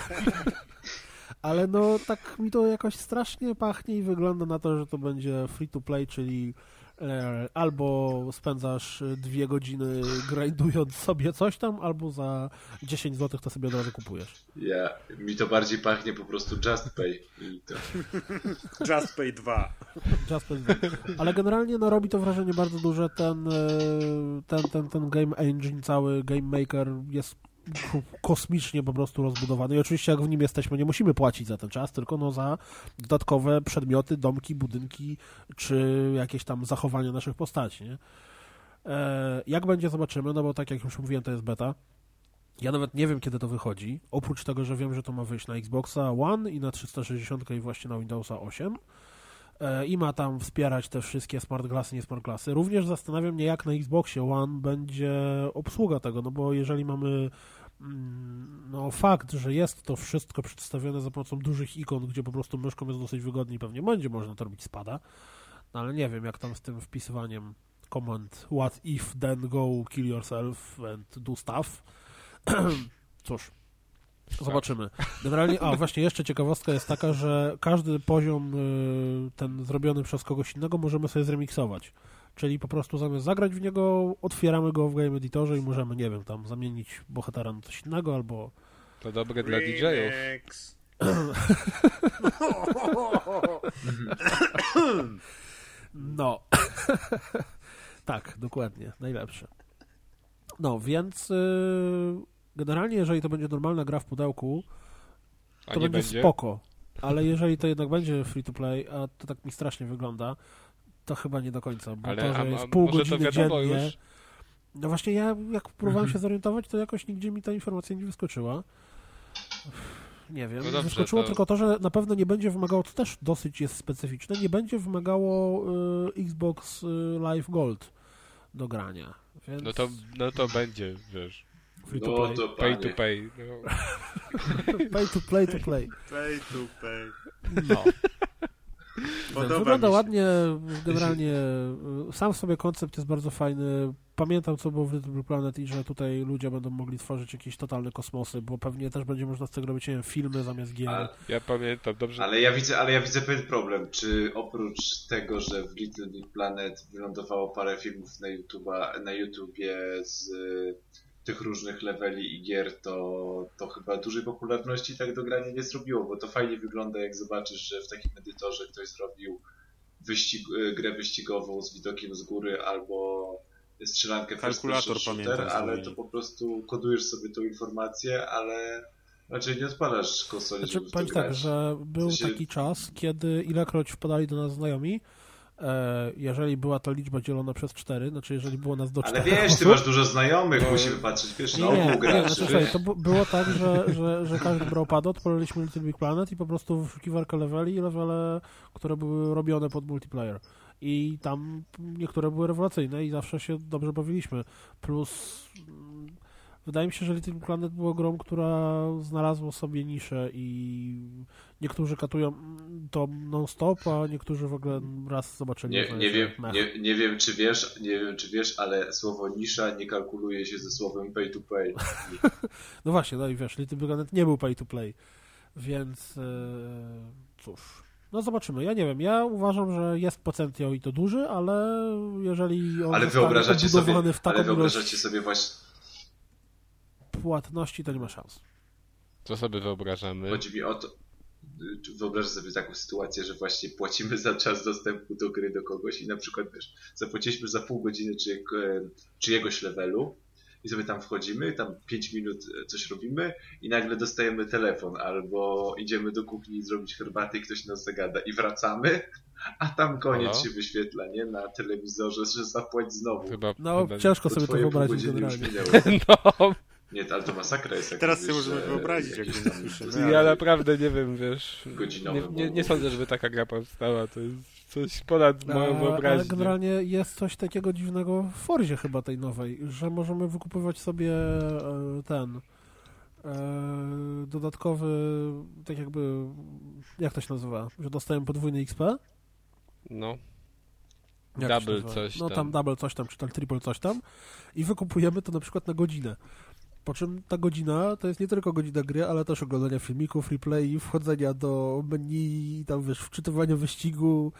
Ale no tak mi to jakoś strasznie pachnie i wygląda na to, że to będzie free to play, czyli Albo spędzasz dwie godziny grindując sobie coś tam, albo za dziesięć złotych to sobie od razu kupujesz. Ja, mi to bardziej pachnie po prostu Just Pay. I to... Just Pay dwa. Just Pay dwa. Ale generalnie no, robi to wrażenie bardzo duże. Ten, ten, ten, ten game engine, cały game maker jest kosmicznie po prostu rozbudowany i oczywiście jak w nim jesteśmy, nie musimy płacić za ten czas, tylko no za dodatkowe przedmioty, domki, budynki, czy jakieś tam zachowanie naszych postaci, nie? E, jak będzie, zobaczymy, no bo tak jak już mówiłem, to jest beta. Ja nawet nie wiem, kiedy to wychodzi, oprócz tego, że wiem, że to ma wyjść na Xboxa One i na trzysta sześćdziesiąt i właśnie na Windowsa osiem e, i ma tam wspierać te wszystkie smart glassy, nie smart glassy. Również zastanawiam mnie, jak na Xboxie One będzie obsługa tego, no bo jeżeli mamy no fakt, że jest to wszystko przedstawione za pomocą dużych ikon, gdzie po prostu myszką jest dosyć wygodnie i pewnie będzie można to robić spada, no ale nie wiem, jak tam z tym wpisywaniem command what if, then go kill yourself and do stuff. Cóż, zobaczymy. Generalnie, a właśnie jeszcze ciekawostka jest taka, że każdy poziom ten zrobiony przez kogoś innego możemy sobie zremiksować. Czyli po prostu zamiast zagrać w niego, otwieramy go w Game Editorze i możemy, nie wiem, tam zamienić bohatera na coś innego, albo... To dobre dla D J-ów. No. Tak, dokładnie. Najlepsze. No, więc yy, generalnie, jeżeli to będzie normalna gra w pudełku, to będzie, będzie spoko. Ale jeżeli to jednak będzie free to play, a to tak mi strasznie wygląda, to chyba nie do końca, bo ale, to, że a, jest a, pół godziny dziennie... Już? No właśnie ja, jak próbowałem się zorientować, to jakoś nigdzie mi ta informacja nie wyskoczyła. Nie wiem, no dobrze, wyskoczyło to... tylko to, że na pewno nie będzie wymagało, to też dosyć jest specyficzne, nie będzie wymagało y, Xbox y, Live Gold do grania. Więc... No, to, no to będzie, wiesz... Free no to play. To pay to pay. No. Pay to play to play. Pay to pay. No. Wygląda ładnie, generalnie się... sam sobie koncept jest bardzo fajny. Pamiętam, co było w Little Planet i że tutaj ludzie będą mogli tworzyć jakieś totalne kosmosy, bo pewnie też będzie można z tego robić, nie wiem, filmy zamiast gier. Ale, ja pamiętam, dobrze. Ale ja widzę, ale ja widzę pewien problem. Czy oprócz tego, że w Little Big Planet wylądowało parę filmów na YouTube'a, na YouTubie z tych różnych leveli i gier, to, to chyba dużej popularności tak do grania nie zrobiło, bo to fajnie wygląda, jak zobaczysz, że w takim edytorze ktoś zrobił wyścig, grę wyścigową z widokiem z góry albo strzelankę kalkulator, shooter, ale to po prostu kodujesz sobie tą informację, ale raczej nie odpalasz konsoli, znaczy, żeby w to powiem tak, grać. że był w sensie... taki czas, kiedy ilekroć wpadali do nas znajomi, e, jeżeli była ta liczba dzielona przez cztery, znaczy jeżeli było nas do czterech. Ale wiesz, ty masz dużo znajomych, musimy patrzeć, wiesz, na nie, obu nie, graczy. znaczy, słuchaj, to b- było tak, że, że, że każdy brał pada, odpaliliśmy Little Big Planet i po prostu wyszukiwarkę leveli i levele, które były robione pod multiplayer. I tam niektóre były rewelacyjne i zawsze się dobrze bawiliśmy. Plus wydaje mi się, że Little Planet było grą, która znalazła sobie niszę i niektórzy katują to non-stop, a niektórzy w ogóle raz zobaczyli. Nie, nie, wiem, nie, nie wiem, czy wiesz, nie wiem, czy wiesz, ale słowo nisza nie kalkuluje się ze słowem pay to pay. No właśnie, no i wiesz, Little Planet nie był pay to play, więc yy, cóż. No zobaczymy, ja nie wiem, ja uważam, że jest potencjał i to duży, ale jeżeli on ale zostanie wyobrażacie obudowany sobie, w taką ale wyobrażacie ilość sobie właśnie... płatności, to nie ma szans. Co sobie wyobrażamy? Chodzi mi o to, wyobrażasz sobie taką sytuację, że właśnie płacimy za czas dostępu do gry do kogoś i na przykład, wiesz, zapłaciliśmy za pół godziny czyjego, czyjegoś levelu i sobie tam wchodzimy, tam pięć minut coś robimy i nagle dostajemy telefon albo idziemy do kuchni zrobić herbatę i ktoś nas zagada i wracamy, a tam koniec Halo? się wyświetla, nie? Na telewizorze, że zapłać znowu. Chyba, No chyba... ciężko sobie to wyobrazić generalnie. No. Nie, ale to masakra jest. Jak teraz mówisz, sobie możemy wyobrazić, jak jakieś nie tam słyszymy. Ja naprawdę nie wiem, wiesz, godzinowe nie, nie, było. nie sądzę, żeby taka gra powstała, to jest coś ponad moją A, wyobraźnię. ale generalnie jest coś takiego dziwnego w Forzie chyba tej nowej, że możemy wykupywać sobie e, ten e, dodatkowy, tak jakby, jak to się nazywa, że dostajemy podwójny X P? No. Jak Double się coś No tam. tam double coś tam, czy tam triple coś tam i wykupujemy to na przykład na godzinę. Po czym ta godzina to jest nie tylko godzina gry, ale też oglądania filmików, replay, wchodzenia do menu, tam wiesz, wczytywania wyścigu,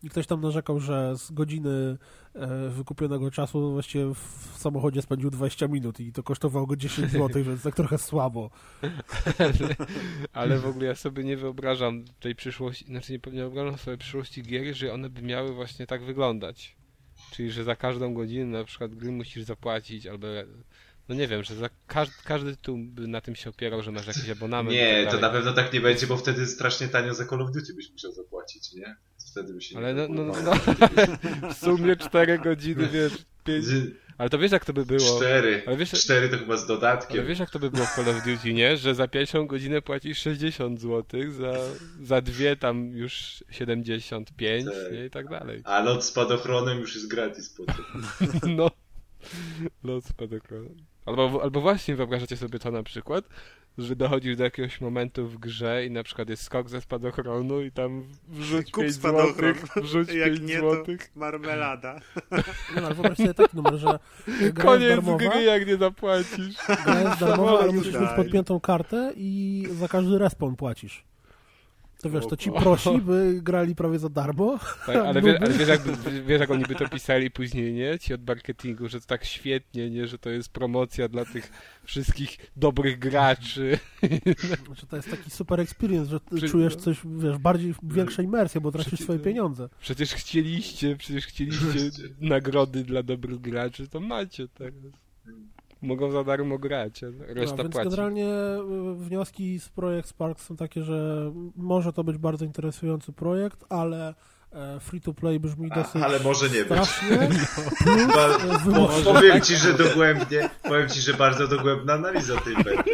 I ktoś tam narzekał, że z godziny e, wykupionego czasu właściwie w samochodzie spędził dwadzieścia minut i to kosztowało go dziesięć złotych, więc tak trochę słabo. ale, ale w ogóle ja sobie nie wyobrażam tej przyszłości, znaczy nie, nie wyobrażam sobie przyszłości gier, że one by miały właśnie tak wyglądać. Czyli, że za każdą godzinę na przykład gry musisz zapłacić, albo no nie wiem, że za każdy, każdy tytuł by na tym się opierał, że masz jakiś abonament. Nie, tak to na pewno tak nie będzie, bo wtedy strasznie tanio za Call of Duty byś musiał zapłacić, nie? Wtedy by się ale nie no, no, no, w sumie cztery godziny, wiesz, pięć... Ale to wiesz jak to by było? Cztery. Ale wiesz, Cztery to chyba z dodatkiem. Ale wiesz jak to by było w Call of Duty, nie? Że za pierwszą godzinę płacisz sześćdziesiąt złotych, za, za dwie tam już siedemdziesiąt pięć, tak. Nie? I tak dalej. A lot spadochronem już jest gratis potem. No. Lot spadochronem. Albo, albo właśnie wyobrażacie sobie to na przykład, że dochodzisz do jakiegoś momentu w grze i na przykład jest skok ze spadochronu i tam wrzuć Kup pięć spadochron. złotych, wrzuć Jak pięć nie, złotych. to marmelada. No, ale wyobraź sobie taki numer, że gra Koniec jest darmowa, gry, jak nie zapłacisz. gra jest darmowa, ale musisz mieć Daj. podpiętą kartę i za każdy respawn płacisz. To wiesz, to ci O. prosi, by grali prawie za darmo. Tak, ale, wie, ale wiesz, jak, wiesz, jak oni by to pisali później, nie? Ci od marketingu, że to tak świetnie, nie? Że to jest promocja dla tych wszystkich dobrych graczy. Znaczy, to jest taki super experience, że ty Przy- czujesz coś, wiesz, bardziej, większą imersję, bo tracisz Przecież- swoje pieniądze. Przecież chcieliście, przecież chcieliście nagrody dla dobrych graczy, to macie teraz. Mogą za darmo grać, a reszta No, więc płaci. generalnie y, wnioski z Projekt Spark są takie, że może to być bardzo interesujący projekt, ale e, free to play brzmi A, dosyć ale może nie być. strasznie. Ba- Plus, e, Bo, wymuszone. powiem ci, że dogłębnie, powiem ci, że bardzo dogłębna analiza tej bety.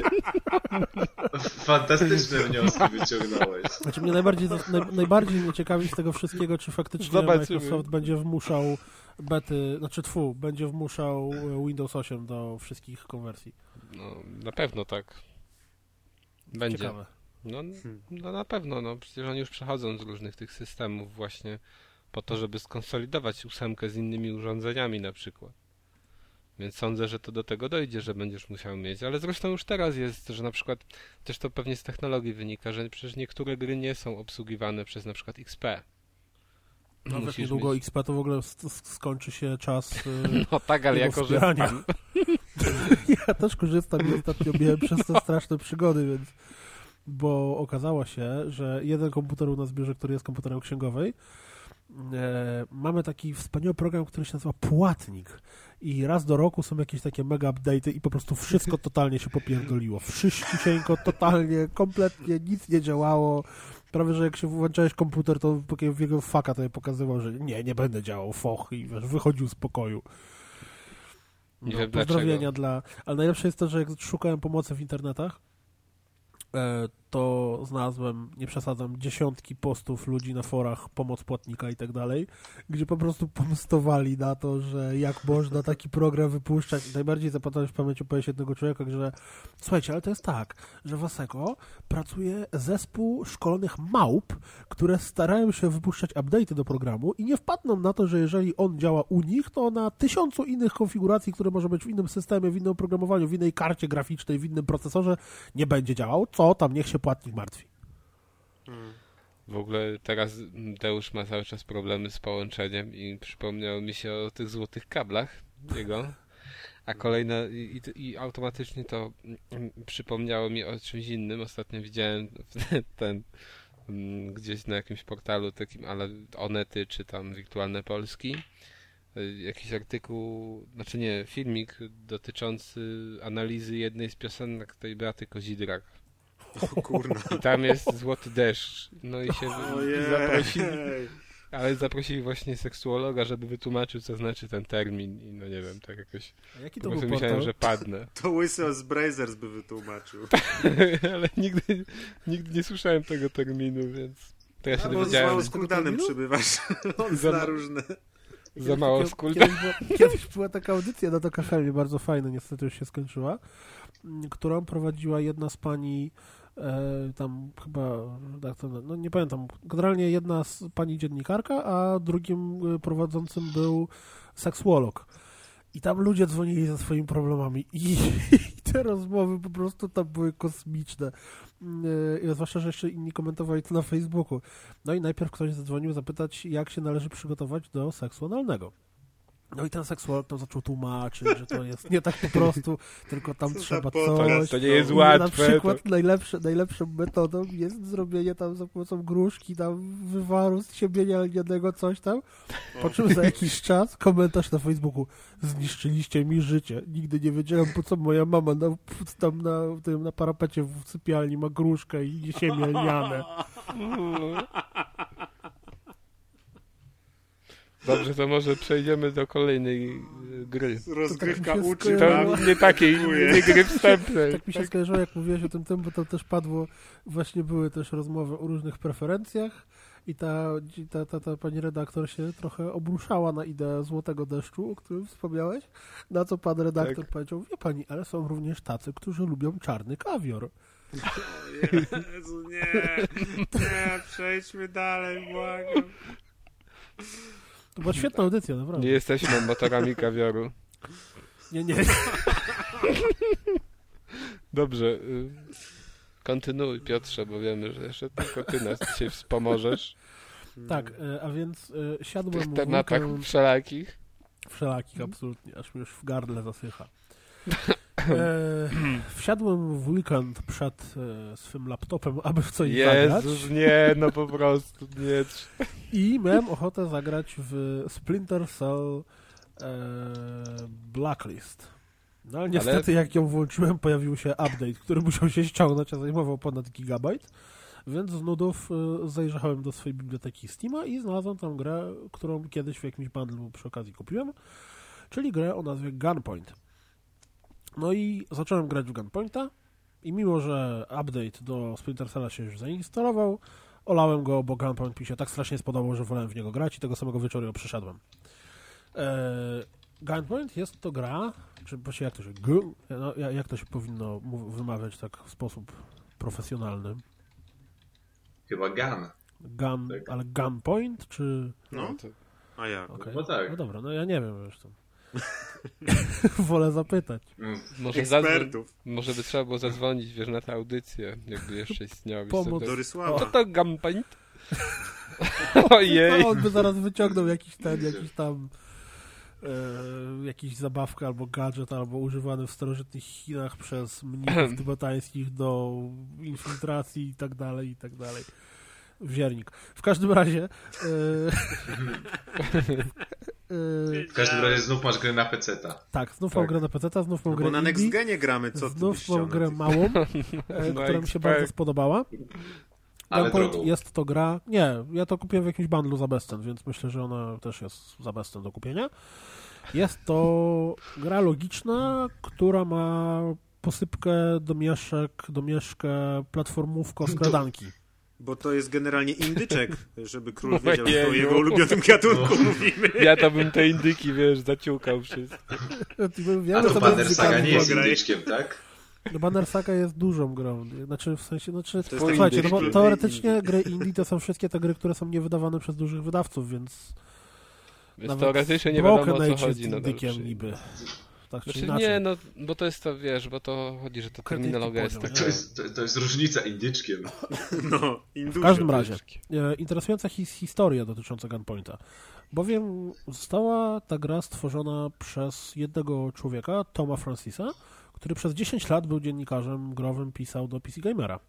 Fantastyczne wnioski wyciągnąłeś. Znaczy mnie najbardziej, naj, najbardziej mnie ciekawi z tego wszystkiego, czy faktycznie Zobaczymy. Microsoft będzie wmuszał bety, znaczy tfu, będzie wmuszał Windows osiem do wszystkich konwersji. No, na pewno tak. Będzie. Ciekawe. No, no na pewno, no przecież oni już przechodzą z różnych tych systemów właśnie po to, żeby skonsolidować ósemkę z innymi urządzeniami na przykład. Więc sądzę, że to do tego dojdzie, że będziesz musiał mieć. Ale zresztą już teraz jest, że na przykład też to pewnie z technologii wynika, że przecież niektóre gry nie są obsługiwane przez na przykład X P. No wiesz, Musisz niedługo mieć- X P to w ogóle s- s- skończy się czas y, No tak, ale jego jako, że wspierania. Ja też korzystam i ostatnio miałem przez to straszne przygody, więc bo okazało się, że jeden komputer u nas w biurze, który jest komputerem księgowej, e, mamy taki wspaniały program, który się nazywa Płatnik i raz do roku są jakieś takie mega update'y i po prostu wszystko totalnie się popierdoliło. Wszyściusieńko, totalnie, kompletnie nic nie działało. Prawie, że jak się włączałeś komputer, to w jego faka to je pokazywał, że nie, nie będę działał, foch i wiesz, wychodził z pokoju. Nie No, wiem pozdrowienia dlaczego. dla... Ale najlepsze jest to, że jak szukałem pomocy w internetach, e, to znalazłem, nie przesadzam, dziesiątki postów ludzi na forach, pomoc płatnika i tak dalej, gdzie po prostu pomstowali na to, że jak można taki program wypuszczać. Najbardziej zapadłem w pamięci opowieść jednego człowieka, że słuchajcie, ale to jest tak, że w Asseco pracuje zespół szkolonych małp, które starają się wypuszczać update'y do programu i nie wpadną na to, że jeżeli on działa u nich, to na tysiącu innych konfiguracji, które może być w innym systemie, w innym oprogramowaniu, w innej karcie graficznej, w innym procesorze, nie będzie działał. Co tam, niech się płatnik martwi. W ogóle teraz Deusz ma cały czas problemy z połączeniem i przypomniało mi się o tych złotych kablach jego. A kolejne i, i, i automatycznie to mm, przypomniało mi o czymś innym. Ostatnio widziałem ten mm, gdzieś na jakimś portalu takim, ale Onety czy tam Wirtualne Polski. y, Jakiś artykuł, znaczy nie, filmik dotyczący analizy jednej z piosenek tej Beaty Kozidrak. O kurna. I tam jest Złoty Deszcz. No i się Ojej. zaprosili, ale zaprosili właśnie seksuologa, żeby wytłumaczył, co znaczy ten termin i no nie wiem, tak jakoś A jaki po to był prostu portal? myślałem, że padnę. To Łysy z Brazers by wytłumaczył. Ale nigdy, nigdy nie słyszałem tego terminu, więc to ja się Albo z dowiedziałem mało za skuldanym przybywasz. On Za zna ma- różne. mało Kiedyś- skul. Kiedyś, była- kiedyś była taka audycja na Tok F M, bardzo fajna, niestety już się skończyła, m, którą prowadziła jedna z pani, e, tam chyba, tak to, no nie pamiętam, generalnie jedna z pani dziennikarka, a drugim e, prowadzącym był seksuolog. I tam ludzie dzwonili ze swoimi problemami i, i te rozmowy po prostu tam były kosmiczne. Yy, zwłaszcza, że jeszcze inni komentowali to na Facebooku. No i najpierw ktoś zadzwonił zapytać, jak się należy przygotować do seksu analnego. No i ten seksuolog tam zaczął tłumaczyć, że to jest nie tak po prostu, tylko tam Co trzeba za podcast, coś. to nie jest I łatwe. Na przykład to... najlepsze, najlepszą metodą jest zrobienie tam za pomocą gruszki, tam wywaru z siemienia lnianego, coś tam. Po czym za jakiś czas komentarz na Facebooku: zniszczyliście mi życie. Nigdy nie wiedziałem, po co moja mama na, tam na, tym, na parapecie w sypialni ma gruszkę i siemię lniane. Dobrze, to może przejdziemy do kolejnej gry. Rozgrywka tak uczy To nie takiej nie gry wstępnej. Tak mi się skojarzyło, jak mówiłeś o tym tym, bo tam też padło, właśnie były też rozmowy o różnych preferencjach i ta, ta, ta, ta pani redaktor się trochę obruszała na ideę złotego deszczu, o którym wspomniałeś, na co pan redaktor tak. powiedział: wie pani, ale są również tacy, którzy lubią czarny kawior. Jezu, nie, nie, przejdźmy dalej, błagam. To była świetna audycja, naprawdę. Nie jesteśmy amatorami kawioru. Nie, nie. Dobrze. Kontynuuj, Piotrze, bo wiemy, że jeszcze tylko ty nas dzisiaj wspomożesz. Tak, a więc siadłem w tych tematach weekend... wszelakich. Wszelakich, absolutnie. Aż mi już w gardle zasycha. E, wsiadłem w weekend przed e, swym laptopem, aby w coś zagrać. Jezus, nie, no po prostu nie. I miałem ochotę zagrać w Splinter Cell e, Blacklist. No ale niestety ale... jak ją włączyłem, pojawił się update, który musiał się ściągnąć, a zajmował ponad gigabajt. Więc z nudów e, zajrzałem do swojej biblioteki Steama i znalazłem tam grę, którą kiedyś w jakimś bundlu przy okazji kupiłem, czyli grę o nazwie Gunpoint. No i zacząłem grać w Gunpointa i mimo, że update do Splinter Cella się już zainstalował, olałem go, bo Gunpoint mi się tak strasznie spodobał, że wolałem w niego grać i tego samego wieczoru ją przeszedłem. Eee, Gunpoint jest to gra, czy właściwie jak to się g, no, jak to się powinno wymawiać tak w sposób profesjonalny? Chyba Gun. Gun, tak. Ale Gunpoint, czy... No, to... a jak? Okay. No tak. No dobra, no ja nie wiem zresztą. Wolę zapytać. Może, zadzwoń, może by trzeba było zadzwonić, wiesz, na tę audycję, jakby jeszcze istniała. Pomoc do Rysława. Co to Gunpoint? Ojej. No, on by zaraz wyciągnął jakiś ten, jakiś tam e, jakiś zabawka albo gadżet, albo używany w starożytnych Chinach przez mnichów tybetańskich do infiltracji i tak dalej, i tak dalej. Wziernik. W każdym razie e, w każdym razie znów masz grę na peceta. Tak, znów tak. mam grę na peceta, znów mam no grę bo na indie, Next Genie gramy, co znów mam grę małą, e, no która mi się bardzo spodobała. Ale Gunpoint jest to gra... Nie, ja to kupiłem w jakimś bundlu za bezcen, więc myślę, że ona też jest za bezcen do kupienia. Jest to gra logiczna, która ma posypkę domieszek, domieszkę platformówko skradanki. Bo to jest generalnie indyczek, żeby król wiedział, że o jego ulubionym gatunku no. mówimy. Ja to bym te indyki, wiesz, zaciukał wszystko. A to Banner Saga nie jest indyczkiem, tak? No Banner Saga jest dużą grą. Znaczy, w sensie, znaczy, to słuchajcie, no bo teoretycznie gry indie to są wszystkie te gry, które są niewydawane przez dużych wydawców, więc... Więc teoretycznie nie wiadomo, o co chodzi. No indykiem niby. Tak, znaczy nie, no, bo to jest to, wiesz, bo to chodzi, że to terminologia jest taka... To jest, to, to jest różnica indyczkiem. No, w każdym razie, e, interesująca his, historia dotycząca Gunpointa, bowiem została ta gra stworzona przez jednego człowieka, Toma Francisa, który przez dziesięć lat był dziennikarzem growym, pisał do P C Gamera.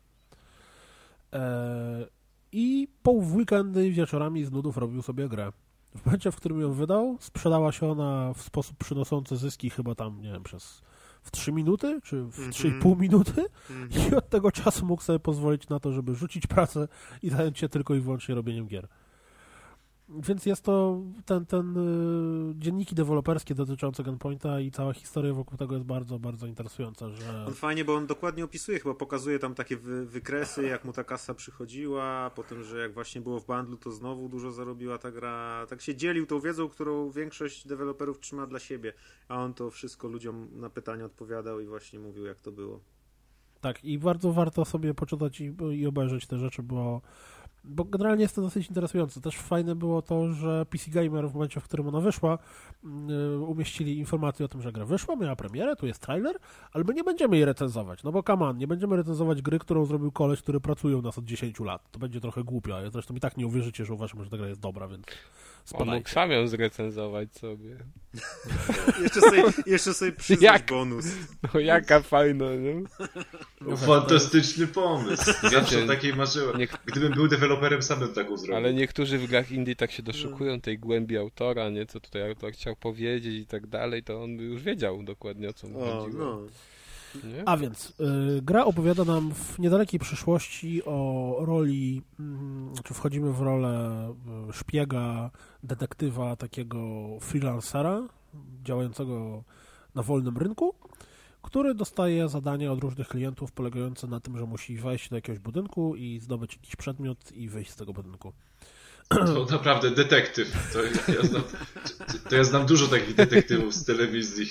E, I po weekendy wieczorami z nudów robił sobie grę. W momencie, w którym ją wydał, sprzedała się ona w sposób przynoszący zyski chyba tam, nie wiem, przez w trzy minuty, czy w mm-hmm. trzy i pół minuty mm-hmm. i od tego czasu mógł sobie pozwolić na to, żeby rzucić pracę i zająć się tylko i wyłącznie robieniem gier. Więc jest to ten, ten y, dzienniki deweloperskie dotyczące Gunpointa i cała historia wokół tego jest bardzo, bardzo interesująca, że... On fajnie, bo on dokładnie opisuje, chyba pokazuje tam takie wy, wykresy, jak mu ta kasa przychodziła, potem, że jak właśnie było w bundlu, to znowu dużo zarobiła ta gra. Tak się dzielił tą wiedzą, którą większość deweloperów trzyma dla siebie, a on to wszystko ludziom na pytania odpowiadał i właśnie mówił, jak to było. Tak, i bardzo warto sobie poczytać i, i obejrzeć te rzeczy, bo bo generalnie jest to dosyć interesujące. Też fajne było to, że P C Gamer w momencie, w którym ona wyszła, yy, umieścili informację o tym, że gra wyszła, miała premierę, tu jest trailer, ale my nie będziemy jej recenzować, no bo come on, nie będziemy recenzować gry, którą zrobił koleś, który pracuje u nas od dziesięciu lat. To będzie trochę głupio, ale zresztą i tak nie uwierzycie, że uważamy, że ta gra jest dobra, więc On mógł sam ją zrecenzować sobie. jeszcze, sobie, jeszcze sobie przyznać Jak? bonus. No jaka fajna, nie? No, fantastyczny pomysł. Zawsze Wiecie, o takiej marzyłem. nie- Gdybym był deweloperem, sam bym taką zrobił. Ale niektórzy w grach indie tak się doszukują tej głębi autora, nie? Co tutaj autor chciał powiedzieć i tak dalej, to on by już wiedział dokładnie, o co mu O, chodziło. no. Nie? A więc, y, gra opowiada nam w niedalekiej przyszłości o roli, y, czy wchodzimy w rolę y, szpiega, detektywa, takiego freelancera, działającego na wolnym rynku, który dostaje zadania od różnych klientów polegające na tym, że musi wejść do jakiegoś budynku i zdobyć jakiś przedmiot i wyjść z tego budynku. To naprawdę detektyw. To ja, ja znam, to ja znam dużo takich detektywów z telewizji.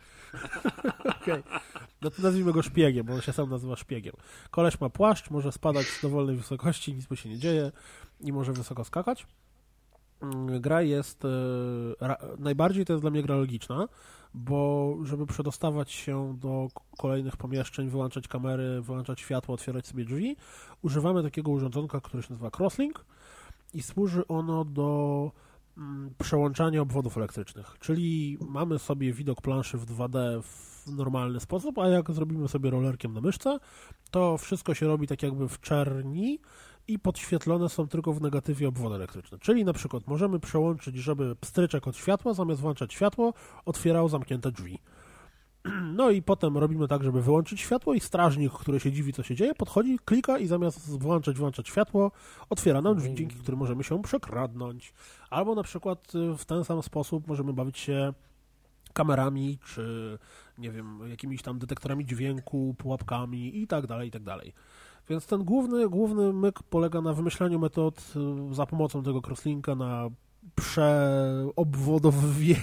Okej. No to nazwijmy go szpiegiem, bo on się sam nazywa szpiegiem. Koleś ma płaszcz, może spadać z dowolnej wysokości, nic mu się nie dzieje i może wysoko skakać. Gra jest... e, ra, najbardziej to jest dla mnie gra logiczna, bo żeby przedostawać się do k- kolejnych pomieszczeń, wyłączać kamery, wyłączać światło, otwierać sobie drzwi, używamy takiego urządzonka, który się nazywa Crosslink i służy ono do mm, przełączania obwodów elektrycznych. Czyli mamy sobie widok planszy w dwa D w normalny sposób, a jak zrobimy sobie rollerkiem na myszce, to wszystko się robi tak jakby w czerni i podświetlone są tylko w negatywie obwody elektryczne. Czyli na przykład możemy przełączyć, żeby pstryczek od światła, zamiast włączać światło, otwierał zamknięte drzwi. No i potem robimy tak, żeby wyłączyć światło i strażnik, który się dziwi, co się dzieje, podchodzi, klika i zamiast włączać, włączać światło, otwiera nam drzwi, dzięki którym możemy się przekradnąć. Albo na przykład w ten sam sposób możemy bawić się kamerami, czy nie wiem, jakimiś tam detektorami dźwięku, pułapkami i tak dalej, i tak dalej. Więc ten główny, główny myk polega na wymyślaniu metod y, za pomocą tego crosslinka na przeobwodowienie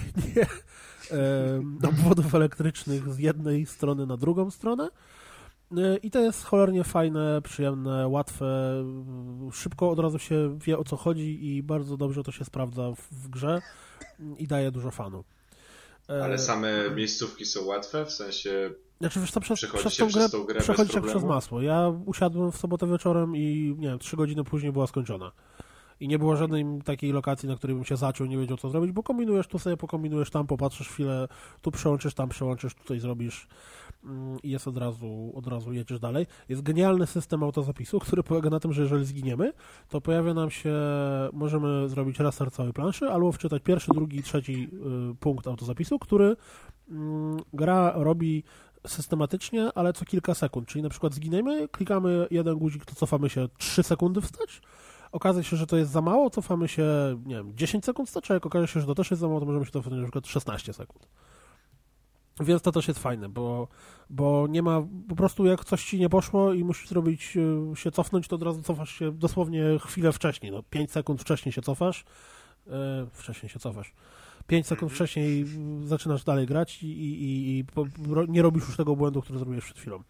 y, obwodów elektrycznych z jednej strony na drugą stronę. Y, I to jest cholernie fajne, przyjemne, łatwe, y, szybko od razu się wie, o co chodzi i bardzo dobrze to się sprawdza w, w grze i daje dużo fanu. Ale same miejscówki są łatwe, w sensie Znaczy, wiesz co, przez, przechodzi przez się tą grę, przez tą grę bez przechodzisz jak problemu? przez masło. Ja usiadłem w sobotę wieczorem i nie wiem, trzy godziny później była skończona. I nie było żadnej takiej lokacji, na której bym się zaciął, nie wiedział co zrobić, bo kombinujesz tu sobie, pokombinujesz tam, popatrzysz chwilę, tu przełączysz, tam przełączysz, tutaj zrobisz i jest od razu, od razu jedziesz dalej. Jest genialny system autozapisu, który polega na tym, że jeżeli zginiemy, to pojawia nam się, możemy zrobić restart całej planszy, albo wczytać pierwszy, drugi, trzeci y, punkt autozapisu, który y, gra robi systematycznie, ale co kilka sekund, czyli na przykład zginiemy, klikamy jeden guzik, to cofamy się trzy sekundy wstecz, okaże się, że to jest za mało, cofamy się, nie wiem, dziesięć sekund wstecz, a jak okaże się, że to też jest za mało, to możemy się cofnąć na przykład szesnaście sekund. Więc to też jest fajne, bo, bo nie ma, po prostu jak coś ci nie poszło i musisz zrobić, się cofnąć, to od razu cofasz się dosłownie chwilę wcześniej, no pięć sekund wcześniej się cofasz, yy, wcześniej się cofasz, pięć sekund wcześniej zaczynasz dalej grać i, i, i po, nie robisz już tego błędu, który zrobiłeś przed chwilą.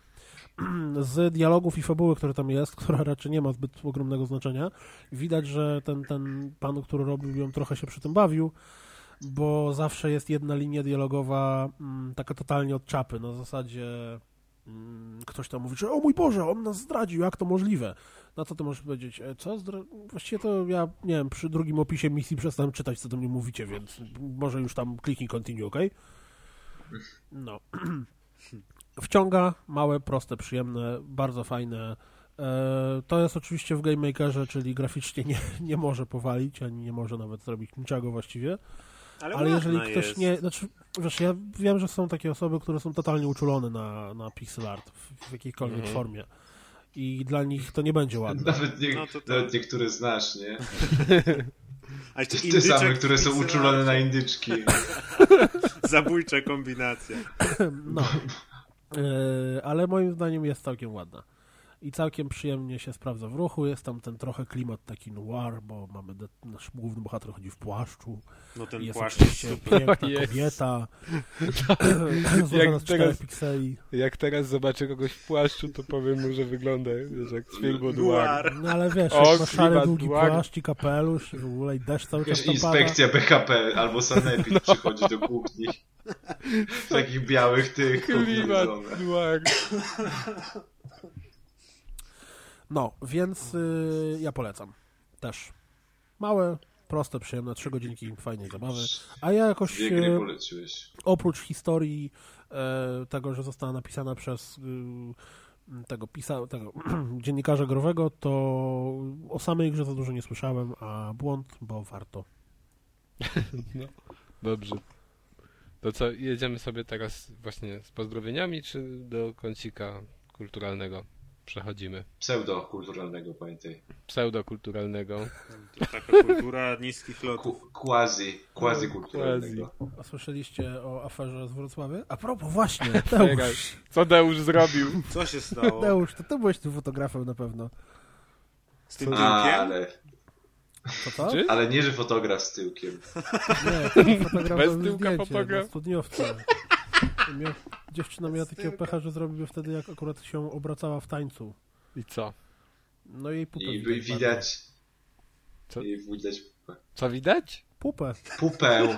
Z dialogów i fabuły, które tam jest, która raczej nie ma zbyt ogromnego znaczenia, widać, że ten, ten pan, który robił ją, trochę się przy tym bawił, bo zawsze jest jedna linia dialogowa m, taka totalnie od czapy, na zasadzie m, ktoś tam mówi, że o mój Boże, on nas zdradził, jak to możliwe? Na co ty możesz powiedzieć, e, co? Zdra... Właściwie to ja, nie wiem, przy drugim opisie misji przestałem czytać, co do mnie mówicie, więc może już tam kliknij continue, okej? Okay? No. Wciąga, małe, proste, przyjemne, bardzo fajne. E, to jest oczywiście w Game Makerze, czyli graficznie nie, nie może powalić, ani nie może nawet zrobić niczego właściwie. Ale, Ale jeżeli ładna ktoś jest. nie... Znaczy, wiesz, ja wiem, że są takie osoby, które są totalnie uczulone na, na pixel art w, w jakiejkolwiek Mhm. formie. I dla nich to nie będzie ładne. Nawet, nie, No to tak. nawet niektóre znasz, nie? A jeszcze Te indyczek same, w które są pixel uczulone arcie. na indyczki. Zabójcza kombinacja. No. E, ale moim zdaniem jest całkiem ładna. i całkiem przyjemnie się sprawdza w ruchu. Jest tam ten trochę klimat taki noir, bo mamy de- nasz główny bohater chodzi w płaszczu. No ten Jest płaszcz oczywiście jest super. piękna Jest. kobieta, Jak złożona z czterech teraz- pikseli. Jak teraz zobaczę kogoś w płaszczu, to powiem mu, że wygląda wiesz, jak z filmu Noir. Noir. No ale wiesz, O, jak ma szary, klimat długi noir. płaszcz i kapelusz i w ogóle i deszcz cały czas Jakaś tam pada. inspekcja B H P albo sanepid przychodzi do kuchni. W takich białych tych Klimat kombinezonach. Noir. No, więc y, ja polecam. Też. Małe, proste, przyjemne, trzy godzinki fajnej zabawy. A ja jakoś Dwie gry y, poleciłeś. oprócz historii e, tego, że została napisana przez y, tego, pisa, tego dziennikarza growego, to o samej grze za dużo nie słyszałem, a błąd, bo warto. No, dobrze. To co, jedziemy sobie teraz właśnie z pozdrowieniami, czy do kącika kulturalnego przechodzimy? Pseudo-kulturalnego, pamiętaj. Pseudokulturalnego. To taka kultura niskich Ku, lotów. quasi, quasi-kulturalnego. A słyszeliście o aferze z Wrocławia? A propos, właśnie, Teraz, Deusz, co Deusz zrobił? Co się stało? Deusz, to ty byłeś tym fotografem na pewno. Z tym A, tyłkiem? ale, Co to? Czy? ale nie, że fotograf z tyłkiem. Nie, to był fotograf Bez robił tyłka zdjęcie fotograf. na studniówce. I Miał, dziewczyna miała takiego pecha, że zrobił wtedy, jak akurat się obracała w tańcu. I co? No jej pupę I widać. widać... Co? I widać pupę. Co widać? Pupę. Pupę.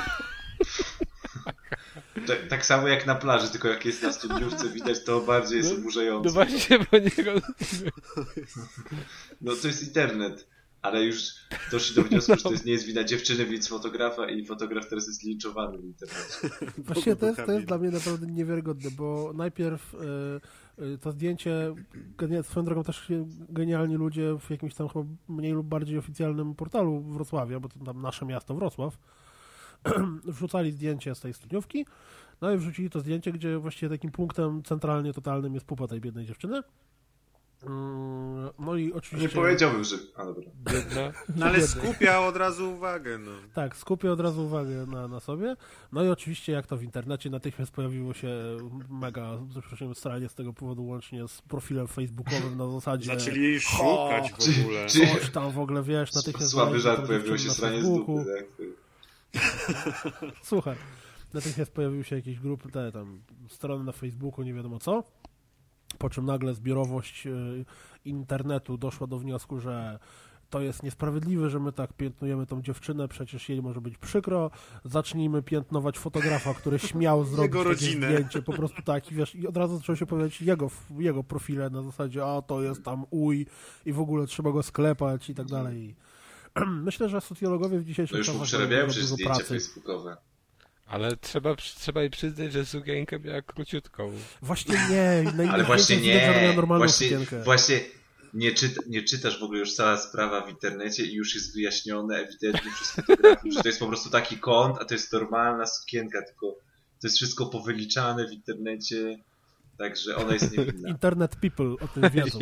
Tak, tak samo jak na plaży, tylko jak jest na studniówce widać, to bardziej jest No oburzające. właśnie, bo nie rozumiem. No to jest internet, ale już doszli do wniosku, że to jest, nie jest wina dziewczyny, więc fotografa i fotograf teraz jest linczowany w internecie. Właściwie to jest, to jest dla mnie naprawdę niewiarygodne, bo najpierw y, y, to zdjęcie, genia- swoją drogą też genialni ludzie w jakimś tam chyba mniej lub bardziej oficjalnym portalu Wrocławia, bo to tam nasze miasto Wrocław, wrzucali zdjęcie z tej studniówki, no i wrzucili to zdjęcie, gdzie właściwie takim punktem centralnie totalnym jest pupa tej biednej dziewczyny. Mm, No i oczywiście... Nie powiedziałbym, że... A dobra. Biedna. No ale skupia od razu uwagę, no. Tak, skupię od razu uwagę na, na sobie. No i oczywiście, jak to w internecie, natychmiast pojawiło się mega, przepraszam, stranie z tego powodu, łącznie z profilem facebookowym na zasadzie... Zaczęli jej szukać w ogóle. Czy- Coś tam w ogóle, wiesz, natychmiast... Słaby znaleźli żart tą pojawiło dziewczynę się na stranie z Facebooku. dupy, tak? Słuchaj, natychmiast pojawiły się jakieś grupy, te tam strony na Facebooku, nie wiadomo co, po czym nagle zbiorowość y, internetu doszła do wniosku, że to jest niesprawiedliwe, że my tak piętnujemy tą dziewczynę, przecież jej może być przykro, zacznijmy piętnować fotografa, który śmiał zrobić Jego takie rodzinę. zdjęcie, po prostu tak, i wiesz, i od razu zaczęły się pojawiać jego, jego profile na zasadzie, a to jest tam uj i w ogóle trzeba go sklepać i tak dalej. Myślę, że socjologowie w dzisiejszych No już czasach mu przerabiają mają przez dużo zdjęcia pracy. facebookowe. Ale trzeba, trzeba jej przyznać, że sukienkę miała króciutką. Właśnie nie. Na Ale właśnie widać, że miała nie, normalną właśnie, sukienkę. właśnie nie, czyta, nie czytasz w ogóle już cała sprawa w internecie i już jest wyjaśnione ewidentnie przez fotografów, że to jest po prostu taki kąt, a to jest normalna sukienka, tylko to jest wszystko powyliczane w internecie, także ona jest niewinna. Internet people o tym wiedzą.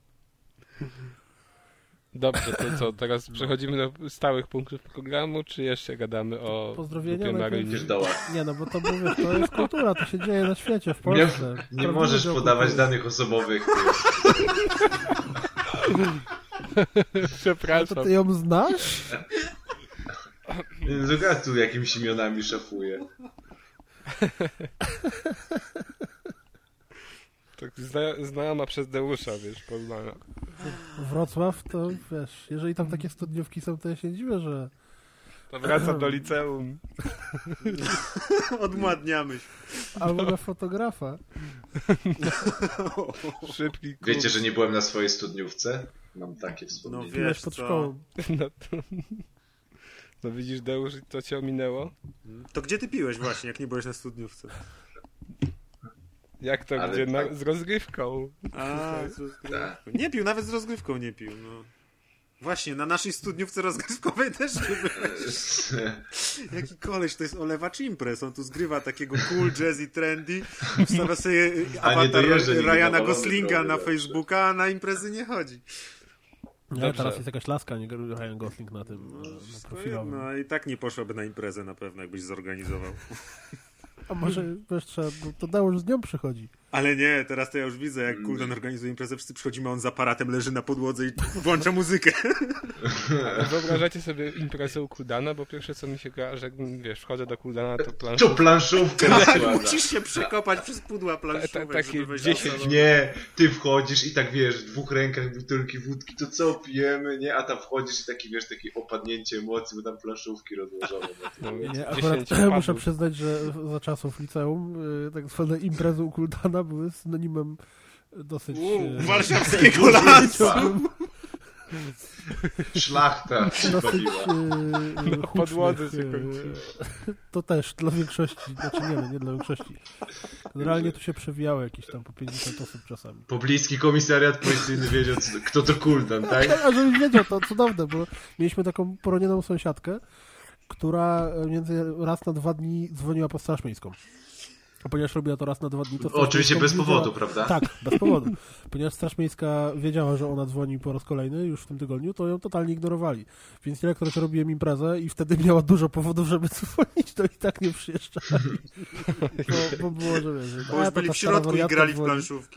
Dobrze, to co, teraz przechodzimy do stałych punktów programu, czy jeszcze gadamy o Pozdrowienia dupie najpierw? Marynie? Pierdoła. Nie no, bo to mówię, to jest kultura, to się dzieje na świecie, w Nie, Polsce. nie Prawdziwy możesz dział podawać kultury. danych osobowych. Przepraszam. To ty ją znasz? Zugatu jakimiś imionami szafuje. Tak zna, znajoma przez Deusza, wiesz, poznana. Wrocław to, wiesz, jeżeli tam takie studniówki są, to ja się dziwię, że... To wracam do liceum. Odmładniamy się. Albo na fotografa. Szybki kurs. Wiecie, że nie byłem na swojej studniówce? Mam takie No wspomnienie. wie- Byłeś Wiesz pod co? szkołą. No, to... no widzisz, Deusz, to cię ominęło? To gdzie ty piłeś właśnie, jak nie byłeś na studniówce? Jak to, Ale gdzie? Na, tak. z rozgrywką. A, z rozgrywką. Nie pił, nawet z rozgrywką nie pił, no. Właśnie, na naszej studniówce rozgrywkowej też nie byłeś. Jaki koleś, to jest olewacz imprez. On tu zgrywa takiego cool, jazzy, trendy, wstawia sobie A nie awatar dojeżdża nigdy Ryana na balony Goslinga drogi na zawsze. Facebooka, a na imprezy nie chodzi. Nie, Dobrze. teraz jest jakaś laska, nie Ryan Gosling na tym, na, na profilowym. No i tak nie poszłaby na imprezę na pewno, jakbyś zorganizował. A może, wiesz, trzeba, to Deusz z nią przychodzi. Ale nie, teraz to ja już widzę, jak Kuldan organizuje imprezę, wszyscy przychodzimy, a on z aparatem leży na podłodze i włącza muzykę. Ale wyobrażacie sobie imprezę u Kuldana, bo pierwsze co mi się kojarzy, że jak, wiesz, wchodzę do Kuldana, to planszówka. To planszówkę rozkłada. Musisz się przekopać przez pudła planszówek, Ta- ta- takie żeby wejść dziesięć na salon. Nie, ty wchodzisz i tak wiesz, w dwóch rękach butelki wódki, to co pijemy, nie? A tam wchodzisz i taki wiesz, takie opadnięcie emocji, bo tam planszówki rozłożone. No, Nie, akurat dziesięć muszę padów. przyznać, że za czasów liceum y, tak zwane imprezy u Kuldana były synonimem dosyć... U, y, warszawskiego lasu. Szlachta się dosyć bawiła. y, Na podłodze hucznych, się y, kończyło. To też dla większości, znaczy nie, no, nie dla większości. Generalnie tu się przewijało jakieś tam po pięćdziesiąt osób czasami. Pobliski komisariat policyjny wiedział, co- kto to Kuldan, tak? A żebyś wiedział, to cudowne, bo mieliśmy taką poronioną sąsiadkę, która między raz na dwa dni dzwoniła po Straż Miejską. A ponieważ robiła to raz na dwa dni, to... Straż Oczywiście Miejską bez wiedziała- powodu, prawda? Tak, bez powodu. Ponieważ Straż Miejska wiedziała, że ona dzwoni po raz kolejny już w tym tygodniu, to ją totalnie ignorowali. Więc ilekroć robiłem imprezę i wtedy miała dużo powodów, żeby dzwonić, to i tak nie przyjeżdżali. Bo, bo było, że wiesz... Bo a, już to byli ta w stara środku i wariatka grali w dzwoni. planszówki.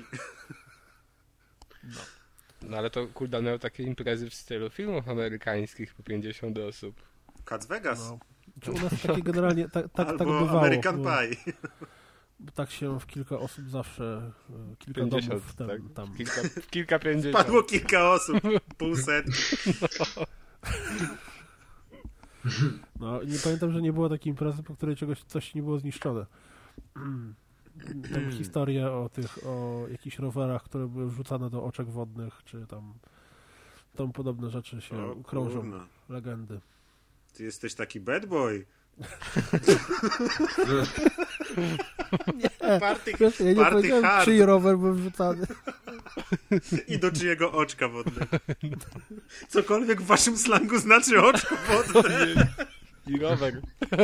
No ale to Kuldan miał takie imprezy w stylu filmów amerykańskich po pięćdziesiąt osób. Cats Vegas. No. Czy u nas takie generalnie tak, tak, Albo tak bywało. American bo, Pie. bo tak się w kilka osób zawsze, e, kilka pięćdziesiąt, domów tam, tak? tam. Kilka, kilka pięćdziesiąt. Padło kilka osób. Półset. No nie pamiętam, że nie było takiej imprezy, po której czegoś, coś nie było zniszczone. Tam historie o tych, o jakichś rowerach, które były wrzucane do oczek wodnych, czy tam tam podobne rzeczy się O, krążą, kurna. legendy. Ty jesteś taki bad boy. Nie, Party, wiesz, ja nie party powiedziałem, hard. czyj rower był wrzucany. I do czyjego oczka wodnego. Cokolwiek w waszym slangu znaczy oczko wodne. I rower.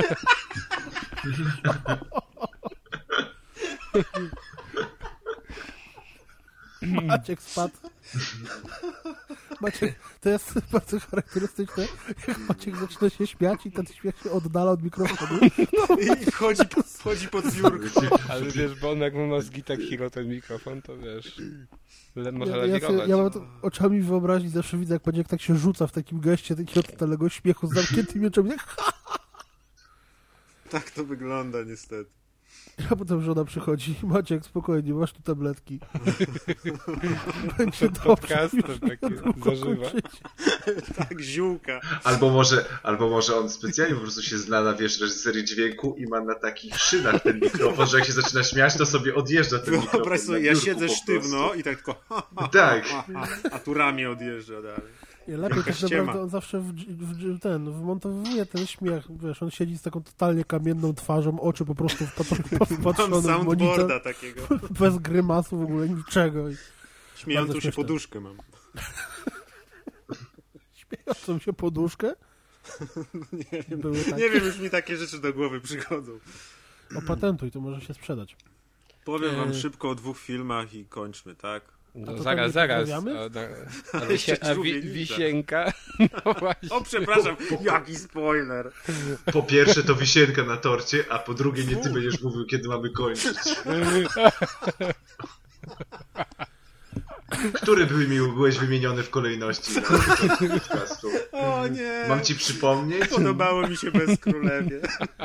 Maciek spadł. Maciek, to jest bardzo charakterystyczne, jak Maciek zaczyna się śmiać i ten śmiech się oddala od mikrofonu. I wchodzi, wchodzi pod zbiórkę. Ale wiesz, bo on jak ma z Guitar Hero ten mikrofon, to wiesz, le, może Ja, ja, sobie, lawirować. ja mam to oczami wyobraźni, zawsze widzę, jak Maciek tak się rzuca w takim geście takiego totalnego śmiechu z zamkniętymi oczami. Tak, Tak to wygląda niestety. a potem żona przychodzi. Maciek, spokojnie, masz tu tabletki. Będzie dobrze. Podcast już to nie takie długo zażywa. kończyć. Tak, ziółka. Albo może, albo może on specjalnie po prostu się zna na, wiesz, reżyserii dźwięku i ma na takich szynach ten mikrofon, że jak się zaczyna śmiać, to sobie odjeżdża ten mikrofon. Wyobraź sobie, na ja biurku siedzę po sztywno prostu. i tak tylko ha, ha, Tak. ha, ha, a tu ramię odjeżdża dalej. Nie, lepiej tak ściema. naprawdę on zawsze w, w, ten, wmontowuje ten śmiech. Wiesz, on siedzi z taką totalnie kamienną twarzą, oczy po prostu Mam wpatrzone w monitor. soundboarda takiego. Bez grymasu w ogóle, niczego. I Śmiejącą Bardzo się śmieszne. poduszkę mam. śmiejącą się poduszkę. Nie wiem, Były takie. nie wiem, już mi takie rzeczy do głowy przychodzą. Opatentuj, to może się sprzedać. Powiem wam Eee. szybko o dwóch filmach i kończmy, tak? No, to tam zaraz, nie zaraz. pozdrawiamy? A, na, a, Jeszcze wisie, a wi, człowienica. wisienka. No właśnie. O, przepraszam, jaki spoiler. Po pierwsze to wisienka na torcie, a po drugie nie ty będziesz mówił, kiedy mamy kończyć. Który był, mi byłeś wymieniony w kolejności na początku podcastu? O nie. Mam ci przypomnieć? Podobało mi się bez królewie.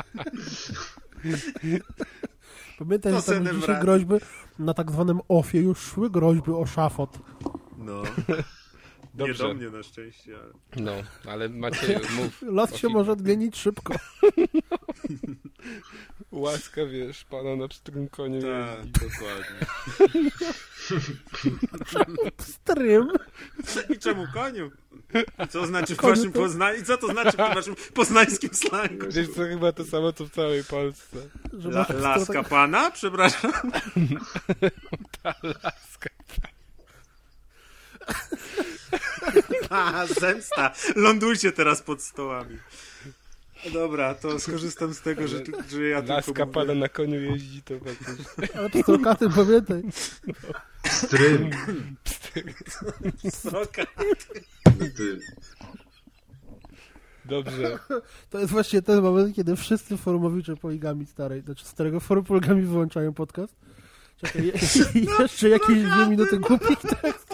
Pamiętaj, To że tam scenę dzisiaj wraca. groźby na tak zwanym ofie już szły groźby o szafot. No, nie Dobrze. do mnie na szczęście, ale... No, ale Macieju, mów. Los się o może odmienić szybko. Łaska, wiesz, pana na pstrym koniu Tak, jeździ. dokładnie. Strym. I czemu koniu? I co znaczy w Koniu waszym to- poznaniu? I co to znaczy w tym waszym poznańskim slangu? Wiesz co, chyba to samo co w całej Polsce. Że La, masz laska tak- pana? Przepraszam. Ta laska. A, zemsta. Lądujcie teraz pod stołami. Dobra, to skorzystam z tego, że, że ja tylko Laska mówię. pana na koniu jeździ, to faktycznie. Ale pstrokaty, pamiętaj. Strym. Soka. Ty. Dobrze. To jest właśnie ten moment, kiedy wszyscy forumowicze poligami starej, znaczy starego forum poligami wyłączają podcast. Czekaj, jeszcze jakieś dwie minuty głupich tekstów.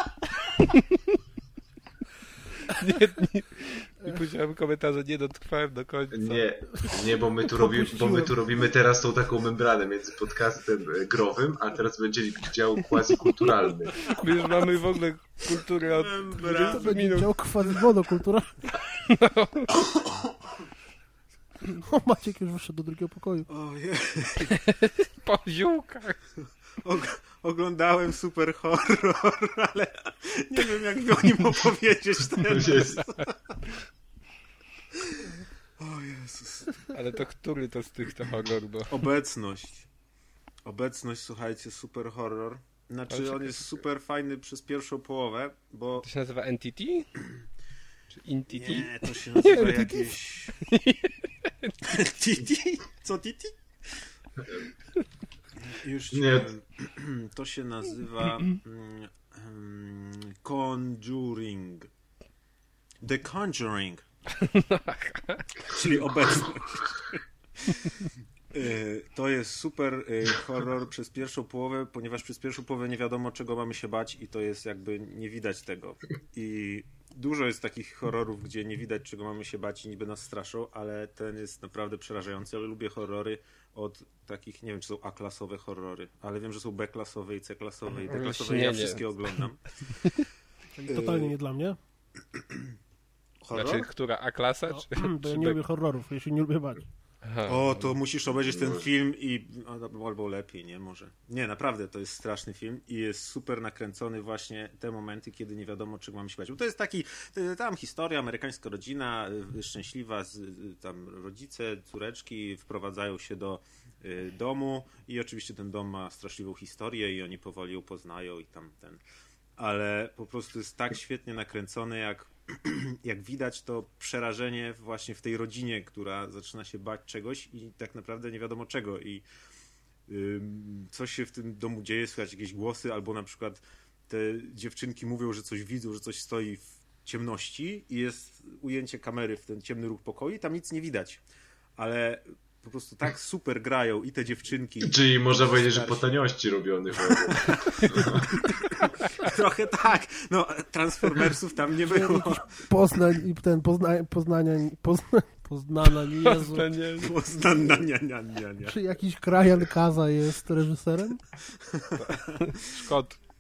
Nie, nie, nie powiedziałem komentarza, nie dotrwałem do końca. Nie, nie, bo my tu robimy, bo my tu robimy teraz tą taką membranę między podcastem growym, a teraz będzie dział quasi-kulturalny. My już mamy w ogóle kulturę od To będzie dział quasi-monokulturalny. No. O, Maciek już wyszedł do drugiego pokoju. Ojej. Po ziółkach. Og- oglądałem super horror, ale nie wiem, jak o nim opowiedzieć teraz. O Jezus. Ale to który to z tych to horror, bo... Obecność. Obecność, słuchajcie, super horror. Znaczy, Ale on czekaj, jest super fajny przez pierwszą połowę, bo... To się nazywa Entity? Czy Entity? Nie, to się nazywa jakieś... Titi? Co Titi? Już ci Nie. powiem. To się nazywa um, Conjuring. The Conjuring. Czyli obecność. To jest super horror przez pierwszą połowę, ponieważ przez pierwszą połowę nie wiadomo, czego mamy się bać i to jest jakby nie widać tego. I dużo jest takich horrorów, gdzie nie widać, czego mamy się bać i niby nas straszą, ale ten jest naprawdę przerażający, ale lubię horrory od takich, nie wiem, czy są A-klasowe horrory, ale wiem, że są B-klasowe i C-klasowe i D-klasowe i ja wszystkie oglądam. Totalnie nie dla mnie. Horror? Znaczy, która A-klasa? No, Czy, bo ja czy nie B... lubię horrorów, ja się nie lubię bać. Aha, O, to musisz obejrzeć ten film i... albo lepiej, nie? Może. Nie, naprawdę, to jest straszny film i jest super nakręcony właśnie te momenty, kiedy nie wiadomo, czego mamy się bać. Bo to jest taki, tam historia, amerykańska rodzina, szczęśliwa, tam rodzice, córeczki wprowadzają się do y, domu i oczywiście ten dom ma straszliwą historię i oni powoli ją poznają i tam ten... Ale po prostu jest tak świetnie nakręcony, jak jak widać to przerażenie właśnie w tej rodzinie, która zaczyna się bać czegoś i tak naprawdę nie wiadomo czego i ym, coś się w tym domu dzieje, słychać jakieś głosy albo na przykład te dziewczynki mówią, że coś widzą, że coś stoi w ciemności i jest ujęcie kamery w ten ciemny róg pokoju i tam nic nie widać, ale po prostu tak super grają i te dziewczynki. Czyli można powiedzieć, że po taniości robiony horror. Trochę tak. No, Transformersów tam nie było. Poznań i ten pozna, Poznania, pozna, Poznana, nie Jezu. Poznana, nie, nie, nie, nie. Czy jakiś Krajan Kaza jest reżyserem? Szkot.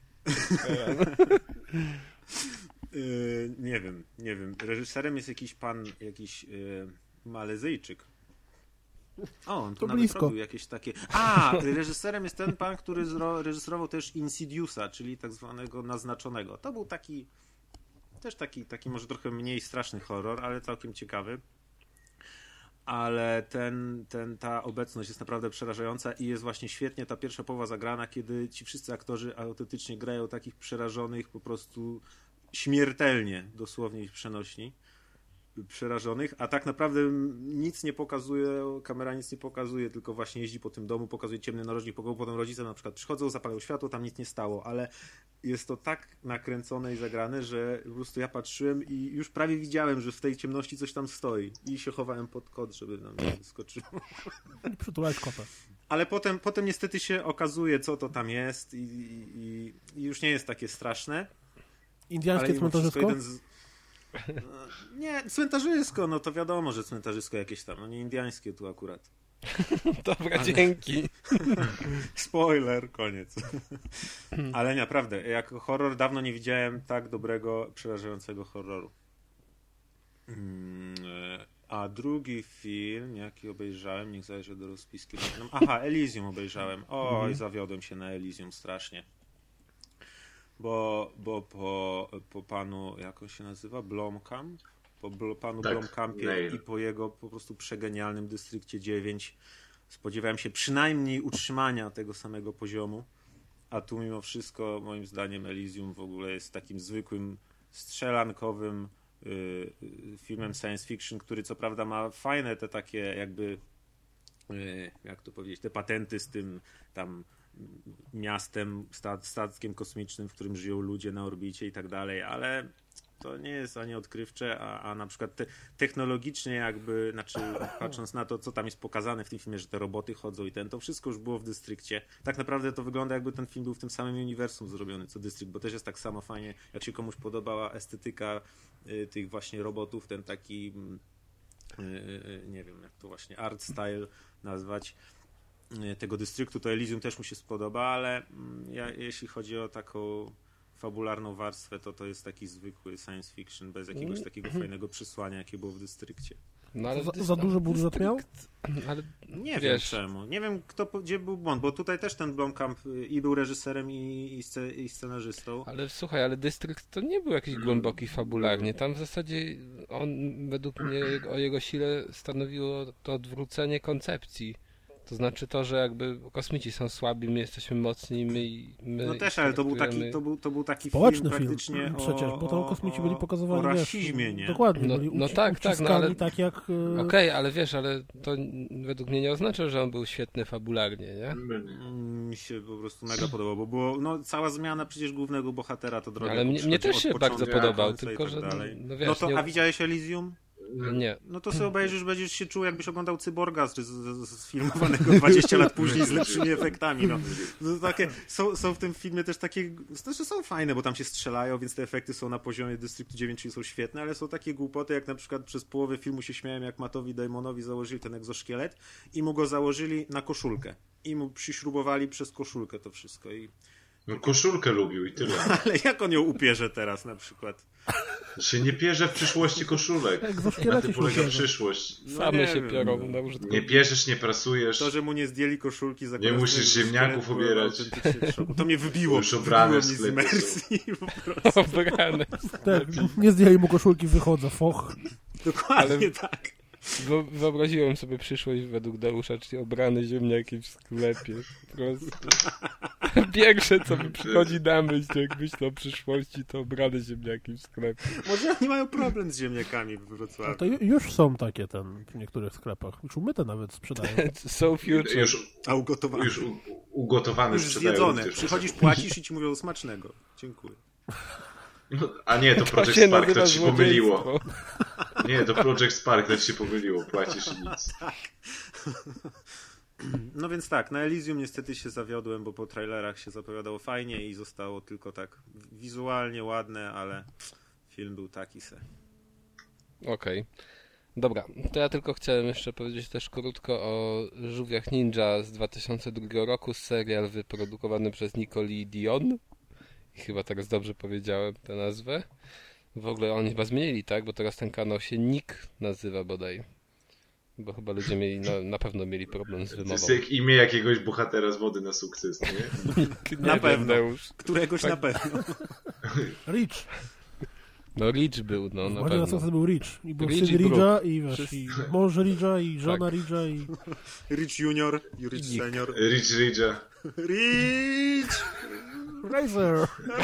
yy, nie wiem, nie wiem. Reżyserem jest jakiś pan, jakiś yy, Malezyjczyk. O, on tu To nawet blisko. robił jakieś takie... A, reżyserem jest ten pan, który zro... reżyserował też Insidiousa, czyli tak zwanego Naznaczonego. To był taki, też taki, taki może trochę mniej straszny horror, ale całkiem ciekawy. Ale ten, ten, ta obecność jest naprawdę przerażająca i jest właśnie świetnie ta pierwsza połowa zagrana, kiedy ci wszyscy aktorzy autentycznie grają takich przerażonych, po prostu śmiertelnie, dosłownie ich przenośni. Przerażonych, a tak naprawdę nic nie pokazuje, kamera nic nie pokazuje, tylko właśnie jeździ po tym domu, pokazuje ciemny narożnik pokoju, potem rodzice na przykład przychodzą, zapalają światło, tam nic nie stało, ale jest to tak nakręcone i zagrane, że po prostu ja patrzyłem i już prawie widziałem, że w tej ciemności coś tam stoi i się chowałem pod kot, żeby nam nie wyskoczyło. Przytulać kota. Ale potem, potem niestety się okazuje, co to tam jest i, i, i już nie jest takie straszne. Indiańskie cmentarzysko? Z... Nie, cmentarzysko, no to wiadomo, że cmentarzysko jakieś tam, no nie indiańskie tu akurat. Dobra, Ale... dzięki. Spoiler, koniec. Ale naprawdę, jako horror dawno nie widziałem tak dobrego, przerażającego horroru. A drugi film, jaki obejrzałem, niech zajrzę do rozpiski. Aha, Elysium obejrzałem. Oj, zawiodłem się na Elysium strasznie. Bo, bo po, po panu, jak on się nazywa? Blomkamp? Po bl- panu tak, Blomkampie Neil. i po jego po prostu przegenialnym Dystrykcie dziewięć spodziewałem się przynajmniej utrzymania tego samego poziomu, a tu mimo wszystko moim zdaniem Elysium w ogóle jest takim zwykłym strzelankowym y, y, filmem science fiction, który co prawda ma fajne te takie jakby y, jak to powiedzieć, te patenty z tym tam miastem, statkiem kosmicznym, w którym żyją ludzie na orbicie i tak dalej, ale to nie jest ani odkrywcze, a, a na przykład te, technologicznie jakby, znaczy patrząc na to, co tam jest pokazane w tym filmie, że te roboty chodzą i ten, to wszystko już było w Dystrykcie. Tak naprawdę to wygląda, jakby ten film był w tym samym uniwersum zrobiony co Dystrykt, bo też jest tak samo fajnie, jak się komuś podobała estetyka y, tych właśnie robotów, ten taki y, y, nie wiem, jak to właśnie art style nazwać y, tego Dystryktu, to Elysium też mu się spodoba, ale y, ja, jeśli chodzi o taką fabularną warstwę, to to jest taki zwykły science fiction bez jakiegoś takiego fajnego przesłania, jakie było w Dystrykcie. No, ale Za, dys- za duży budżet miał? Ale Nie wiesz, wiem czemu. Nie wiem, kto, gdzie był błąd, bo tutaj też ten Blomkamp i był reżyserem i, i, sce, i scenarzystą. Ale słuchaj, ale Dystrykt to nie był jakiś głęboki fabularnie. Tam w zasadzie on, według mnie, o jego sile stanowiło to odwrócenie koncepcji. To znaczy to, że jakby kosmici są słabi, my jesteśmy mocni, my... my No też, ale to był taki, traktujemy- to był, to był taki Społeczny film film, praktycznie przecież, o, bo tam o- kosmici o- byli pokazywani, o wiesz, rasizmie, nie? Dokładnie, No- byli no uci- tak, tak, no uciskani ale- tak jak... e, Okej, ale wiesz, ale to według mnie nie oznacza, że on był świetny fabularnie, nie? Mm, Mi się po prostu mega podobało, bo było, no cała zmiana przecież głównego bohatera to droga. Ale mnie, mnie też się bardzo podobał, tylko że, dalej. no wiesz, No to, nie, a widziałeś Elysium? nie. No to sobie obejrzysz, będziesz się czuł, jakbyś oglądał Cyborga z, z, z filmowanego dwadzieścia lat później z lepszymi efektami. No. No takie, są, są w tym filmie też takie, znaczy są fajne, bo tam się strzelają, więc te efekty są na poziomie Dystryktu dziewięć, czyli są świetne, ale są takie głupoty, jak na przykład przez połowę filmu się śmiałem, jak Mattowi Damonowi założyli ten egzoszkielet i mu go założyli na koszulkę. I mu przyśrubowali przez koszulkę to wszystko. I... No koszulkę lubił i tyle. Ale jak on ją upierze teraz na przykład? Się nie pierze w przyszłości koszulek. Jak Na zoszkielety tym się polega upierze. przyszłość. No Same nie się wiem, piorą no. na użytku. Nie pierzesz, nie prasujesz. To, że mu nie zdjęli koszulki za Nie musisz ziemniaków ubierać. To mnie wybiło. Już obrane wybiło w mnie z sklepie imersji po prostu. Obrane. Tak, nie zdjęli mu koszulki, wychodzę, foch. Dokładnie Ale- tak. Wyo- Wyobraziłem sobie przyszłość według Deusza, czyli obrane ziemniaki w sklepie. Po prostu. Pierwsze, co mi przychodzi na myśl, jak myślę o przyszłości, to obrane ziemniaki w sklepie. Może oni mają problem z ziemniakami w A Wrocławiu. to ju- już są takie ten w niektórych sklepach. Już umyte nawet sprzedają. So future. Już, A ugotowane. już u, ugotowane Już sprzedają zjedzone. również. Przychodzisz, płacisz i ci mówią smacznego. Dziękuję. No, a nie, to To Project się Spark, nazywa to ci pomyliło. złodziejstwo. Nie, to Project Spark, to ci się pomyliło. Płacisz i nic. No więc tak, na Elysium niestety się zawiodłem, bo po trailerach się zapowiadało fajnie i zostało tylko tak wizualnie ładne, ale film był taki se. Okej. Dobra, to ja tylko chciałem jeszcze powiedzieć też krótko o Żółwiach Ninja z dwa tysiące drugiego roku, serial wyprodukowany przez Nicole Dion. I chyba teraz dobrze powiedziałem tę nazwę. W ogóle oni chyba zmienili, tak? Bo teraz ten kanał się Nick nazywa bodaj. Bo chyba ludzie mieli, na, na pewno mieli problem z To wymową. jest jak imię jakiegoś bohatera z Wody na sukces, nie? Nie Na wiem, pewno. Deusz. Któregoś Tak. na pewno. Rich. No Rich był, no na Właśnie na pewno. sukces był Rich. I był Rich syn i Ridge'a i wiesz, Wszyscy- i mąż Ridge'a i żona Tak. Ridge'a i... Rich Junior i Rich Nick. Senior. Rich Ridge'a. Rich! Razer!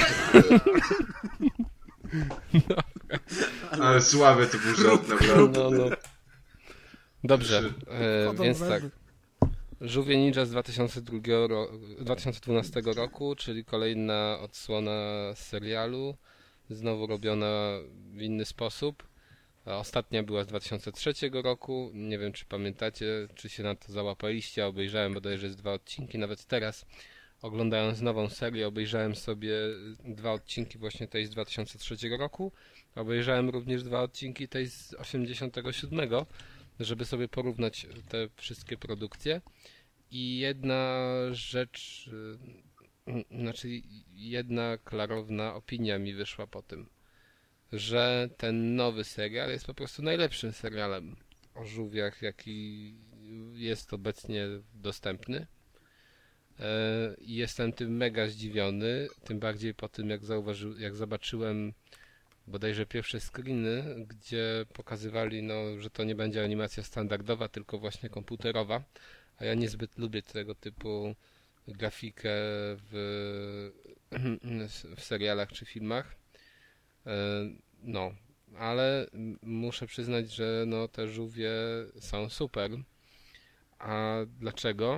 Ale słabe to był żart, naprawdę. No, no. Dobrze, e, Chodzą więc węże. tak. Żółwie Ninja z dwa tysiące drugiego ro- dwa tysiące dwunastego roku, czyli kolejna odsłona serialu, znowu robiona w inny sposób. A ostatnia była z dwa tysiące trzeciego roku, nie wiem czy pamiętacie, czy się na to załapaliście, obejrzałem bodajże z dwa odcinki, nawet teraz oglądając nową serię obejrzałem sobie dwa odcinki właśnie tej z dwa tysiące trzeciego roku, obejrzałem również dwa odcinki tej z osiemdziesiątego siódmego, żeby sobie porównać te wszystkie produkcje. I jedna rzecz, y, znaczy jedna klarowna opinia mi wyszła po tym, że ten nowy serial jest po prostu najlepszym serialem o żółwiach, jaki jest obecnie dostępny. E, I jestem tym mega zdziwiony, tym bardziej po tym, jak, zauważy, jak zobaczyłem bodajże pierwsze screeny, gdzie pokazywali, no, że to nie będzie animacja standardowa, tylko właśnie komputerowa, a ja niezbyt lubię tego typu grafikę w, w serialach czy filmach. No, ale muszę przyznać, że no, te żółwie są super. A dlaczego?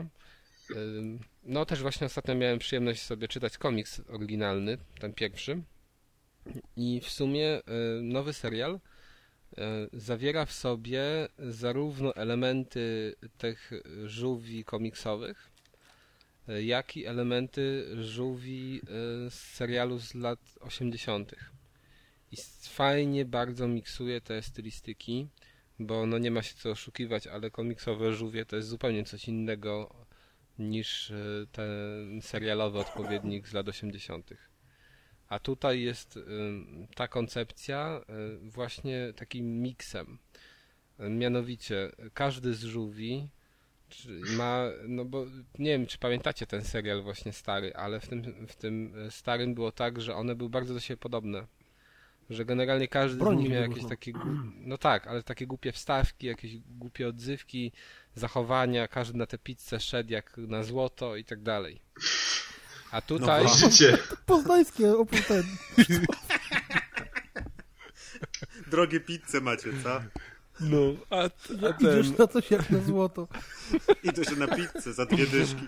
No też właśnie ostatnio miałem przyjemność sobie czytać komiks oryginalny, ten pierwszy. I w sumie nowy serial zawiera w sobie zarówno elementy tych żółwi komiksowych, jak i elementy żółwi z serialu z lat osiemdziesiątych. I fajnie bardzo miksuje te stylistyki, bo no nie ma się co oszukiwać, ale komiksowe żółwie to jest zupełnie coś innego niż ten serialowy odpowiednik z lat osiemdziesiątych. A tutaj jest ta koncepcja właśnie takim miksem. Mianowicie każdy z żółwi ma, no bo nie wiem, czy pamiętacie ten serial właśnie stary, ale w tym, w tym starym było tak, że one były bardzo do siebie podobne. Że generalnie każdy Broni z nich miał nie jakieś było. takie, no tak, ale takie głupie wstawki, jakieś głupie odzywki, zachowania, każdy na tę pizzę szedł jak na złoto i tak dalej. A tutaj... No, życie. Poznańskie, oprócz ten. Drogie pizze macie, co? No, a, a Idziesz ten... na coś jak na złoto. Idę się na pizzę za dwie dyszki.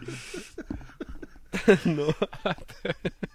No, a ten...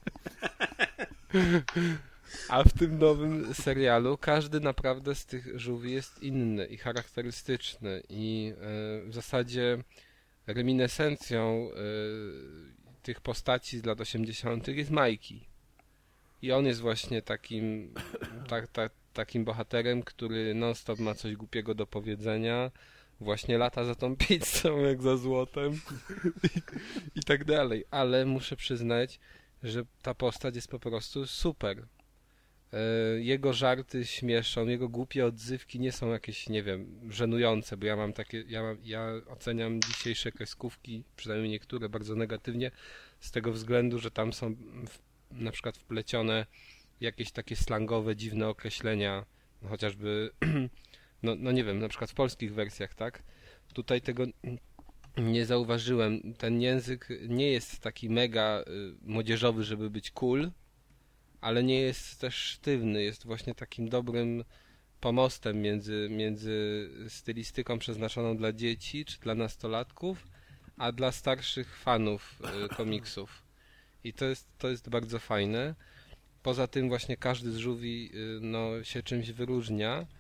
A w tym nowym serialu każdy naprawdę z tych żółwi jest inny i charakterystyczny i e, w zasadzie reminiscencją e, tych postaci z lat osiemdziesiątych jest Mikey. I on jest właśnie takim, ta, ta, takim bohaterem, który non-stop ma coś głupiego do powiedzenia, właśnie lata za tą pizzą jak za złotem i, i tak dalej. Ale muszę przyznać, że ta postać jest po prostu super. Jego żarty śmieszą, jego głupie odzywki nie są jakieś, nie wiem, żenujące, bo ja mam takie, ja, mam, ja oceniam dzisiejsze kreskówki, przynajmniej niektóre, bardzo negatywnie, z tego względu, że tam są w, na przykład wplecione jakieś takie slangowe, dziwne określenia, no chociażby, no, no nie wiem, na przykład w polskich wersjach, tak? Tutaj tego nie zauważyłem. Ten język nie jest taki mega y, młodzieżowy, żeby być cool, ale nie jest też sztywny, jest właśnie takim dobrym pomostem między, między stylistyką przeznaczoną dla dzieci czy dla nastolatków, a dla starszych fanów y, komiksów. I to jest, to jest bardzo fajne. Poza tym właśnie każdy z żółwi y, no, się czymś wyróżnia y,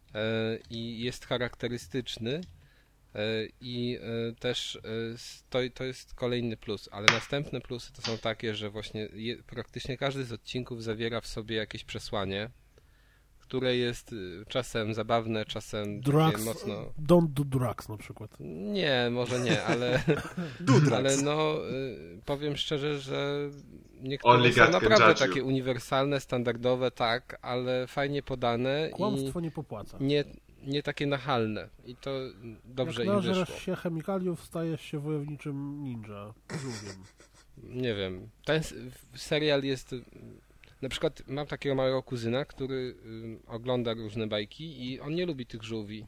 i jest charakterystyczny. I też to, to jest kolejny plus, ale następne plusy to są takie, że właśnie je, praktycznie każdy z odcinków zawiera w sobie jakieś przesłanie, które jest czasem zabawne, czasem Drugs, takie mocno... Don't do drugs na przykład. Nie, może nie, ale, ale no powiem szczerze, że niektóre Only są God can naprawdę judge you. takie uniwersalne, standardowe, tak, ale fajnie podane Kłamstwo i nie popłaca. nie, nie takie nachalne i to dobrze Jak im wyszło. nażerasz się chemikaliów, stajesz się wojowniczym ninja, żółwiem. Nie wiem. Ten s- serial jest... Na przykład mam takiego małego kuzyna, który y, ogląda różne bajki i on nie lubi tych żółwi.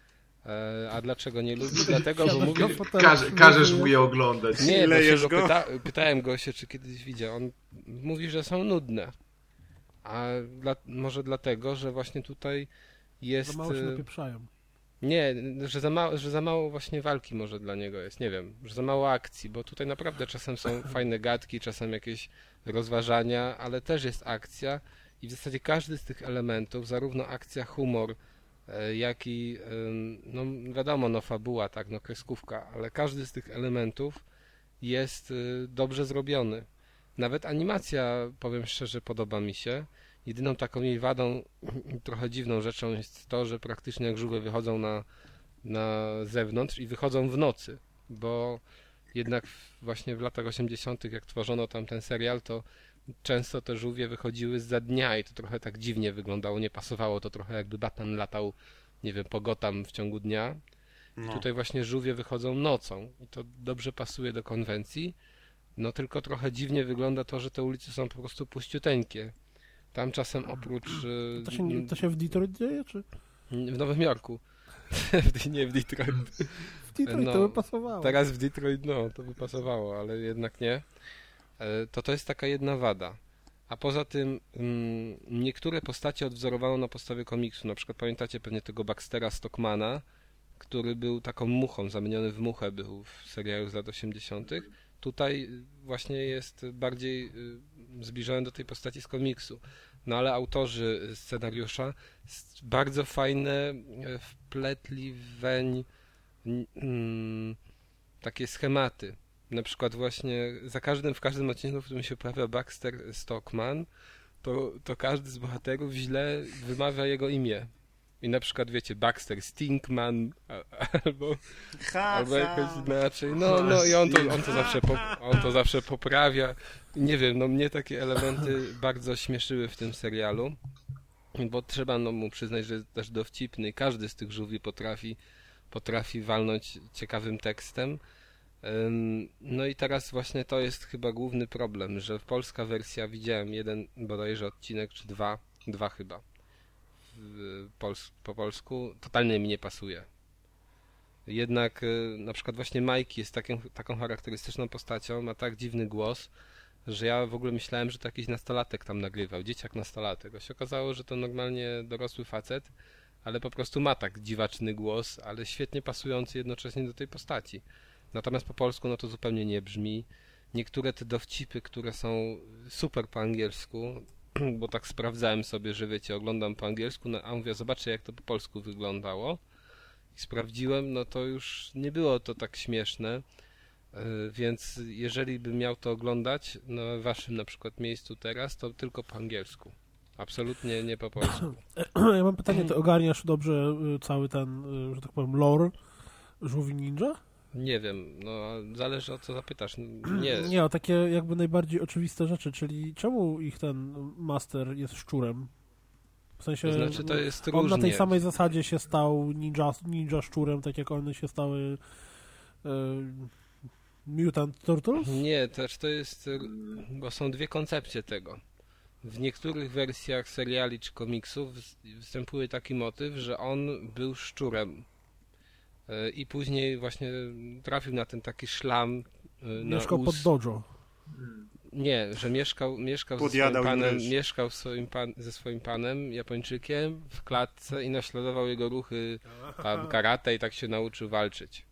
E, a dlaczego nie lubi? Dlatego, bo mówi... Każe, każesz mu je oglądać. Nie, bo się Lejesz go go? pyta, pytałem go się, czy kiedyś widział. On mówi, że są nudne. A dla, może dlatego, że właśnie tutaj jest... Za mało się y, napieprzają. Nie, że za, mało, że za mało właśnie walki może dla niego jest, nie wiem, że za mało akcji, bo tutaj naprawdę czasem są fajne gadki, czasem jakieś rozważania, ale też jest akcja i w zasadzie każdy z tych elementów, zarówno akcja, humor, e, jak i, ym, no wiadomo, no fabuła, tak, no kreskówka, ale każdy z tych elementów jest y, dobrze zrobiony. Nawet animacja, powiem szczerze, podoba mi się. Jedyną taką jej wadą, trochę dziwną rzeczą jest to, że praktycznie jak żółwie wychodzą na, na zewnątrz i wychodzą w nocy, bo jednak w, właśnie w latach osiemdziesiątych jak tworzono tam ten serial, to często te żółwie wychodziły zza dnia i to trochę tak dziwnie wyglądało, nie pasowało to trochę jakby Batman latał, nie wiem, po Gotham w ciągu dnia. No. Tutaj właśnie żółwie wychodzą nocą i to dobrze pasuje do konwencji, no tylko trochę dziwnie wygląda to, że te ulice są po prostu puściuteńkie. Tam czasem oprócz... y, To się, nie- to się w Detroit dzieje, czy? w Nowym Jorku. Nie w Detroit. W Detroit No, to by pasowało. Teraz w Detroit, no, to by pasowało, ale jednak nie. E, To to jest taka jedna wada. A poza tym mm, niektóre postacie odwzorowano na podstawie komiksu. Na przykład pamiętacie pewnie tego Baxtera Stockmana, który był taką muchą, zamieniony w muchę był w serialu z lat osiemdziesiątych. Tutaj właśnie jest bardziej y, zbliżony do tej postaci z komiksu. no ale autorzy scenariusza bardzo fajne wpletli weń mm, takie schematy. Na przykład właśnie za każdym, w każdym odcinku, w którym się pojawia Baxter Stockman, to, to każdy z bohaterów źle wymawia jego imię. I na przykład, wiecie, Baxter Stinkman albo, albo jakoś inaczej. No, no i on to, on to zawsze po, on to zawsze poprawia. Nie wiem, no mnie takie elementy bardzo śmieszyły w tym serialu, bo trzeba no, mu przyznać, że jest też dowcipny. Każdy z tych żółwi potrafi, potrafi walnąć ciekawym tekstem. No i teraz właśnie to jest chyba główny problem, że polska wersja, widziałem jeden bodajże odcinek, czy dwa, dwa chyba, Pols- po polsku, totalnie mi nie pasuje. Jednak na przykład właśnie Majki jest taką, taką charakterystyczną postacią, ma tak dziwny głos, że ja w ogóle myślałem, że to jakiś nastolatek tam nagrywał, dzieciak nastolatek. A się okazało, że to normalnie dorosły facet, ale po prostu ma tak dziwaczny głos, ale świetnie pasujący jednocześnie do tej postaci. Natomiast po polsku no to zupełnie nie brzmi. Niektóre te dowcipy, które są super po angielsku, bo tak sprawdzałem sobie, że wiecie, oglądam po angielsku, no, a mówię, zobaczę jak to po polsku wyglądało. I sprawdziłem, no to już nie było to tak śmieszne, więc jeżeli bym miał to oglądać na waszym na przykład miejscu teraz, to tylko po angielsku. Absolutnie nie po polsku. Ja mam pytanie, ty ogarniasz dobrze cały ten, że tak powiem, lore Żółwi Ninja? Nie wiem, no zależy o co zapytasz. Nie, nie, o takie jakby najbardziej oczywiste rzeczy, czyli czemu ich ten master jest szczurem? W sensie, to znaczy to jest on różnie. na tej samej zasadzie się stał ninja, ninja szczurem, tak jak one się stały e, Mutant Turtles? Nie, też to jest, bo są dwie koncepcje tego. W niektórych wersjach seriali czy komiksów występuje taki motyw, że on był szczurem. I później właśnie trafił na ten taki szlam. Mieszkał na pod dojo. Nie, że mieszkał, mieszkał, ze swoim, panem, mieszkał swoim pan, ze swoim panem, Japończykiem, w klatce i naśladował jego ruchy tam, karate i tak się nauczył walczyć.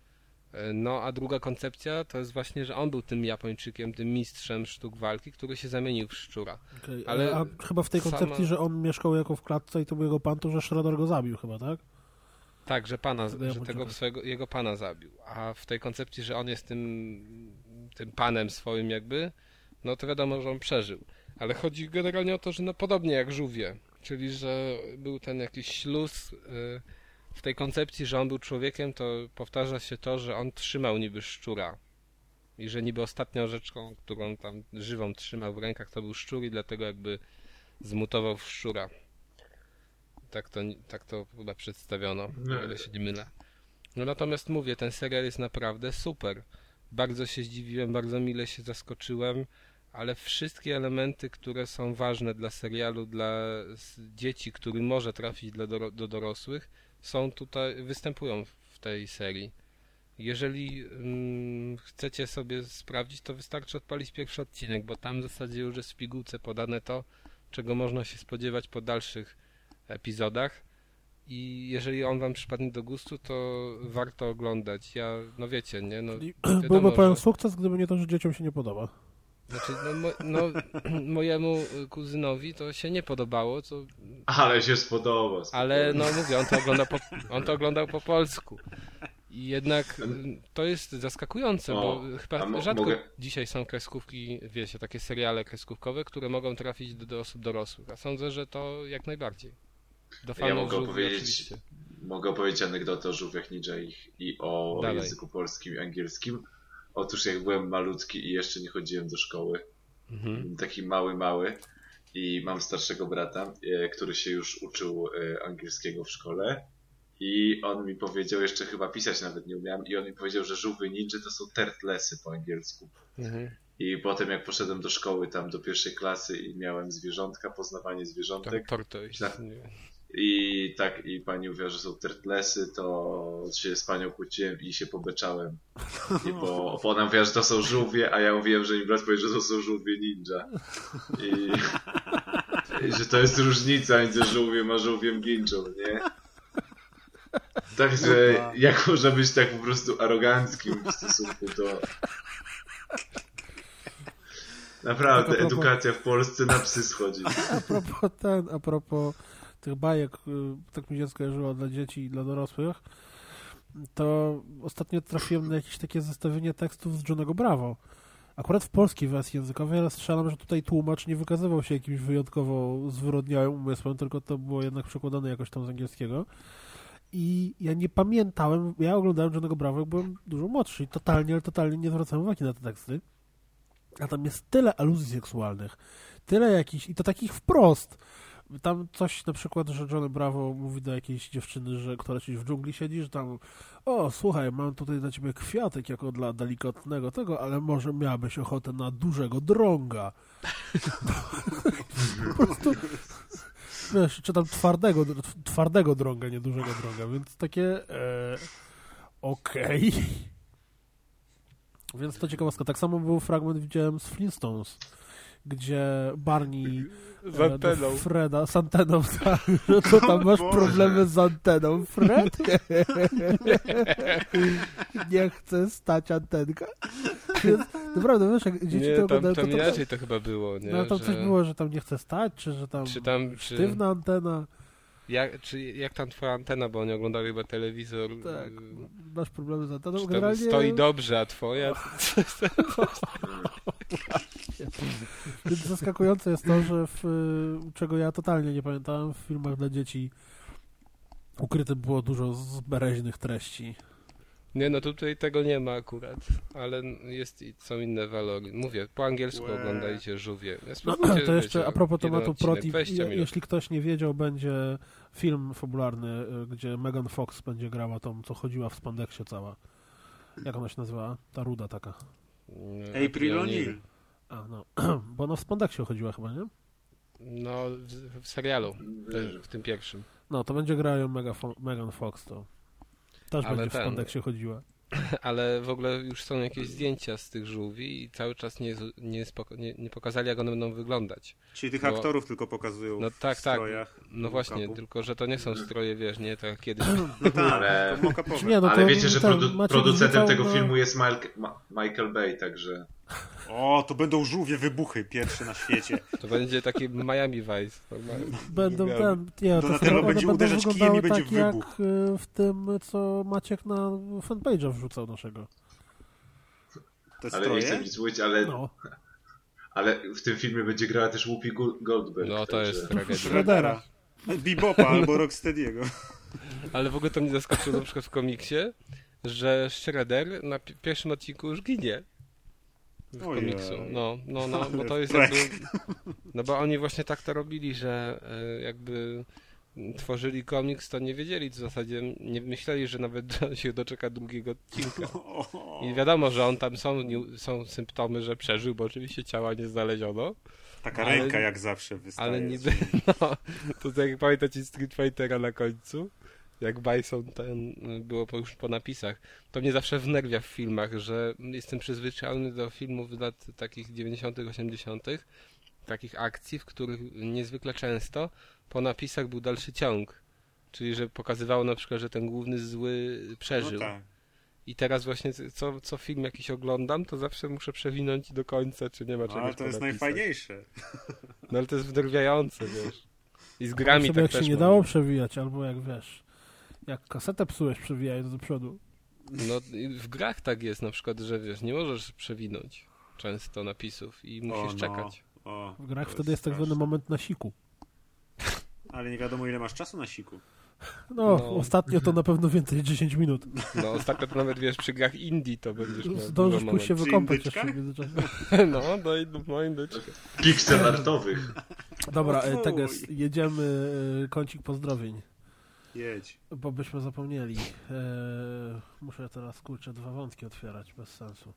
No a druga koncepcja to jest właśnie, że on był tym Japończykiem, tym mistrzem sztuk walki, który się zamienił w szczura. Okay. Ale a chyba w tej koncepcji, sama... że on mieszkał jako w klatce i to był jego pan, to że Shredder go zabił chyba, tak? Tak, że pana, że tego swojego, jego pana zabił. A w tej koncepcji, że on jest tym, tym panem swoim jakby, no to wiadomo, że on przeżył. Ale chodzi generalnie o to, że no podobnie jak żółwie, czyli że był ten jakiś śluz. Yy, w tej koncepcji, że on był człowiekiem, to powtarza się to, że on trzymał niby szczura. I że niby ostatnią rzeczą, którą tam żywą trzymał w rękach, to był szczur i dlatego jakby zmutował w szczura. Tak to, tak to chyba przedstawiono, o ile się nie mylę. No natomiast mówię, ten serial jest naprawdę super. Bardzo się zdziwiłem, bardzo mile się zaskoczyłem, ale wszystkie elementy, które są ważne dla serialu, dla dzieci, który może trafić dla do, do dorosłych, są tutaj, występują w tej serii. Jeżeli mm, chcecie sobie sprawdzić, to wystarczy odpalić pierwszy odcinek, bo tam w zasadzie już jest w pigułce podane to, czego można się spodziewać po dalszych epizodach i jeżeli on wam przypadnie do gustu, to warto oglądać. Ja, no wiecie, nie? No, wiadomo, byłby pełen że... sukces, gdyby nie to, że dzieciom się nie podoba. Znaczy, no, mo, no mojemu kuzynowi to się nie podobało, co... Ale się spodoba. Ale no mówię, on to, ogląda po, on to oglądał po polsku. I jednak to jest zaskakujące, o, bo chyba mo- rzadko mogę... dzisiaj są kreskówki, wiecie, takie seriale kreskówkowe, które mogą trafić do, do osób dorosłych, a sądzę, że to jak najbardziej. Do fanów ja mogę żółwi, opowiedzieć, oczywiście. Mogę opowiedzieć anegdotę o żółwiach ninja i, i o Dalej. języku polskim i angielskim. Otóż jak byłem malutki i jeszcze nie chodziłem do szkoły, mhm. taki mały, mały i mam starszego brata, e, który się już uczył e, angielskiego w szkole i on mi powiedział, jeszcze chyba pisać nawet nie umiałem, i on mi powiedział, że żółwie ninja to są turtlesy po angielsku. Mhm. I potem jak poszedłem do szkoły tam do pierwszej klasy i miałem zwierzątka, poznawanie zwierzątek. Tortoise. I tak, i pani mówiła, że są turtlesy, to się z panią kłóciłem i się pobeczałem. I bo, bo ona mówiła, że to są żółwie, a ja mówiłem, że mi brat powiedział, że to są żółwie ninja. I, i że to jest różnica między żółwiem a żółwiem ninją, nie? Także jak można być tak po prostu aroganckim w stosunku do... Naprawdę, Tak, a propos- edukacja w Polsce na psy schodzi. A propos ten, a propos tych bajek, y, tak mi się skojarzyło dla dzieci i dla dorosłych, to ostatnio trafiłem na jakieś takie zestawienie tekstów z Johnego Bravo. Akurat w polskiej wersji językowej, ale strzelam, że tutaj tłumacz nie wykazywał się jakimś wyjątkowo zwyrodniałym umysłem, tylko to było jednak przekładane jakoś tam z angielskiego. I ja nie pamiętałem, ja oglądałem Johnego Bravo, jak byłem dużo młodszy i totalnie, ale totalnie nie zwracałem uwagi na te teksty. A tam jest tyle aluzji seksualnych, tyle jakichś, i to takich wprost. Tam coś na przykład, że Johnny Bravo mówi do jakiejś dziewczyny, że która gdzieś w dżungli siedzi, że tam o, słuchaj, mam tutaj dla ciebie kwiatek jako dla delikatnego tego, ale może miałabyś ochotę na dużego drąga. Po prostu, wiesz, czy tam twardego, twardego drąga, nie dużego drąga, więc takie e, okej. Okay. Więc to ciekawostka. Tak samo był fragment, widziałem z Flintstones, gdzie Barney Z e, anteną. do Freda, z anteną, tak, że to tam masz Boże. problemy z anteną, Fred? Nie chcę stać antenka. Więc naprawdę, wiesz, jak dzieci Nie, to tam, oglądają, tam to, to inaczej to chyba było, nie? no tam że... coś było, że tam nie chce stać, czy że tam, Czy tam, czy... sztywna antena. Jak, czy jak tam twoja antena, bo oni oglądali chyba telewizor. Tak, y, masz problemy z anteną. Czy tam Generalnie... stoi dobrze, a twoja... Więc zaskakujące jest to, że w, czego ja totalnie nie pamiętałem, w filmach dla dzieci ukryte było dużo zbereźnych treści. Nie, no tutaj tego nie ma akurat, ale jest, i są inne walory. Mówię, po angielsku Łe. oglądajcie Żółwie. Ja No, spróbujcie, to jeszcze wiecie, a propos jeden tematu odcinek, Proti, dwadzieścia minut. jeśli ktoś nie wiedział, będzie film fabularny, y, gdzie Megan Fox będzie grała tą, co chodziła w spandeksie cała. Jak ona się nazywała? Ta ruda taka. Nie, April ja nie- O'Neil. A, no. Bo ona w spandeksie chodziła chyba, nie? No, w, w serialu, te, w tym pierwszym. No, to będzie grała ją Mega Fo- Megan Fox, to też Ale będzie w ten- spandeksie chodziła. Ale w ogóle już są jakieś zdjęcia z tych żółwi i cały czas nie, nie, spoko- nie, nie pokazali, jak one będą wyglądać. Czyli tych Bo- aktorów tylko pokazują No w tak, tak. strojach. No właśnie, Mock-upu. tylko że to nie są stroje, wiesz, nie tak jak kiedyś. No tak, Ale- to mock-upowe. Nie, no Ale to wiecie, że ten produ- Maciek producentem wrzucał tego na- filmu jest Mike, Ma- Michael Bay, także... O, to będą żółwie wybuchy pierwsze na świecie. To będzie taki Miami Vice. normalnie. Będą Miał- ten, nie, to Donatello one będzie będą uderzać kijem wyglądały i będzie tak jak wybuch. y, w tym, co Maciek na fanpage'a wrzucał naszego. Te Ale nie chcę stroje? nic mówić, ale, No, ale w tym filmie będzie grała też Whoopi Gold- Goldberg. No to także- jest tragedia. Shreddera. Bebopa albo Rocksteady'ego. Ale w ogóle to mnie zaskoczyło na przykład w komiksie, że Shredder na pi- pierwszym odcinku już ginie. W Ojej. komiksu. No, no, no, bo Ale to jest frek. jakby... No bo oni właśnie tak to robili, że e, jakby tworzyli komiks, to nie wiedzieli w zasadzie, nie myśleli, że nawet się doczeka drugiego odcinka. I wiadomo, że on tam są, nie- są symptomy, że przeżył, bo oczywiście ciała nie znaleziono, Taka Ale- ręka jak zawsze wystaje. ale niby, no, to tak jak pamiętacie Street Fightera na końcu, jak Bison ten było po, już po napisach, to mnie zawsze wnerwia w filmach, że jestem przyzwyczajony do filmów z lat takich dziewięćdziesiątych, osiemdziesiątych, takich akcji, w których niezwykle często po napisach był dalszy ciąg. Czyli, że pokazywało na przykład, że ten główny zły przeżył. No tak. I teraz właśnie co, co film jakiś oglądam, to zawsze muszę przewinąć do końca, czy nie ma No, czegoś ale to po jest napisach. najfajniejsze. No ale to jest wnerwiające, wiesz. I z grami sobie tak jak też się nie mam. dało przewijać, albo jak wiesz, jak kasetę psułeś przewijając do przodu. No i w grach tak jest na przykład, że wiesz, nie możesz przewinąć często napisów i musisz O, no. czekać. O, W grach to wtedy jest tak zwany straszne. moment na siku. Ale nie wiadomo ile masz czasu na siku. No, No. ostatnio to na pewno więcej niż dziesięć minut. No ostatnio to nawet wiesz, przy grach indie to będziesz miał Zdążysz dużo pójść się moment. wykąpać indyczkach? jeszcze w międzyczasie. No, do innych moim być. Pixel artowych. Dobra, O e, fuj. tego jest, jedziemy e, kącik pozdrowień, Jedź. bo byśmy zapomnieli. E, muszę teraz, kurczę, dwa wątki otwierać, bez sensu.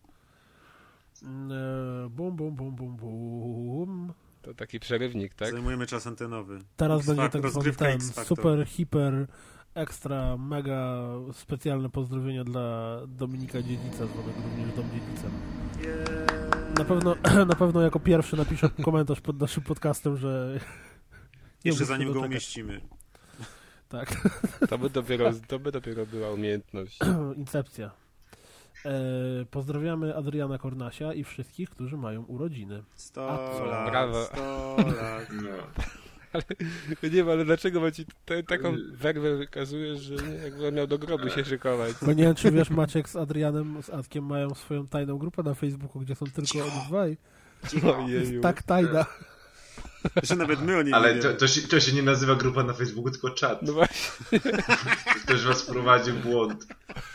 E, bum, bum, bum, bum, bum. To taki przerywnik, tak? Zajmujemy czas antenowy. Teraz X będzie Fac- tak zwany rozgrywka ten X Factor. super, hiper, ekstra, mega specjalne pozdrowienia dla Dominika Dziedzica, zwanego również Dom Dziedzicem. Na pewno, na pewno jako pierwszy napiszę komentarz pod naszym podcastem, że nie Jeszcze mógł się zanim go doczekać. umieścimy. Tak, To by dopiero, to by dopiero była umiejętność. incepcja. E, pozdrawiamy Adriana Kornasia i wszystkich, którzy mają urodziny. sto lat, Brawo. sto lat. No. Ale, nie wiem, ale dlaczego ma ci te, taką werwę wykazujesz, że jakby on miał do grobu się szykować? Bo nie wiem, czy wiesz, Maciek z Adrianem, z Adkiem mają swoją tajną grupę na Facebooku, gdzie są tylko oni dwaj. Ojeju. Tak tajna. Że nawet my o niej Ale nie to, wiemy. to, się, to się nie nazywa grupa na Facebooku, tylko czat. No właśnie. Ktoś was wprowadził w błąd.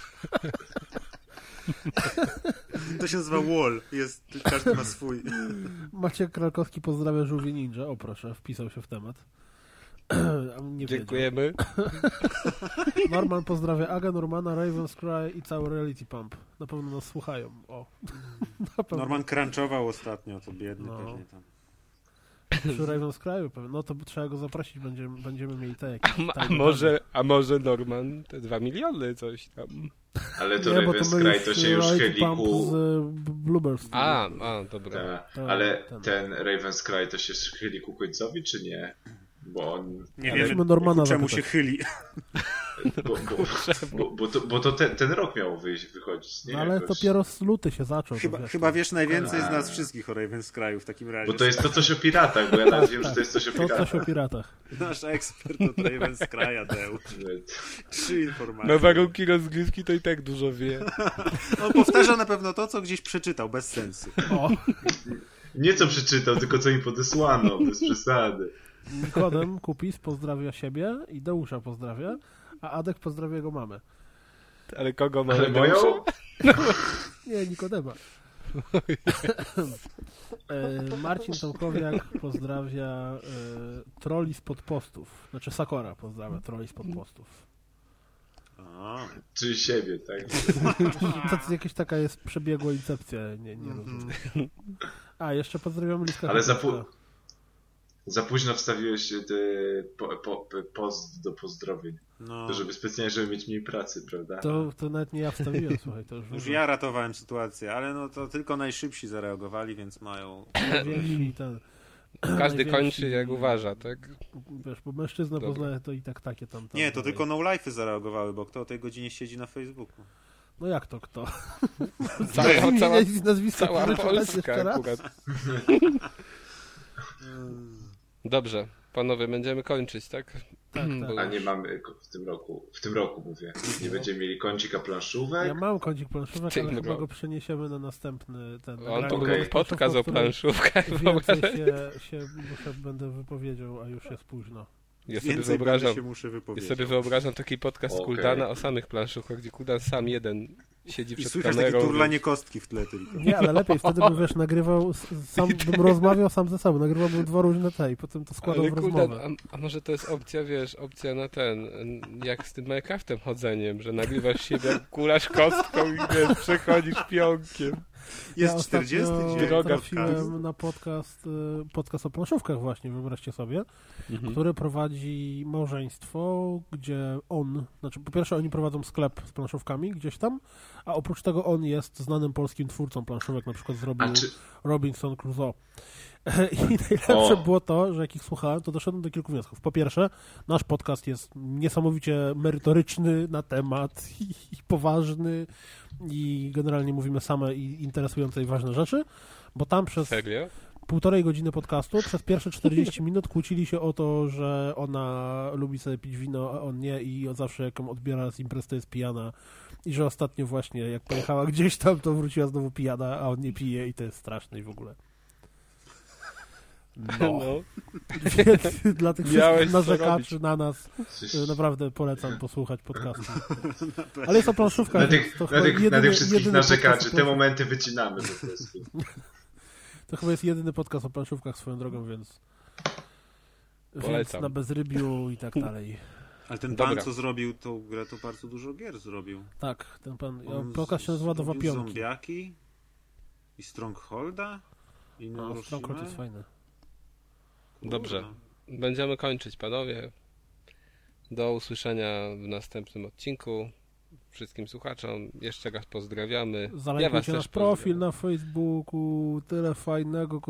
To się nazywa Wall. Jest, każdy ma swój. Maciek Krakowski pozdrawia Żółwie Ninja. O proszę, wpisał się w temat. Nie Dziękujemy. wiedział. Norman pozdrawia Aga, Normana, Raven's Cry i cały Reality Pump. Na pewno nas słuchają. O. Na pewno. Norman crunchował ostatnio, to biedny No. pewnie tam. Przy Raven's Cry pewnie. No to trzeba go zaprosić, będziemy, będziemy mieli te jakieś A, a, tajne może, a może Norman te dwa miliony coś tam. Ale to Nie, bo Raven's mylisz Cry to się już Reality chyli Pump ku... z y, Bluebird Studio. A, a, dobra. Tak. To- Ale ten. ten Raven's Cry to się chyli ku końcowi, czy nie? Bo on... Nie Ale wiemy, musimy Normana czemu zapytać. się chyli. Bo, bo, bo, bo to, bo to ten, ten rok miał wyjść, wychodzić, nie? No, ale Jakoś. dopiero z luty się zaczął. to Chyba, wiesz, chyba wiesz najwięcej z A. nas wszystkich o Raven's Cry'u w takim razie. Bo to jest to coś o piratach, bo ja nawet wiem, że to jest coś o To piratach. coś o piratach. Nasz ekspert od Raven's Cry'a, Deusz. Trzy informacje. Na warunki rozgrywki to i tak dużo wie. On powtarza na pewno to, co gdzieś przeczytał, bez sensu. O, Nie co przeczytał, tylko co mi podesłano, bez przesady. Nikodem Kupis pozdrawia siebie i Deusza pozdrawia, a Adek pozdrawia jego mamę. Ale kogo mamy? Ale moją? Nie, Nikodema. E, Marcin Tomkowiak pozdrawia e, troli spod postów. Znaczy Sakora pozdrawia troli spod postów. A, Czy siebie, tak? To jakaś taka jest przebiegła incepcja, nie, nie rozumiem. A, jeszcze pozdrawiamy Liska. Ale za, Kowalska. pu- za późno wstawiłeś te po, po, post do pozdrowień. no. To żeby specjalnie, żeby mieć mniej pracy, prawda? To, to nawet nie ja wstawiłem, słuchaj, to już, Już w ja ratowałem sytuację, ale no to tylko najszybsi zareagowali, więc mają... najwięksi ten... Każdy najwięksi- kończy jak uważa, tak? Wiesz, bo mężczyzna Dobra. poznaje to i tak takie tam... tam Nie, to dalej. tylko no-life'y zareagowały, bo kto o tej godzinie siedzi na Facebooku? No jak to kto? Cała, Imienia cała, i nazwisko cała przeczytać Polska jeszcze raz? akurat. Dobrze, panowie, będziemy kończyć, tak? Tak, Bo tak. A nie mamy w tym roku, w tym roku mówię, nie będziemy mieli kącika planszówek. Ja mam kącik planszówek, Ty, ale no chyba bo- go przeniesiemy na następny ten... On nagranie. to Okej. był podcast o planszówkach. w Więcej ogóle. się, się muszę, będę wypowiedział, a już jest późno. Ja sobie Więcej wyobrażam, się muszę ja wypowiedzieć. sobie wyobrażam taki podcast Okej. Kuldana o samych planszówkach, gdzie Kuldan sam jeden siedzi I przed słychać takie kamerą. turlanie kostki w tle tylko. Nie, ale lepiej, wtedy bym, wiesz, nagrywał, s- sam bym rozmawiał sam ze sobą, nagrywałbym dwa różne te i potem to składał Ale w Kuldan, rozmowę. a, a może to jest opcja, wiesz, opcja na ten, jak z tym Minecraftem chodzeniem, że nagrywasz siebie, kulasz kostką i wiesz, przechodzisz pionkiem. Jest ja czterdziesty ostatnio dzień. Droga trafiłem podcast. na podcast, y, podcast o planszówkach właśnie, wyobraźcie sobie, Mhm. który prowadzi małżeństwo, gdzie on, znaczy po pierwsze oni prowadzą sklep z planszówkami gdzieś tam, a oprócz tego on jest znanym polskim twórcą planszówek, na przykład zrobił A czy, Robinson Crusoe. I najlepsze O. było to, że jak ich słuchałem, to doszedłem do kilku wniosków. Po pierwsze, nasz podcast jest niesamowicie merytoryczny na temat i, i poważny i generalnie mówimy same i interesujące i ważne rzeczy, bo tam przez Serio? półtorej godziny podcastu, przez pierwsze czterdzieści minut kłócili się o to, że ona lubi sobie pić wino, a on nie i zawsze jak ją odbiera z imprez, to jest pijana i że ostatnio właśnie jak pojechała gdzieś tam, to wróciła znowu pijana, a on nie pije i to jest straszne i w ogóle. No, No. więc dla tych Miałeś wszystkich co narzekaczy robić. na nas coś, e, naprawdę polecam posłuchać podcastu. Ale jest to planszówka. na więc tych, to na chyba tych, na jedyny- tych wszystkich jedyny podcast narzekaczy, o te planszówkach. momenty wycinamy po prostu. To chyba jest jedyny podcast o planszówkach swoją drogą, więc, więc Polecam. na bezrybiu i tak dalej. Ale ten Dobra. pan, co zrobił tą grę, to bardzo dużo gier zrobił. Tak, ten pan. Ja, On podcast się nazywa Dwa zrobił Pionki. Zombiaki i Strongholda i No, Neuroshima. Stronghold jest fajny. Dobrze. Kurwa. Będziemy kończyć, panowie. Do usłyszenia w następnym odcinku. Wszystkim słuchaczom jeszcze raz pozdrawiamy. Ja was Zalajkujcie też nasz profil pozdrawiam. na Facebooku, tyle fajnego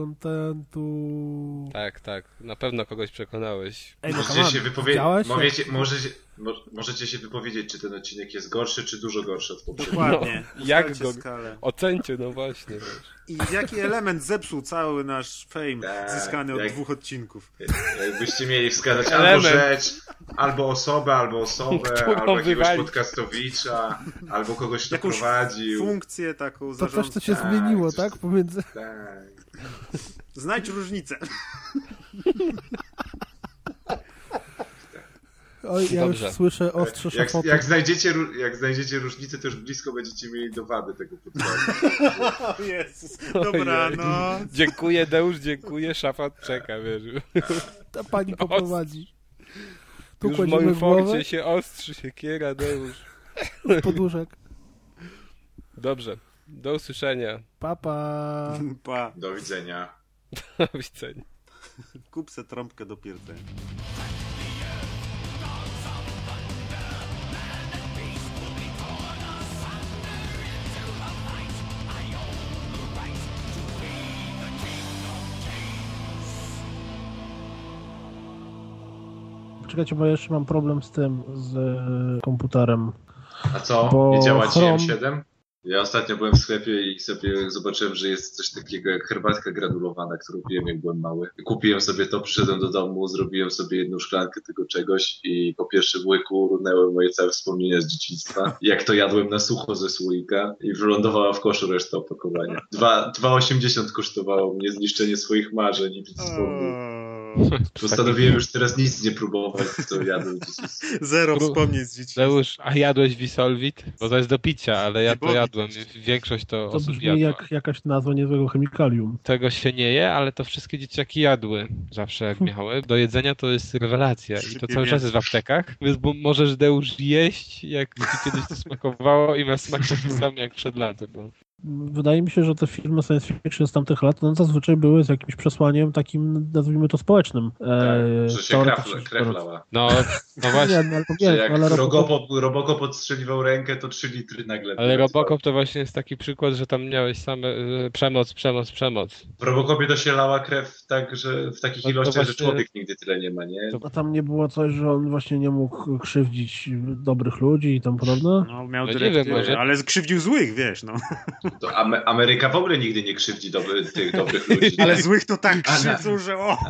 kontentu. Tak, tak. Na pewno kogoś przekonałeś. Ej, no Możecie come on, się wypowiedzieć, widziałeś, jak- możecie, możecie, Mo- możecie się wypowiedzieć, czy ten odcinek jest gorszy, czy dużo gorszy od poprzedniego. Dokładnie. No, jak Ustalcie go- skalę. Ocencie, no właśnie. Wiesz. I jaki element zepsuł cały nasz fame Tak, zyskany od jak- dwóch odcinków? Jakbyście mieli wskazać albo Element. rzecz, albo osobę, albo osobę, Którą albo jakiegoś wywalić. podcastowicza, albo kogoś, kto Jakąś prowadził. funkcję taką To coś, co zarządcę. się Tak, zmieniło, coś- tak? Pomiędzy... Tak. Znajdź różnicę. Oj, ja Dobrze. już słyszę ostrze Jak, szafotu. jak, znajdziecie, ró- jak znajdziecie różnicę, to już blisko będziecie mieli do wady tego podcastu. O Jezus. Dobra, Ojej. no. Dziękuję, Deusz, dziękuję, szafat czeka, wiesz. Ta pani poprowadzi. Tu Już w kładziemy moim w głowę, forcie się ostrzy siekiera, Deusz. poduszek. Dobrze, do usłyszenia. Papa. Pa. Do widzenia. Do widzenia. Kup se trąbkę do pierdenia. Czekajcie, bo ja jeszcze mam problem z tym, z e, komputerem. A co? Bo Nie działa ci Chrome- M siedem? Ja ostatnio byłem w sklepie i sobie zobaczyłem, że jest coś takiego jak herbatka granulowana, którą piłem jak byłem mały. Kupiłem sobie to, przyszedłem do domu, zrobiłem sobie jedną szklankę tego czegoś i po pierwszym łyku runęły moje całe wspomnienia z dzieciństwa. Jak to jadłem na sucho ze słoika i wylądowała w koszu reszta opakowania. Dwa- dwa osiemdziesiąt kosztowało mnie zniszczenie swoich marzeń i wspomnień. Postanowiłem już teraz nic nie próbować, co jadłem w dzieciństwie. Zero Pró- wspomnień z dzieciństwa. Deusz, a jadłeś Wisolwit? Bo to jest do picia, ale ja to Bo- jadłem. Większość to To osób brzmi jadła. jak jakaś nazwa niezłego chemikalium. Tego się nie je, ale to wszystkie dzieciaki jadły zawsze jak miały. Do jedzenia to jest rewelacja i to cały czas jest w aptekach, więc bo możesz, Deusz, jeść jak ci kiedyś to smakowało i ma smak taki sam jak przed laty. Bo... Wydaje mi się, że te filmy science fiction z tamtych lat no, zazwyczaj były z jakimś przesłaniem takim, nazwijmy to społecznym. Tak, E, że się teoretycznie krafla, rzecz kreflała. No, no właśnie. Nie, no, ale, Że nie, jak ale Robocop, Robocop, Robocop odstrzeliwał rękę, to trzy litry nagle. Ale Robocop to właśnie jest taki przykład, że tam miałeś same e, przemoc, przemoc, przemoc. W Robocopie to się lała krew tak, że w takich No to ilościach, właśnie- że człowiek nigdy tyle nie ma, nie? a tam nie było coś, że on właśnie nie mógł krzywdzić dobrych ludzi i tam podobne? No, miał No nie dyrektywy, wiem, może- ale skrzywdził złych, wiesz, no. To Am- Ameryka w ogóle nigdy nie krzywdzi dobry, tych dobrych ludzi. Ale nie? złych to tak Ale- krzywdzą, że o!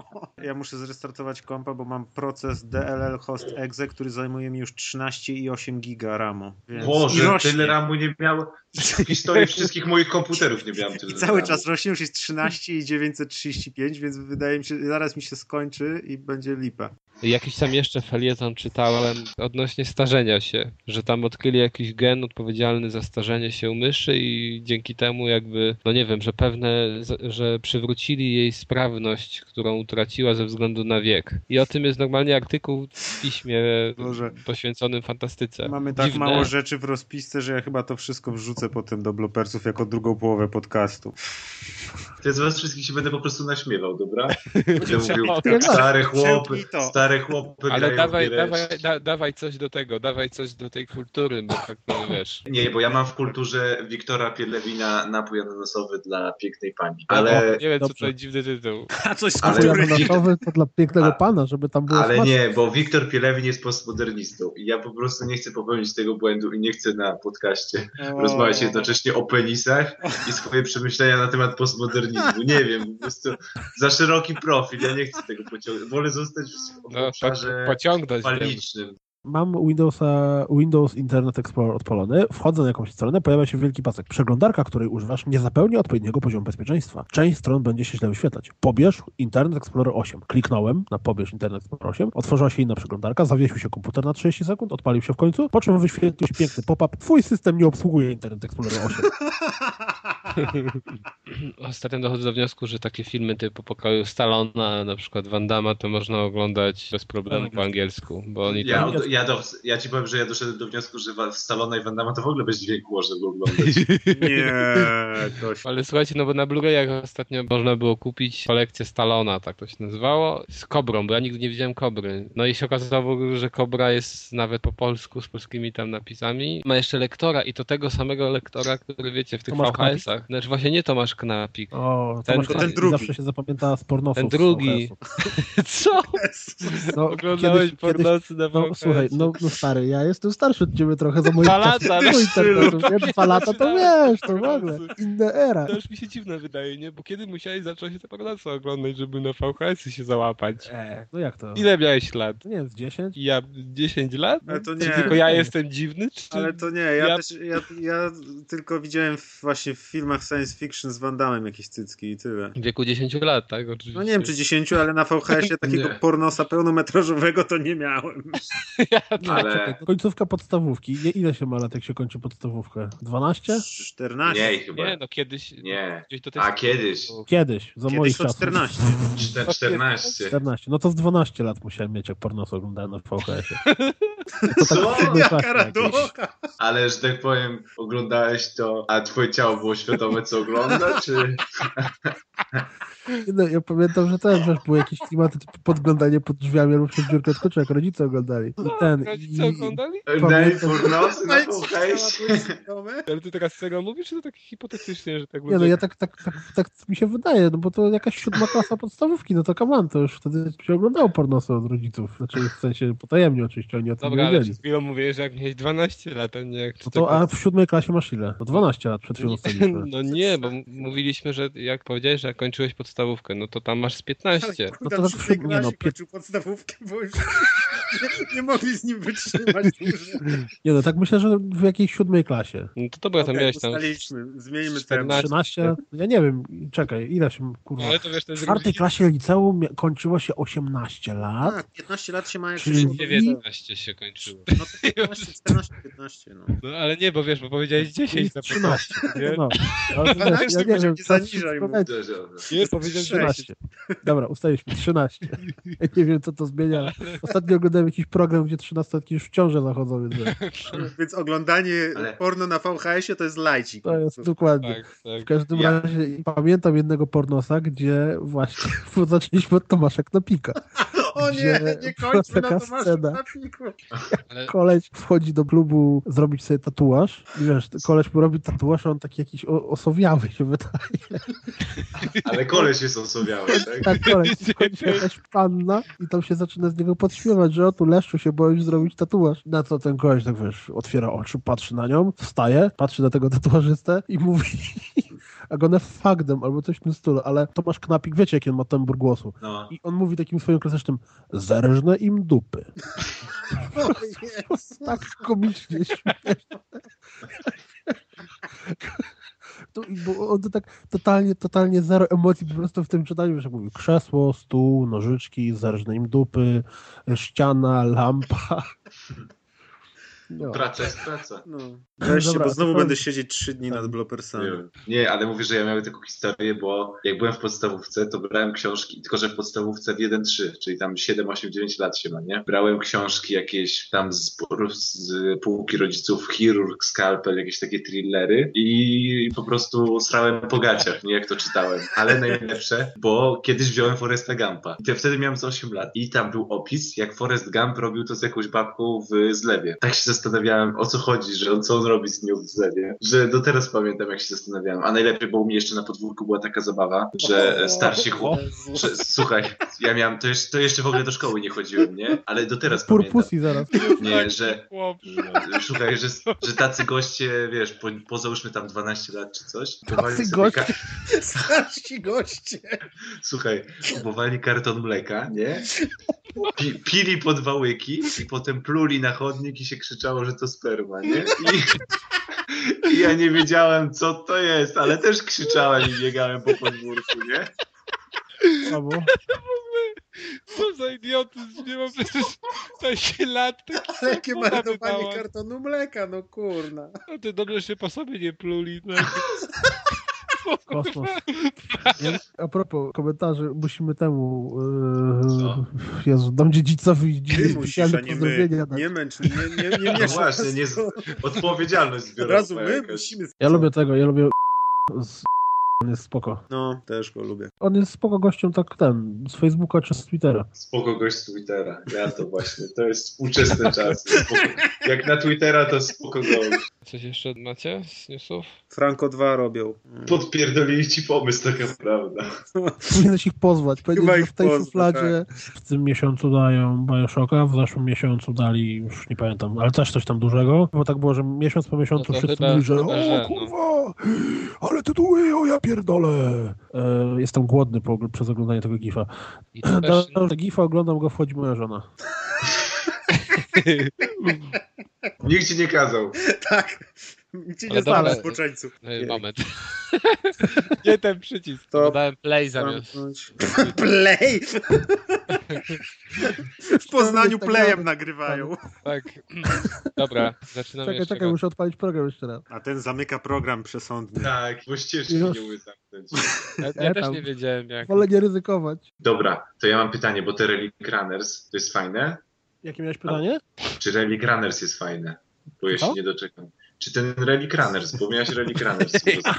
Ja muszę zrestartować kompa, bo mam proces D L L Host Exe, który zajmuje mi już trzynaście i osiem giga ramu. Więc... I Boże, rośnie. tyle ramu nie miało. W historii wszystkich moich komputerów nie miałem tyle I cały ramu. czas rośnie, już jest trzynaście i dziewięćset trzydzieści pięć, więc wydaje mi się, zaraz mi się skończy i będzie lipa. Jakiś tam jeszcze felieton czytałem odnośnie starzenia się, że tam odkryli jakiś gen odpowiedzialny za starzenie się myszy i dzięki temu jakby, no nie wiem, że pewne, że przywrócili jej sprawność, którą utraciła ze względu na wiek. I o tym jest normalnie artykuł w piśmie Boże. poświęconym fantastyce. Mamy tak Dziwne. mało rzeczy w rozpisce, że ja chyba to wszystko wrzucę potem do blopersów jako drugą połowę podcastu. To ja z was wszystkich się będę po prostu naśmiewał, dobra? Będę mówił, Tak, stare chłopy, Przełknij to. stare chłopy Ale grają dawaj, w dawaj, giereczki. da, dawaj coś do tego, dawaj coś do tej kultury, bo tak no wiesz. Nie, bo ja mam w kulturze Wiktora Pielewina napój ananasowy dla pięknej pani. O, Ale, nie wiem, co dobrze. to jest dziwny tytuł. A coś z Ale- kultury. Ananasowy to dla pięknego A- pana, żeby tam było ale smacznie. nie, bo Wiktor Pielewin jest postmodernistą i ja po prostu nie chcę popełnić tego błędu i nie chcę na podcaście O. rozmawiać jednocześnie o penisach i swoje przemyślenia na temat postmodernizmu. Nie wiem, po prostu za szeroki profil, ja nie chcę tego pociągnąć. Wolę zostać w, w No, po, obszarze pociągnąć. wiem. falicznym. Mam Windowsa, Windows Internet Explorer odpalony, wchodzę na jakąś stronę, pojawia się wielki pasek. Przeglądarka, której używasz, nie zapełnia odpowiedniego poziomu bezpieczeństwa. Część stron będzie się źle wyświetlać. Pobierz Internet Explorer osiem. Kliknąłem na pobierz Internet Explorer osiem, otworzyła się inna przeglądarka, zawiesił się komputer na trzydzieści sekund, odpalił się w końcu, po czym wyświetlił się piękny pop-up. Twój system nie obsługuje Internet Explorer osiem. Ostatnio dochodzę do wniosku, że takie filmy typu Pokoju Stallona, na przykład Van Damme, to można oglądać bez problemu po angielsku, bo oni Ja, tam... ja, do, ja ci powiem, że ja doszedłem do wniosku, że w Stallona i Van Damme to w ogóle bez dźwięku można było oglądać. Nie, gość. Ale słuchajcie, no bo na Blu-rayach ostatnio można było kupić kolekcję Stallona, tak to się nazywało, z Kobrą, bo ja nigdy nie widziałem Kobry. No i się okazało, że Kobra jest nawet po polsku, z polskimi tam napisami. Ma jeszcze lektora i to tego samego lektora, który wiecie, w tych Tomasz V H S-ach. Znaczy właśnie nie Tomasz Knapik. O, Ten- Tomasz ten Knapik drugi. zawsze się zapamięta z pornosów. Ten drugi. z V H S-ów. Co? No, Oglądałeś kiedyś- pornosy na No, V H S? słuchaj, Słuchaj, no, no stary, ja jestem starszy od ciebie trochę za moich Dwa lata, czasów. ale Mój trzy internetu, lata. nie? Dwa lata to wiesz, to w ogóle. Inna era. To już mi się dziwne wydaje, nie? Bo kiedy musiałeś zacząć się te pornosy oglądać, żeby na V H S-y się załapać? E, no jak to? Ile miałeś lat? Nie wiem, z dziesięć? Ja dziesięć lat? Ale to Czy nie. tylko ja jestem dziwny? Czy... Ale to nie, ja, Ja- też, ja, ja tylko widziałem w, właśnie w filmach science fiction z Van Damme jakieś cycki i tyle. W wieku dziesięć lat, tak? Oczywiście. No nie wiem czy dziesięć, ale na V H S-ie takiego Nie. pornosa pełnometrażowego to nie miałem. Nie, Ale- czekaj, końcówka podstawówki. Nie, ile się ma lat, jak się kończy podstawówkę? dwanaście? czternaście. Nie, chyba. Nie, no kiedyś... Nie. Gdzieś to A kiedyś? Kiedyś, za moich Kiedyś to czasów. czternaście. Czter- czternaście. czternaście. No to z dwanaście lat musiałem mieć, jak pornos oglądałem na V H S-ie. To Co? tak w siódmej klasie Jaka jakieś. radocha! Ale, że tak powiem, oglądałeś to, a twoje ciało było świadome, co ogląda, czy... No, ja pamiętam, że ten, wiesz, były jakieś klimaty typu podglądanie pod drzwiami albo przez dziurkę od klucza, jak rodzice oglądali. I ten, Rodzice i, oglądali? Najfurnosy na V H S? Ale ty teraz serio mówisz, czy to tak hipotetycznie, że tak nie no, ja tak, tak, tak, tak mi się wydaje, no bo to jakaś siódma klasa podstawówki, no to come on, to już wtedy się oglądało pornosy od rodziców, znaczy w sensie potajemnie oczywiście, oni o tym Dobra, nie ale wiedzieli. przed chwilą mówiłeś, że jak miałeś dwanaście lat, a nie jak... No to, a w siódmej klasie masz ile? No dwanaście lat przed chwilą staliśmy. No nie, bo m- mówiliśmy, że jak powiedziałeś, że jak kończyłeś podstawówkę, no to tam masz z piętnaście. No to tak w w siódmej, klasie no, pię- kończył podstawówkę, bo już nie, nie mogli z nim wytrzymać dłużej. Nie no, tak myślę, że w jakiejś siódmej klasie. No to dobra, to Okej, miałeś tam... ustaliliśmy. Zmieńmy temat. czternaście. trzynaście, ja nie wiem, czekaj, ile się, kurwa, Ale to wiesz, to w jest czwartej klasie liceum mia- kończyło się osiemnaście lat. Tak, piętnaście lat się ma jak Czyli- się dziewiętnaście się kończyło. No to piętnaście, czternaście, piętnaście, no. No ale nie, bo wiesz, bo powiedziałeś dziesięć na trzynaście. początku, nie? No, ale to wiesz, ja nie wiem, nie zaniżaj mu. słuchajcie, Nie, powiedziałem trzynaście. Dobra, ustaliliśmy trzynaście. Ja nie wiem, co to zmienia. ale Ostatnio oglądałem jakiś program, gdzie trzynastolatki już w ciążę zachodzą, więc wiesz, Więc oglądanie Ale- porno na V H S-ie to jest lajcik. to jest dokładnie. Tak, W tak. każdym Ja- razie pamiętam jednego pornosa, gdzie właśnie zaczęliśmy od Tomasza Knapika. O nie, Gdzie nie kończmy taka na Tomaszu scena. Knapiku. Ale Koleś wchodzi do klubu zrobić sobie tatuaż i wiesz, koleś mu robi tatuaż, a on taki jakiś o- osowiały się wydaje. Ale koleś jest osobiały, tak? Tak, koleś, wchodzi jakaś panna i tam się zaczyna z niego podśmiewać, że o tu Leszczu się boisz zrobić tatuaż. Na co ten koleś tak wiesz, otwiera oczy, patrzy na nią, wstaje, patrzy na tego tatuażystę i mówi agonę faktem albo coś w tym stylu, ale Tomasz Knapik, wiecie jaki on ma tembr głosu. No. I on mówi takim swoim klasycznym zerżnę im dupy. O Jezu. Tak komicznie śmieszne. To, bo on to tak totalnie, totalnie zero emocji po prostu w tym czytaniu, wiesz, jak mówił, krzesło, stół, nożyczki, zerżnę im dupy, ściana, lampa. No. Praca jest praca. No. Weźcie, Dobra, bo znowu to- będę siedzieć trzy dni nad blopersami. Nie, nie, ale mówię, że ja miałem taką historię, bo jak byłem w podstawówce, to brałem książki, tylko że w podstawówce w jeden trzy, czyli tam siedem, osiem, dziewięć lat się ma, nie? Brałem książki jakieś tam z, z półki rodziców, Chirurg, Skalpel, jakieś takie thrillery i po prostu srałem po gaciach, nie? Jak to czytałem. Ale najlepsze, bo kiedyś wziąłem Foresta Gumpa. I te, wtedy miałem z osiem lat. I tam był opis, jak Forrest Gump robił to z jakąś babką w zlewie. Tak się zastanawiałem, o co chodzi, że on, co on robi z nią w zlewie. Że do teraz pamiętam, jak się zastanawiałem. A najlepiej, bo u mnie jeszcze na podwórku była taka zabawa, że starsi chłop... Że, słuchaj, ja miałem... To jeszcze, to jeszcze w ogóle do szkoły nie chodziłem, nie? Ale do teraz pamiętam. Purpusi zaraz. Nie, że... chłopcze. Słuchaj, że, że tacy goście, wiesz, po, po załóżmy tam dwanaście lat czy coś. Tacy kupowali sobie goście? ka- Starsi goście. Słuchaj, kupowali karton mleka, nie? Pi, pili po dwa łyki i potem pluli na chodnik i się krzyczało, że to sperma, nie? I, i ja nie wiedziałem, co to jest, ale też krzyczałem i biegałem po podwórku, nie? Brawo. Co za idiotyzm, nie mam przecież sześć lat. Taki Ale jakie woda marnowanie wydała. kartonu mleka, no kurna. No to dobrze, że się po sobie nie pluli. No. Kosmos. Ja, a propos komentarzy, musimy temu Co? yy, Jezu, dam dziedzicowi Ty musisz, specjalne a nie my. pozdrowienia dać. Nie męcz, nie, nie, nie, nie No mieszaj właśnie, nie nas. z... odpowiedzialność Od zbiorowa razu my jakaś. musimy... Ja lubię tego, ja lubię z on jest spoko. No, też go lubię. On jest spoko gościem tak ten, z Facebooka czy z Twittera. Spoko gość z Twittera. Ja to właśnie, to jest współczesne czasy. Spoko. Jak na Twittera, to spoko gość. Coś jeszcze macie z newsów? Franco dwa robią. Podpierdolili ci pomysł, taka prawda. Powinieneś ich pozwać. Chyba Powiedzieć, że ich w tej pozwać, szufladzie w tym miesiącu dają Bioshocka, w zeszłym miesiącu dali, już nie pamiętam, ale też coś tam dużego, bo tak było, że miesiąc po miesiącu No to wszyscy chyba- mówili, że chyba, o że, no. kurwa, ale tytuły, o ja pierdolę. E, jestem głodny po, przez oglądanie tego gifa. I to też... Do gifa oglądam go, wchodzi moja żona. Nikt ci nie kazał. Tak. Ci Ale nie dobra, znamy zboczeńców. Ej, moment. Nie ten przycisk. To- To dałem play zamiast... Zamknąć. Play! W Poznaniu playem nagrywają. Tak. Dobra, zaczynamy Czekaj, jeszcze czekaj, raz. muszę odpalić program jeszcze raz. A ten zamyka program przesądny. Tak, bo ścieżki Już. nie umie zamknąć. Ja, ja E, też tam. nie wiedziałem jak. Wolę nie ryzykować. Dobra, to ja mam pytanie, bo te Relic Runners to jest fajne? Jakie miałeś pytanie? Czy Relic Runners jest fajne? Bo ja Co? się nie doczekam. Czy ten Relic Runners, bo miałeś Relic Runners.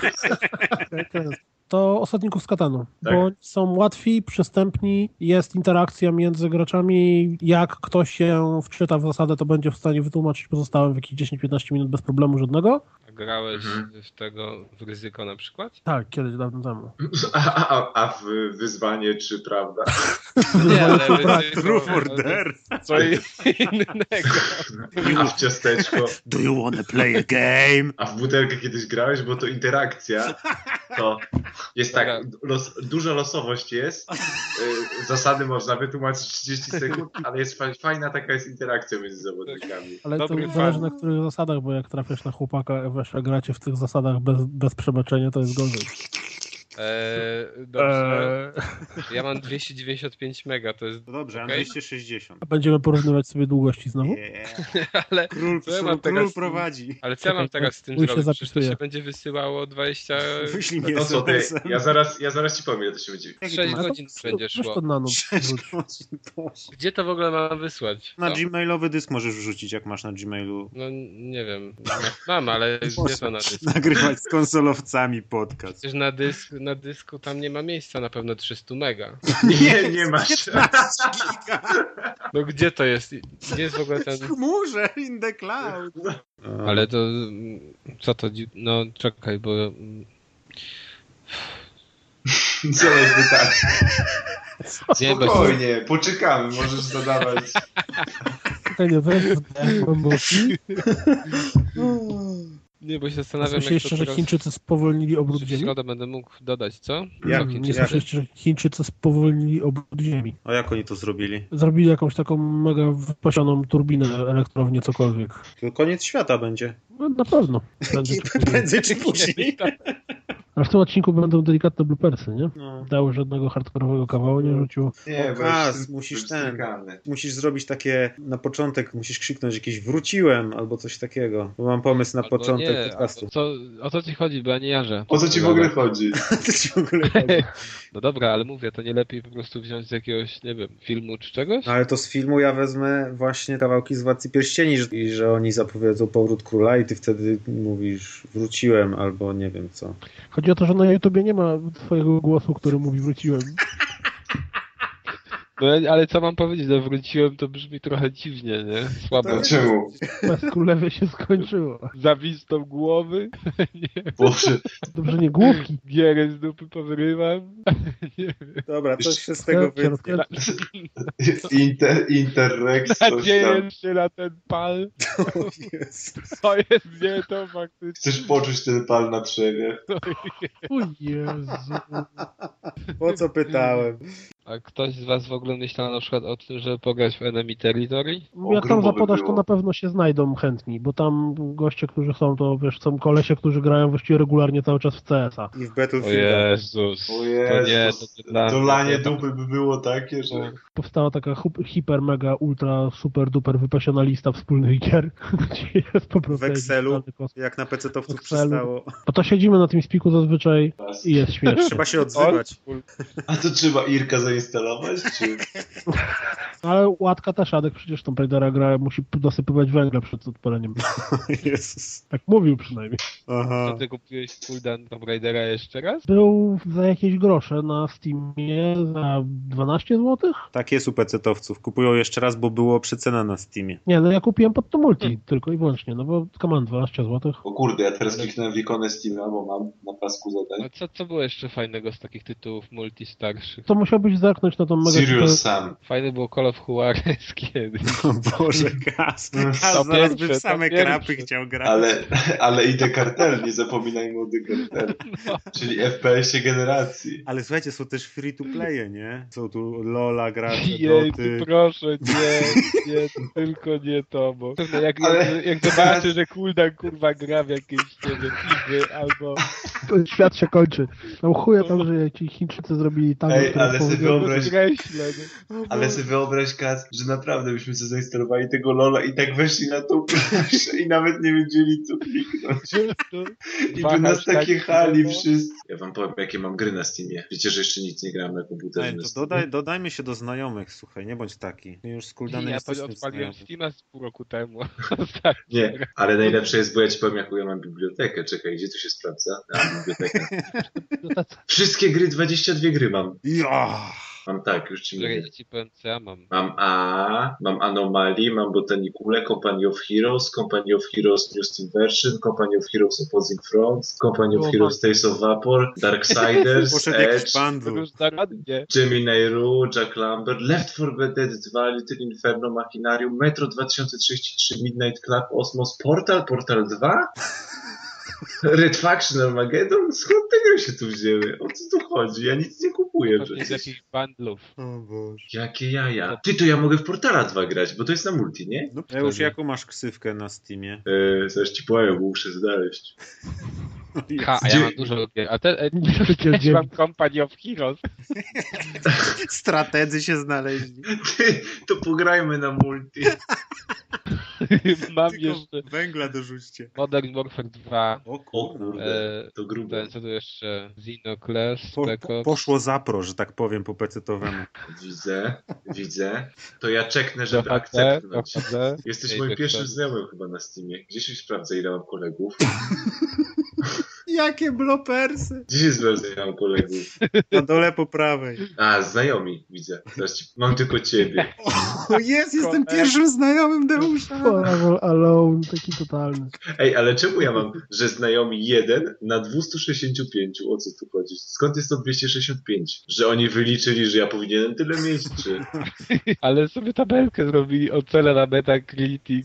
To osadników z Katanu, Tak. bo są łatwi, przystępni, jest interakcja między graczami. Jak ktoś się wczyta w zasadę, to będzie w stanie wytłumaczyć pozostałym w jakieś dziesięć piętnaście minut bez problemu żadnego. A grałeś Mhm. w tego w ryzyko na przykład? Tak, kiedyś dawno temu. A, a, a w wyzwanie, czy prawda? Nie, ale Truth or dare? co innego. A w ciasteczko? Do you wanna play a game? A w butelkę kiedyś grałeś, bo to interakcja. To jest tak, los, duża losowość jest. y, Zasady można wytłumaczyć w trzydzieści sekund, ale jest fa- fajna taka jest interakcja między zawodnikami. Ale Dobry to zależy fan. na których zasadach, bo jak trafiasz na chłopaka, weszła gracie w tych zasadach bez, bez przebaczenia, to jest gorzej. Eee, dobrze. Eee, Ja mam dwieście dziewięćdziesiąt pięć mega, to jest... No dobrze, a Okej. dwieście sześćdziesiąt. a będziemy porównywać sobie długości znowu? Yeah. Ale Król, co ja mam król teraz- prowadzi. Ale co ja mam Czekaj, teraz z tym mój się zrobić? Przecież to zapisuje. się będzie wysyłało dwadzieścia... Wyślij mnie No co ty, S M S-em. ja zaraz, ja zaraz ci powiem, ile to się będzie. Jaki sześć to ma- godzin będzie Weź szło. to na noc. Sześć wróć. godzin, Boże. Gdzie to w ogóle mam wysłać? Na Co? Gmailowy dysk możesz wrzucić, jak masz na Gmailu. No nie wiem. Mam, ale gdzie to na dysku? Nagrywać z konsolowcami podcast. Przecież na, dysk, na dysku tam nie ma miejsca na pewno trzysta mega. Nie, nie masz. giga No gdzie to jest? Gdzie jest w ogóle ten... w chmurze, in the cloud. Ale to... mm, Co to... dzi- No czekaj, bo... mm, Co jest pytanie? Nie, bo... Spokojnie, poczekamy, możesz zadawać. Czekaj, nie, weź głęboki. Nie, bo się A zastanawiam, jak słyszeliście, to że teraz... Chińczycy spowolnili obrót Czy w ziemi? środę będę mógł dodać, co? Jak? Co Nie Chińczycy? słyszeliście, że Chińczycy spowolnili obrót ziemi. A jak oni to zrobili? Zrobili jakąś taką mega wypasioną turbinę, elektrownię, cokolwiek. To koniec świata będzie. No, na pewno. Prędzej czy później. Prędzej czy później. A w tym odcinku będą delikatne bloopersy, nie? No. Dały żadnego hardkorowego kawału, nie rzucił. Nie, O, bo Kaz, już musisz już ten. stykany. Musisz zrobić takie, na początek musisz krzyknąć jakieś wróciłem albo coś takiego. Bo mam pomysł na Albo początek nie, podcastu. albo Co, o co ci chodzi, bo ja nie jarzę. O co ci w ogóle chodzi? To ci w ogóle chodzi. No dobra, ale mówię, to nie lepiej po prostu wziąć z jakiegoś, nie wiem, filmu czy czegoś? No ale to z filmu ja wezmę właśnie kawałki z Władcy Pierścieni że- i że oni zapowiedzą powrót króla i ty wtedy mówisz wróciłem albo nie wiem co. Chodzi o to, że na YouTubie nie ma twojego głosu, który mówi wróciłem. No ja- ale co mam powiedzieć, no wróciłem, to brzmi trochę dziwnie, nie? Słabo. No czemu? Bez królewie się skończyło. Zawistą głowy, Boże, Dobrze, nie główki. gierę z dupy powyrywam. Nie wiem. Dobra, coś się z tego wytnie. Inter, Interrex, coś tam. Nadzieję się na ten pal. O Jezus. To jest nie to faktycznie. Chcesz poczuć ten pal na drzewie? O Jezu. Po co pytałem? A ktoś z was w ogóle myślał na przykład o tym, żeby pograć w Enemy Territory? O, Jak tam grubo by zapodasz, to było. na pewno się znajdą chętni, bo tam goście, którzy są, to wiesz, są kolesie, którzy grają właściwie regularnie cały czas w C S a. I w O Battlefield. Jezus. O To nie, Jezus, to, nie dla to mnie, lanie to- dupy by było takie, że... Powstała taka hu- hiper, mega, ultra, super, duper wypasiona lista wspólnych gier, gdzie jest po prostu... W Excelu, jakiś kosmos. jak na pecetowców W Excelu. przystało. Bo to siedzimy na tym spiku zazwyczaj i jest śmiesznie. Trzeba się odzywać. A to trzeba Irka zainstalować, czy... Ale łatka ta Szadek przecież Tomb Raidera gra, musi dosypywać węgla przed odpaleniem. Jezus. Tak mówił przynajmniej. Aha. Co ty kupiłeś cooldown Tomb Raidera jeszcze raz? Był za jakieś grosze na Steamie za dwanaście złotych? Tak jest u pecetowców. Kupują jeszcze raz, bo było przecena na Steamie. Nie, no ja kupiłem pod to multi, tylko i wyłącznie, no bo come on, dwanaście złotych. O kurde, ja teraz kliknąłem w ikonę Steama, bo mam na pasku zadań. A co, co było jeszcze fajnego z takich tytułów multi starszych? To musiałbyś zerknąć na tą mega... Serious Sam. Fajne było Call of Juarez kiedyś. O Boże, Gaz. Gaz To zaraz by pierwsze, w same to pierwsze. krapy chciał grać. Ale, ale i The Cartel, nie zapominajmy o The Cartel. Czyli F P S-ie generacji. Ale słuchajcie, są też free to playe, nie? Są tu Lola, gracze, Jej, Doty. ty proszę, nie, nie, tylko nie to, bo pewno jak, Ale- jak, jak zobaczy, że Kuldan kurwa gra w jakieś, nie wiem, Iwy albo... To świat się kończy. No chuja tam, że ci Chińczycy zrobili tak, Ej, ale sobie wyobraź, Skreślę, no. ale sobie wyobraź, Kaz, że naprawdę byśmy sobie zainstalowali tego Lola i tak weszli na tą planszę i nawet nie wiedzieli, co kliknąć. No, I dwa by nas takie hashtagi, hali no. wszyscy. Ja wam powiem, jakie mam gry na Steamie. Wiecie, że jeszcze nic nie grałem na komputerze. Ej, na to Steamie. dodaj, dodajmy się do znajomych, słuchaj, nie bądź taki. My już z Kuldanem Ja to jesteśmy odpaliłem znajomi. Steama z pół roku temu. Tak. Nie, ale najlepsze jest, bo ja ci powiem, jaką ja mam bibliotekę. Czekaj, gdzie tu się sprawdza? A, biblioteka. Wszystkie gry, dwadzieścia dwie gry mam. Ja! Mam tak, już ci mówię. Czekaj, ci powiem, co ja mam. Mam A, mam Anomaly, mam Botanicule, Company of Heroes, Company of Heroes New Steam Version, Company of Heroes Opposing Fronts, Company of O, Heroes Tales of Vapor, Darksiders, Poszedł jakiś Edge, bundle. Różnorodnie. Gemini Rue, Jack Lambert, Left four Dead dwa, Little Inferno, Machinarium, Metro dwa tysiące trzydzieści trzy, Midnight Club, Osmos, Portal, Portal dwa? Red Faction, Armageddon? Skąd te gry się tu wzięły? O co tu chodzi? Ja nic nie kupuję Pewnie z przecież. jakichś bundlów. O Boże. Jakie jaja. Ty, to ja mogę w Portala dwa grać, bo to jest na multi, nie? No, ja już jaką masz ksywkę na Steamie? Eee, zaraz ci powiem, bo muszę znaleźć. Ha, a ja mam dużo gier. A te, e, też mam Company of Heroes. Strategzy się znaleźli. Ty, to pograjmy na multi. Mam Tylko jeszcze węgla dorzućcie. Modern Warfare dwa. O O kurde. kurde, E, to grubo. ten, co tu jeszcze? Xenoclass, Po, Black po, Ops. poszło zapro, że tak powiem, po pecetowemu. Widzę, widzę. To ja czeknę, żeby D H D, akceptować. D H D. Jesteś Ej, moim tak pierwszym to- znajomym chyba na Steamie. Gdzieś już sprawdzę, ile mam kolegów. Jakie blopersy! Gdzieś jest sprawdzę, ile mam kolegów. Na dole po prawej. A, znajomi, widzę. Teraz ci... Mam tylko ciebie. O jest, jestem pierwszym znajomym Deusza. Forever Alone, taki totalny. Ej, ale czemu ja mam, że znajomi jeden na dwieście sześćdziesiąt pięć? O co tu chodzi? Skąd jest to dwieście sześćdziesiąt pięć? Że oni wyliczyli, że ja powinienem tyle mieć, czy... Ale sobie tabelkę zrobili ocena na Metacritic.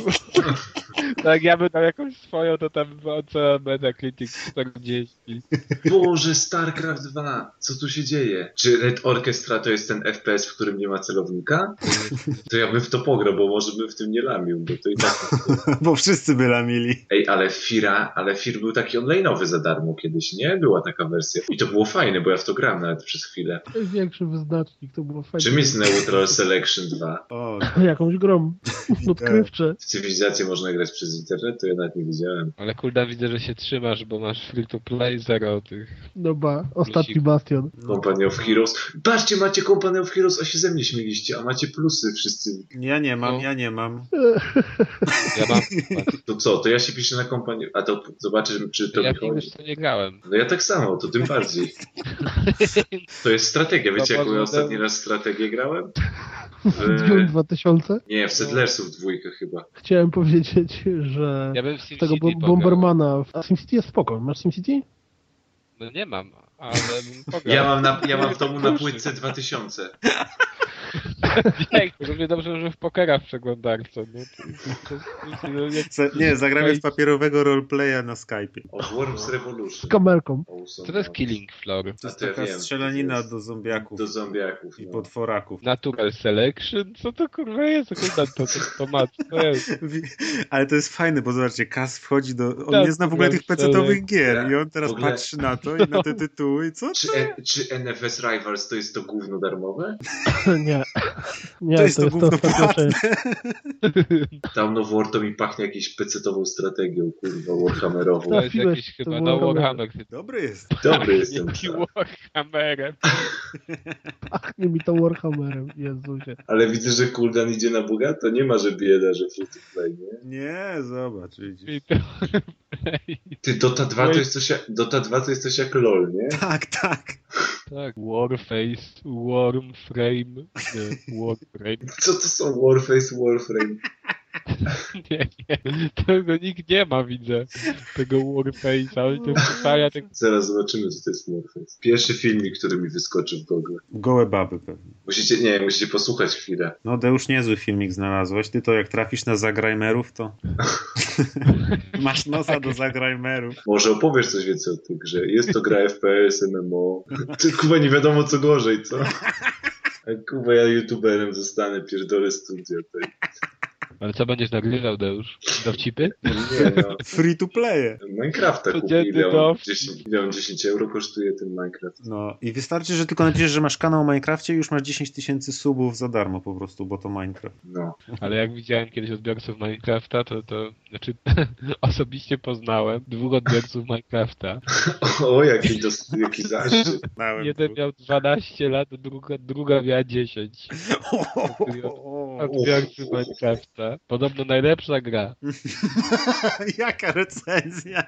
Tak, ja bym tam jakąś swoją, to tam była ocena Metacritic czterdzieści. Boże, StarCraft dwa, co tu się dzieje? Czy Red Orchestra to jest ten F P S, w którym nie ma celownika? To ja bym w to pograł, bo może bym w tym nie lamił, bo to i tak... Bo wszyscy by lamili. Ej, ale Fira, ale Fir był taki online'owy za darmo kiedyś, nie? Była taka wersja. I to było fajne, bo ja w to grałem nawet przez chwilę. To jest większy wyznacznik, to było fajne. Czym jest Neutral Selection dwa? O, Jakąś grą odkrywcze. W Cywilizację można grać przez internet? To ja nawet nie wiedziałem. Ale kulda, widzę, że się trzymasz, bo masz free to play zero tych. No ba, ostatni Plusik. bastion. Company of Heroes. Patrzcie, macie Company of Heroes, a się ze mnie śmieliście, a macie plusy wszyscy. ja nie mam, No. ja nie mam. Ja mam. To co, to ja się piszę na kompanię, a to zobaczę, czy to ja mi chodzi. już to nie grałem. No ja tak samo, to tym bardziej. To jest strategia. Wiecie, jaką ja ostatni raz strategię grałem? Dune W... dwa tysiące. Nie, w Settlersów dwójkę chyba. Chciałem powiedzieć, że Ja bym w z SimCity tego bo- pograł. Bombermana... A SimCity jest spoko. Masz SimCity? No nie mam, ale bym pograł. Ja mam, na, ja mam w domu na płytce dwa tysiące. Nie, równie dobrze, że w pokera w przeglądarce. No, to, to, to, to, jak, Co, nie, zagramy w papierowego roleplaya na Skype'ie. O, Worms Z Revolution. kamerką. Awesome. co to jest Killing Floor? To jest A to ja taka wiem, strzelanina to jest- do zombiaków Do zombiaków. i No. potworaków. Natural Selection? Co to kurwa jest? Kurwa, to, to, to ma, to jest. Ale to jest fajne, bo zobaczcie, Kas wchodzi do... On Tak, nie zna w ogóle tych pecetowych gier i on teraz W ogóle- patrzy na to i na te tytuły i co? Czy, N- czy N F S Rivals to jest to gówno darmowe? Nie. Nie, To jest to jest gówno ostatnia płatne. część. Down of War to mi pachnie jakąś pecetową strategią, kurwa, Warhammerową. To jest Trafiłeś, jakiś to chyba było no Warhammer. Warhammer. Dobry jest. Dobry jestem. Jaki Tak. Warhammerem. Pachnie mi to Warhammerem, Jezusie. Ale widzę, że Kuldan idzie na bogato. Nie ma, że bieda, że free to play, nie? Nie, zobacz, widzisz. I to... Ty, Dota dwa to jest coś jak, Dota dwa to jest coś jak LOL, nie? Tak, tak. Tak, Warface, Warframe, nie, Warframe. Co to są Warface, Warframe? Nie, nie, tego nikt nie ma, widzę, tego Warface'a, ale to wcale tak... Zaraz zobaczymy, co to jest Warface. Pierwszy filmik, który mi wyskoczył w Google. Gołe baby pewnie. Musicie, nie, musicie posłuchać chwilę. No, Deusz, niezły filmik znalazłeś. Ty to jak trafisz na Zagrajmerów, to masz nosa do Zagrajmerów. Może opowiesz coś więcej o tej grze. Jest to gra F P S, M M O. Ty, Kuba, nie wiadomo co gorzej, co? A Kuba, ja youtuberem zostanę, pierdolę studia. Tej. Ale co będziesz nagrywał, Deusz? Dowcipy? Nie, no. Free to play. Minecrafta kupi. Codzienny Ile on, dowcip. dziesięć, ile on dziesięć euro kosztuje ten Minecraft? No i wystarczy, że tylko napiszesz, że masz kanał o Minecrafcie i już masz dziesięć tysięcy subów za darmo po prostu, bo to Minecraft. No. Ale jak widziałem kiedyś odbiorców Minecrafta, to, to znaczy osobiście poznałem dwóch odbiorców Minecrafta. O, jaki, dos, jaki zaszczyt. Jeden miał dwanaście lat, druga, druga miała dziesięć. Odbiorcy Minecrafta. Podobno najlepsza gra. Jaka recenzja?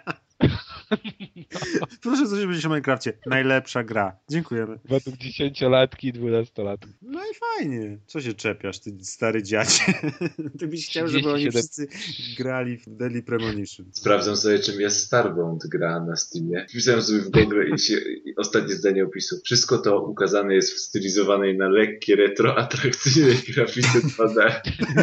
Proszę coś powiedzieć o Minecrafcie. Najlepsza gra. Dziękujemy. Według dziesięciolatki i dwunastolatki. No i fajnie. Co się czepiasz, ty stary dziadzie? Ty byś chciał, żeby oni trzydzieści siedem wszyscy grali w Deadly Premonition. Sprawdzam sobie, czym jest Starbound gra na Steamie. Wpisałem sobie w Google i, się, i ostatnie zdanie opisu. Wszystko to ukazane jest w stylizowanej na lekkie retro, atrakcyjnej grafice dwa D.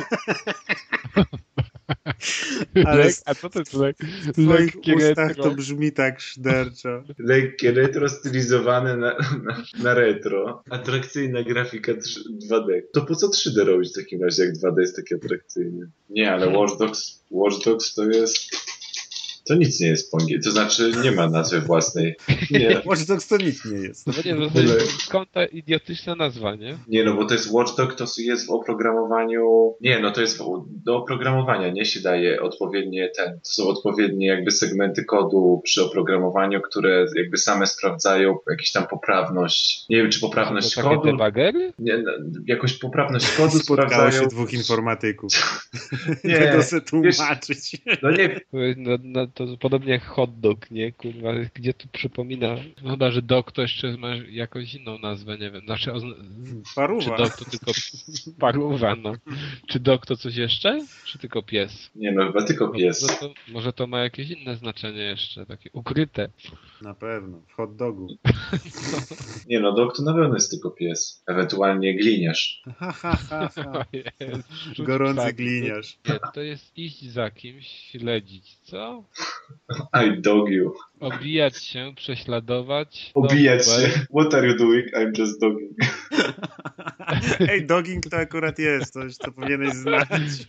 Ale Lek, a co to jest lek? W twoich Lekkie ustach retro. to brzmi tak szyderczo. Lekkie retro stylizowane na, na, na retro. Atrakcyjna grafika dwa D. To po co trzy D robić w takim razie, jak dwa D jest takie atrakcyjne? Nie, ale Watch Dogs, Watch Dogs to jest... To nic nie jest po angielsku. To znaczy nie ma nazwy własnej. Nie. Watch Dogs to nic nie jest. No bo nie, no to jest skąd ta idiotyczna nazwa, nie? Nie, no bo to jest Watchdog, to jest w oprogramowaniu... Nie, no to jest w... do oprogramowania, nie się daje odpowiednie ten... To są odpowiednie jakby segmenty kodu przy oprogramowaniu, które jakby same sprawdzają jakąś tam poprawność. Nie wiem, czy poprawność To takie kodu... debuggery? Nie, no, jakoś poprawność kodu Spotkało sprawdzają... się dwóch informatyków. Nie, Będą se tłumaczyć. No nie, No, no, to podobnie jak hot dog, nie? Kurwa, gdzie tu przypomina? No chyba, że dog to jeszcze ma jakąś inną nazwę, nie wiem. Znaczy, ozna... czy Paruwa. dog to tylko paruwa, no. Czy dog to coś jeszcze? Czy tylko pies? nie, no chyba tylko No, pies. Może to, może to ma jakieś inne znaczenie jeszcze, takie ukryte. Na pewno. W hot dogu. Nie, no dog to na pewno jest tylko pies. Ewentualnie gliniarz. Ha, ha, ha, ha. O Jezu, rzuć Gorący fakt. gliniarz. Nie, to jest iść za kimś, śledzić, co? I dog you. Obijać się, prześladować. Obijać no, się. What are you doing? I'm just dogging. Ej, dogging to akurat jest coś, co powinieneś znać.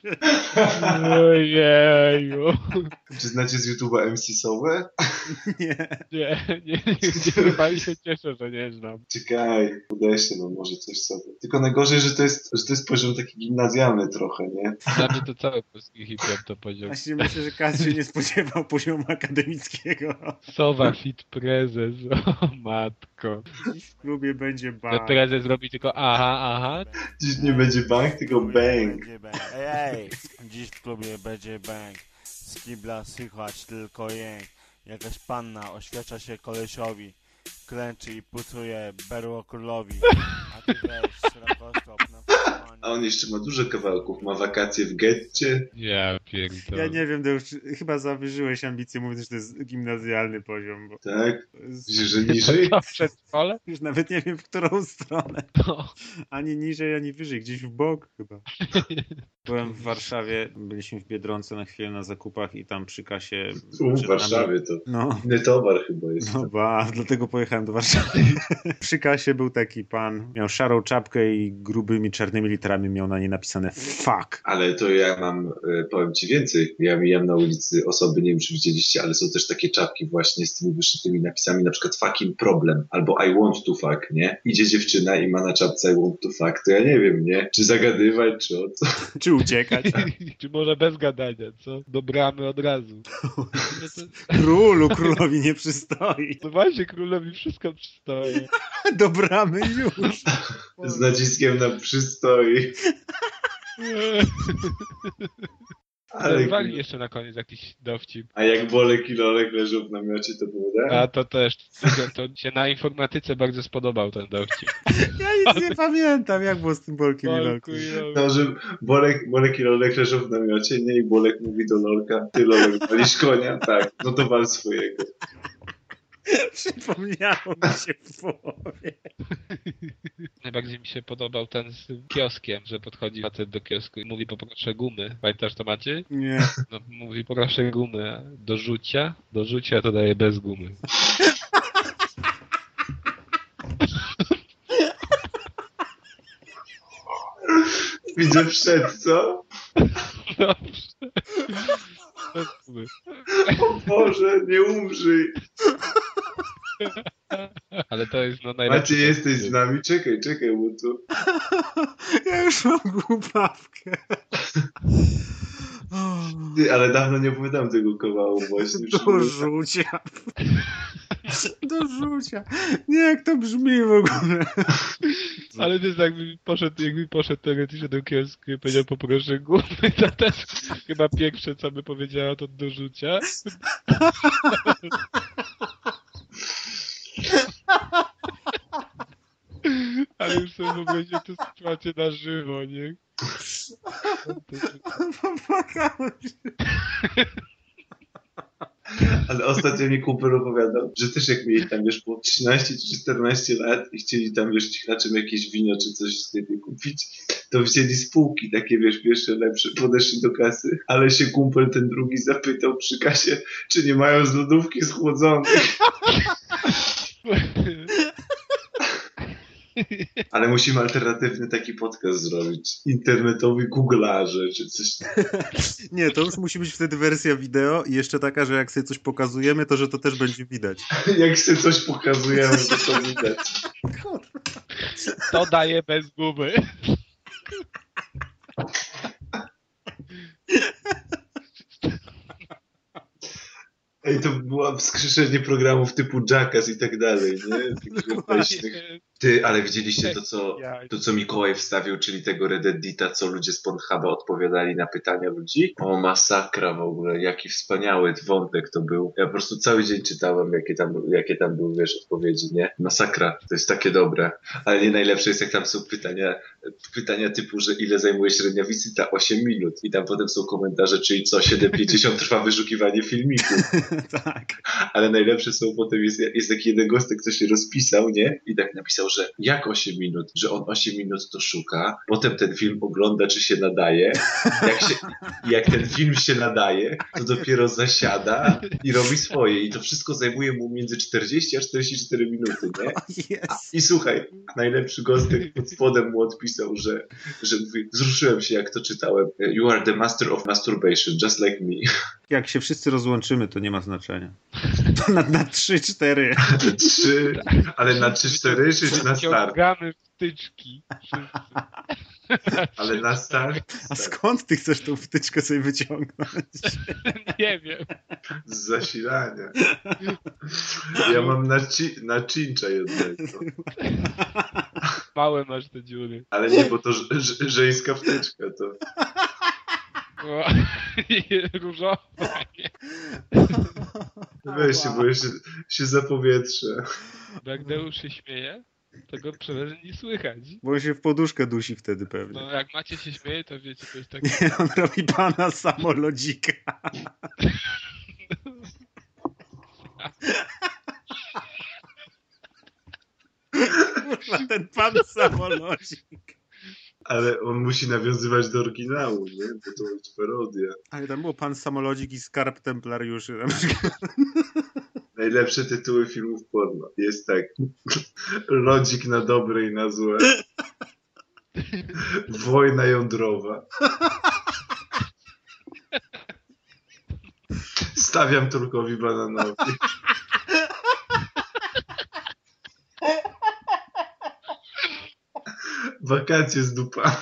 Ojeju. Czy znacie z YouTube'a M C Sowe? Nie. Nie, nie, nie, nie, chyba się cieszę, że nie znam. Czekaj, udaje się, no może coś sobie. Tylko najgorzej, że to jest, że to jest poziom taki gimnazjalny trochę, nie? Dla mnie to cały polski hip-hop to poziom. Właśnie myślę, że każdy się nie spodziewał poziomu akademickiego. Sowa fit prezes, o matko. Dziś w klubie będzie Ten bar. prezes robi tylko aha, aha. Dziś nie będzie bank, tylko bang. Będzie bang. Ej, ej, dziś w klubie będzie bang. Z kibla słychać tylko jęk. Jakaś panna oświadcza się kolesiowi. Klęczy i pucuje berło królowi. A ty weź szerokostop na połamanie. A on jeszcze ma dużo kawałków, ma wakacje w getcie. Ja pierdolę. Ja nie wiem, Deusz, chyba zawyżyłeś ambicje, mówiąc, że to jest gimnazjalny poziom, bo Tak? to jest... Myślisz, że niżej? Co, w przedszkole? już nawet nie wiem, w którą stronę. No. Ani niżej, ani wyżej, gdzieś w bok chyba. Byłem w Warszawie, byliśmy w Biedronce na chwilę na zakupach i tam przy kasie... U, w przed nami- Warszawie to No, inny towar chyba jest. no ba, dlatego pojechałem do Warszawy. Przy kasie był taki pan, miał szarą czapkę i grubymi czarnymi literami literami miał na nie napisane fuck. Ale to ja mam, powiem ci więcej, ja mijam na ulicy osoby, nie wiem czy widzieliście, ale są też takie czapki właśnie z tymi wyszytymi napisami, na przykład fucking problem, albo I want to fuck, nie? Idzie dziewczyna i ma na czapce I want to fuck, to ja nie wiem, nie? Czy zagadywać, czy o co? Czy uciekać? Czy może bez gadania, co? Do bramy od razu. No to... Królu, królowi nie przystoi. No właśnie, królowi wszystko przystoi. Do bramy już. Z naciskiem na przystoi. Ale wali jeszcze na koniec jakiś dowcip. A jak Bolek i Lolek leżą w namiocie, to było tak? A to też. To się na informatyce bardzo spodobał ten dowcip. Ja nic nie pamiętam, jak było z tym Bolkiem i Lolkiem. No, że Bolek, Bolek i Lolek leżą w namiocie, nie? I Bolek mówi do Lolka, ty Lolek walisz konia? Tak, no to wal swojego. Przypomniało mi się w głowie. Najbardziej mi się podobał ten z kioskiem, że podchodzi facet do kiosku i mówi poproszę gumy. Pamiętasz to, Maciej? Nie. No, mówi poproszę gumy. Do rzucia? Do rzucia to daje bez gumy. Widzę wszedł, co? Dobrze. O Boże, nie umrzyj. Ale to jest no najlepsze. Maciej, jesteś z nami? Czekaj, czekaj, bo tu... Ja już mam głupawkę. Ty, ale dawno nie opowiadałem tego kawału właśnie. Do rzucia. Do rzucia. Nie, jak to brzmi w ogóle. Ale wiesz, jakby poszedł, jakby poszedł teoretycznie do kiosku i powiedział poproszę gumy, to też chyba pierwsze, co by powiedziała, to do rzucia. Ale już sobie wyobraźcie tę sytuację na żywo, nie? Popłakałem się. Ale ostatnio mi kumpel opowiadał, że też jak mieli tam, wiesz, po trzynaście czy czternaście lat i chcieli tam, wiesz, cichaczem jakieś wino czy coś z tej kupić, to wzięli spółki takie, wiesz, pierwsze lepsze, podeszli do kasy, ale się kumpel ten drugi zapytał przy kasie, czy nie mają z lodówki schłodzonych. Ale musimy alternatywny taki podcast zrobić. Internetowi googlarze, czy coś. Nie, to już musi być wtedy wersja wideo i jeszcze taka, że jak sobie coś pokazujemy, to że to też będzie widać. Jak sobie coś pokazujemy, to to widać. To daje bez gumy. Ej, to było wskrzeszenie programów typu Jackass i tak dalej, nie? Ty, ale widzieliście to, co, to, co Mikołaj wstawił, czyli tego Reddita, co ludzie z Pornhuba odpowiadali na pytania ludzi? O, masakra w ogóle, jaki wspaniały wątek to był. Ja po prostu cały dzień czytałem, jakie tam, jakie tam były, wiesz, odpowiedzi, nie? Masakra, to jest takie dobre. Ale nie najlepsze jest, jak tam są pytania, pytania typu, że ile zajmuje średnia wizyta? osiem minut. I tam potem są komentarze, czyli co, siedem pięćdziesiąt trwa wyszukiwanie filmiku. Tak. Ale najlepsze są potem, jest, jest taki jeden gostek, co się rozpisał, nie? I tak napisał, że jak osiem minut? Że on osiem minut to szuka, potem ten film ogląda, czy się nadaje. Jak, się, jak ten film się nadaje, to dopiero zasiada i robi swoje. I to wszystko zajmuje mu między czterdzieści a czterdzieści cztery minuty, nie? A, I słuchaj, najlepszy gostek pod spodem mu odpisał, że, że mówi, wzruszyłem się, jak to czytałem. You are the master of masturbation, just like me. Jak się wszyscy rozłączymy, to nie ma znaczenia. To na, na trzy cztery. trzy, ale na trzy cztery czy na start? Ciągamy wtyczki. Ale na start? A skąd ty chcesz tą wtyczkę sobie wyciągnąć? Nie wiem. Z zasilania. Ja mam na, ci, na cincha jednego. Małe masz te dziury. Ale nie, bo to ż, ż, żeńska wtyczka to. O, różowa. Weź się, bo jeszcze się zapowietrzę. Bo jak Deusz się śmieje, to go przeważnie nie słychać. Bo on się w poduszkę dusi wtedy pewnie. No jak Macie się śmieje, to wiecie, to jest takie... Nie, on robi pana samolodzika. Kurwa, ten pan samolodzik. Ale on musi nawiązywać do oryginału, nie? Bo to jest parodia. Ale tam było Pan Samolodzik i Skarb Templariuszy. Najlepsze tytuły filmów porno. Jest tak. Lodzik na dobre i na złe. Wojna jądrowa. Stawiam Turkowi bananowi. Wakacje z dupami.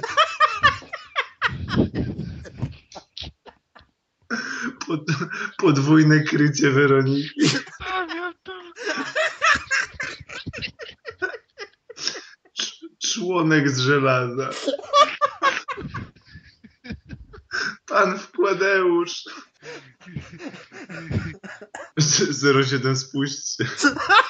Pod, podwójne krycie Weroniki. Członek z żelaza. Pan Wkładeusz. zero siedem spuśćcie.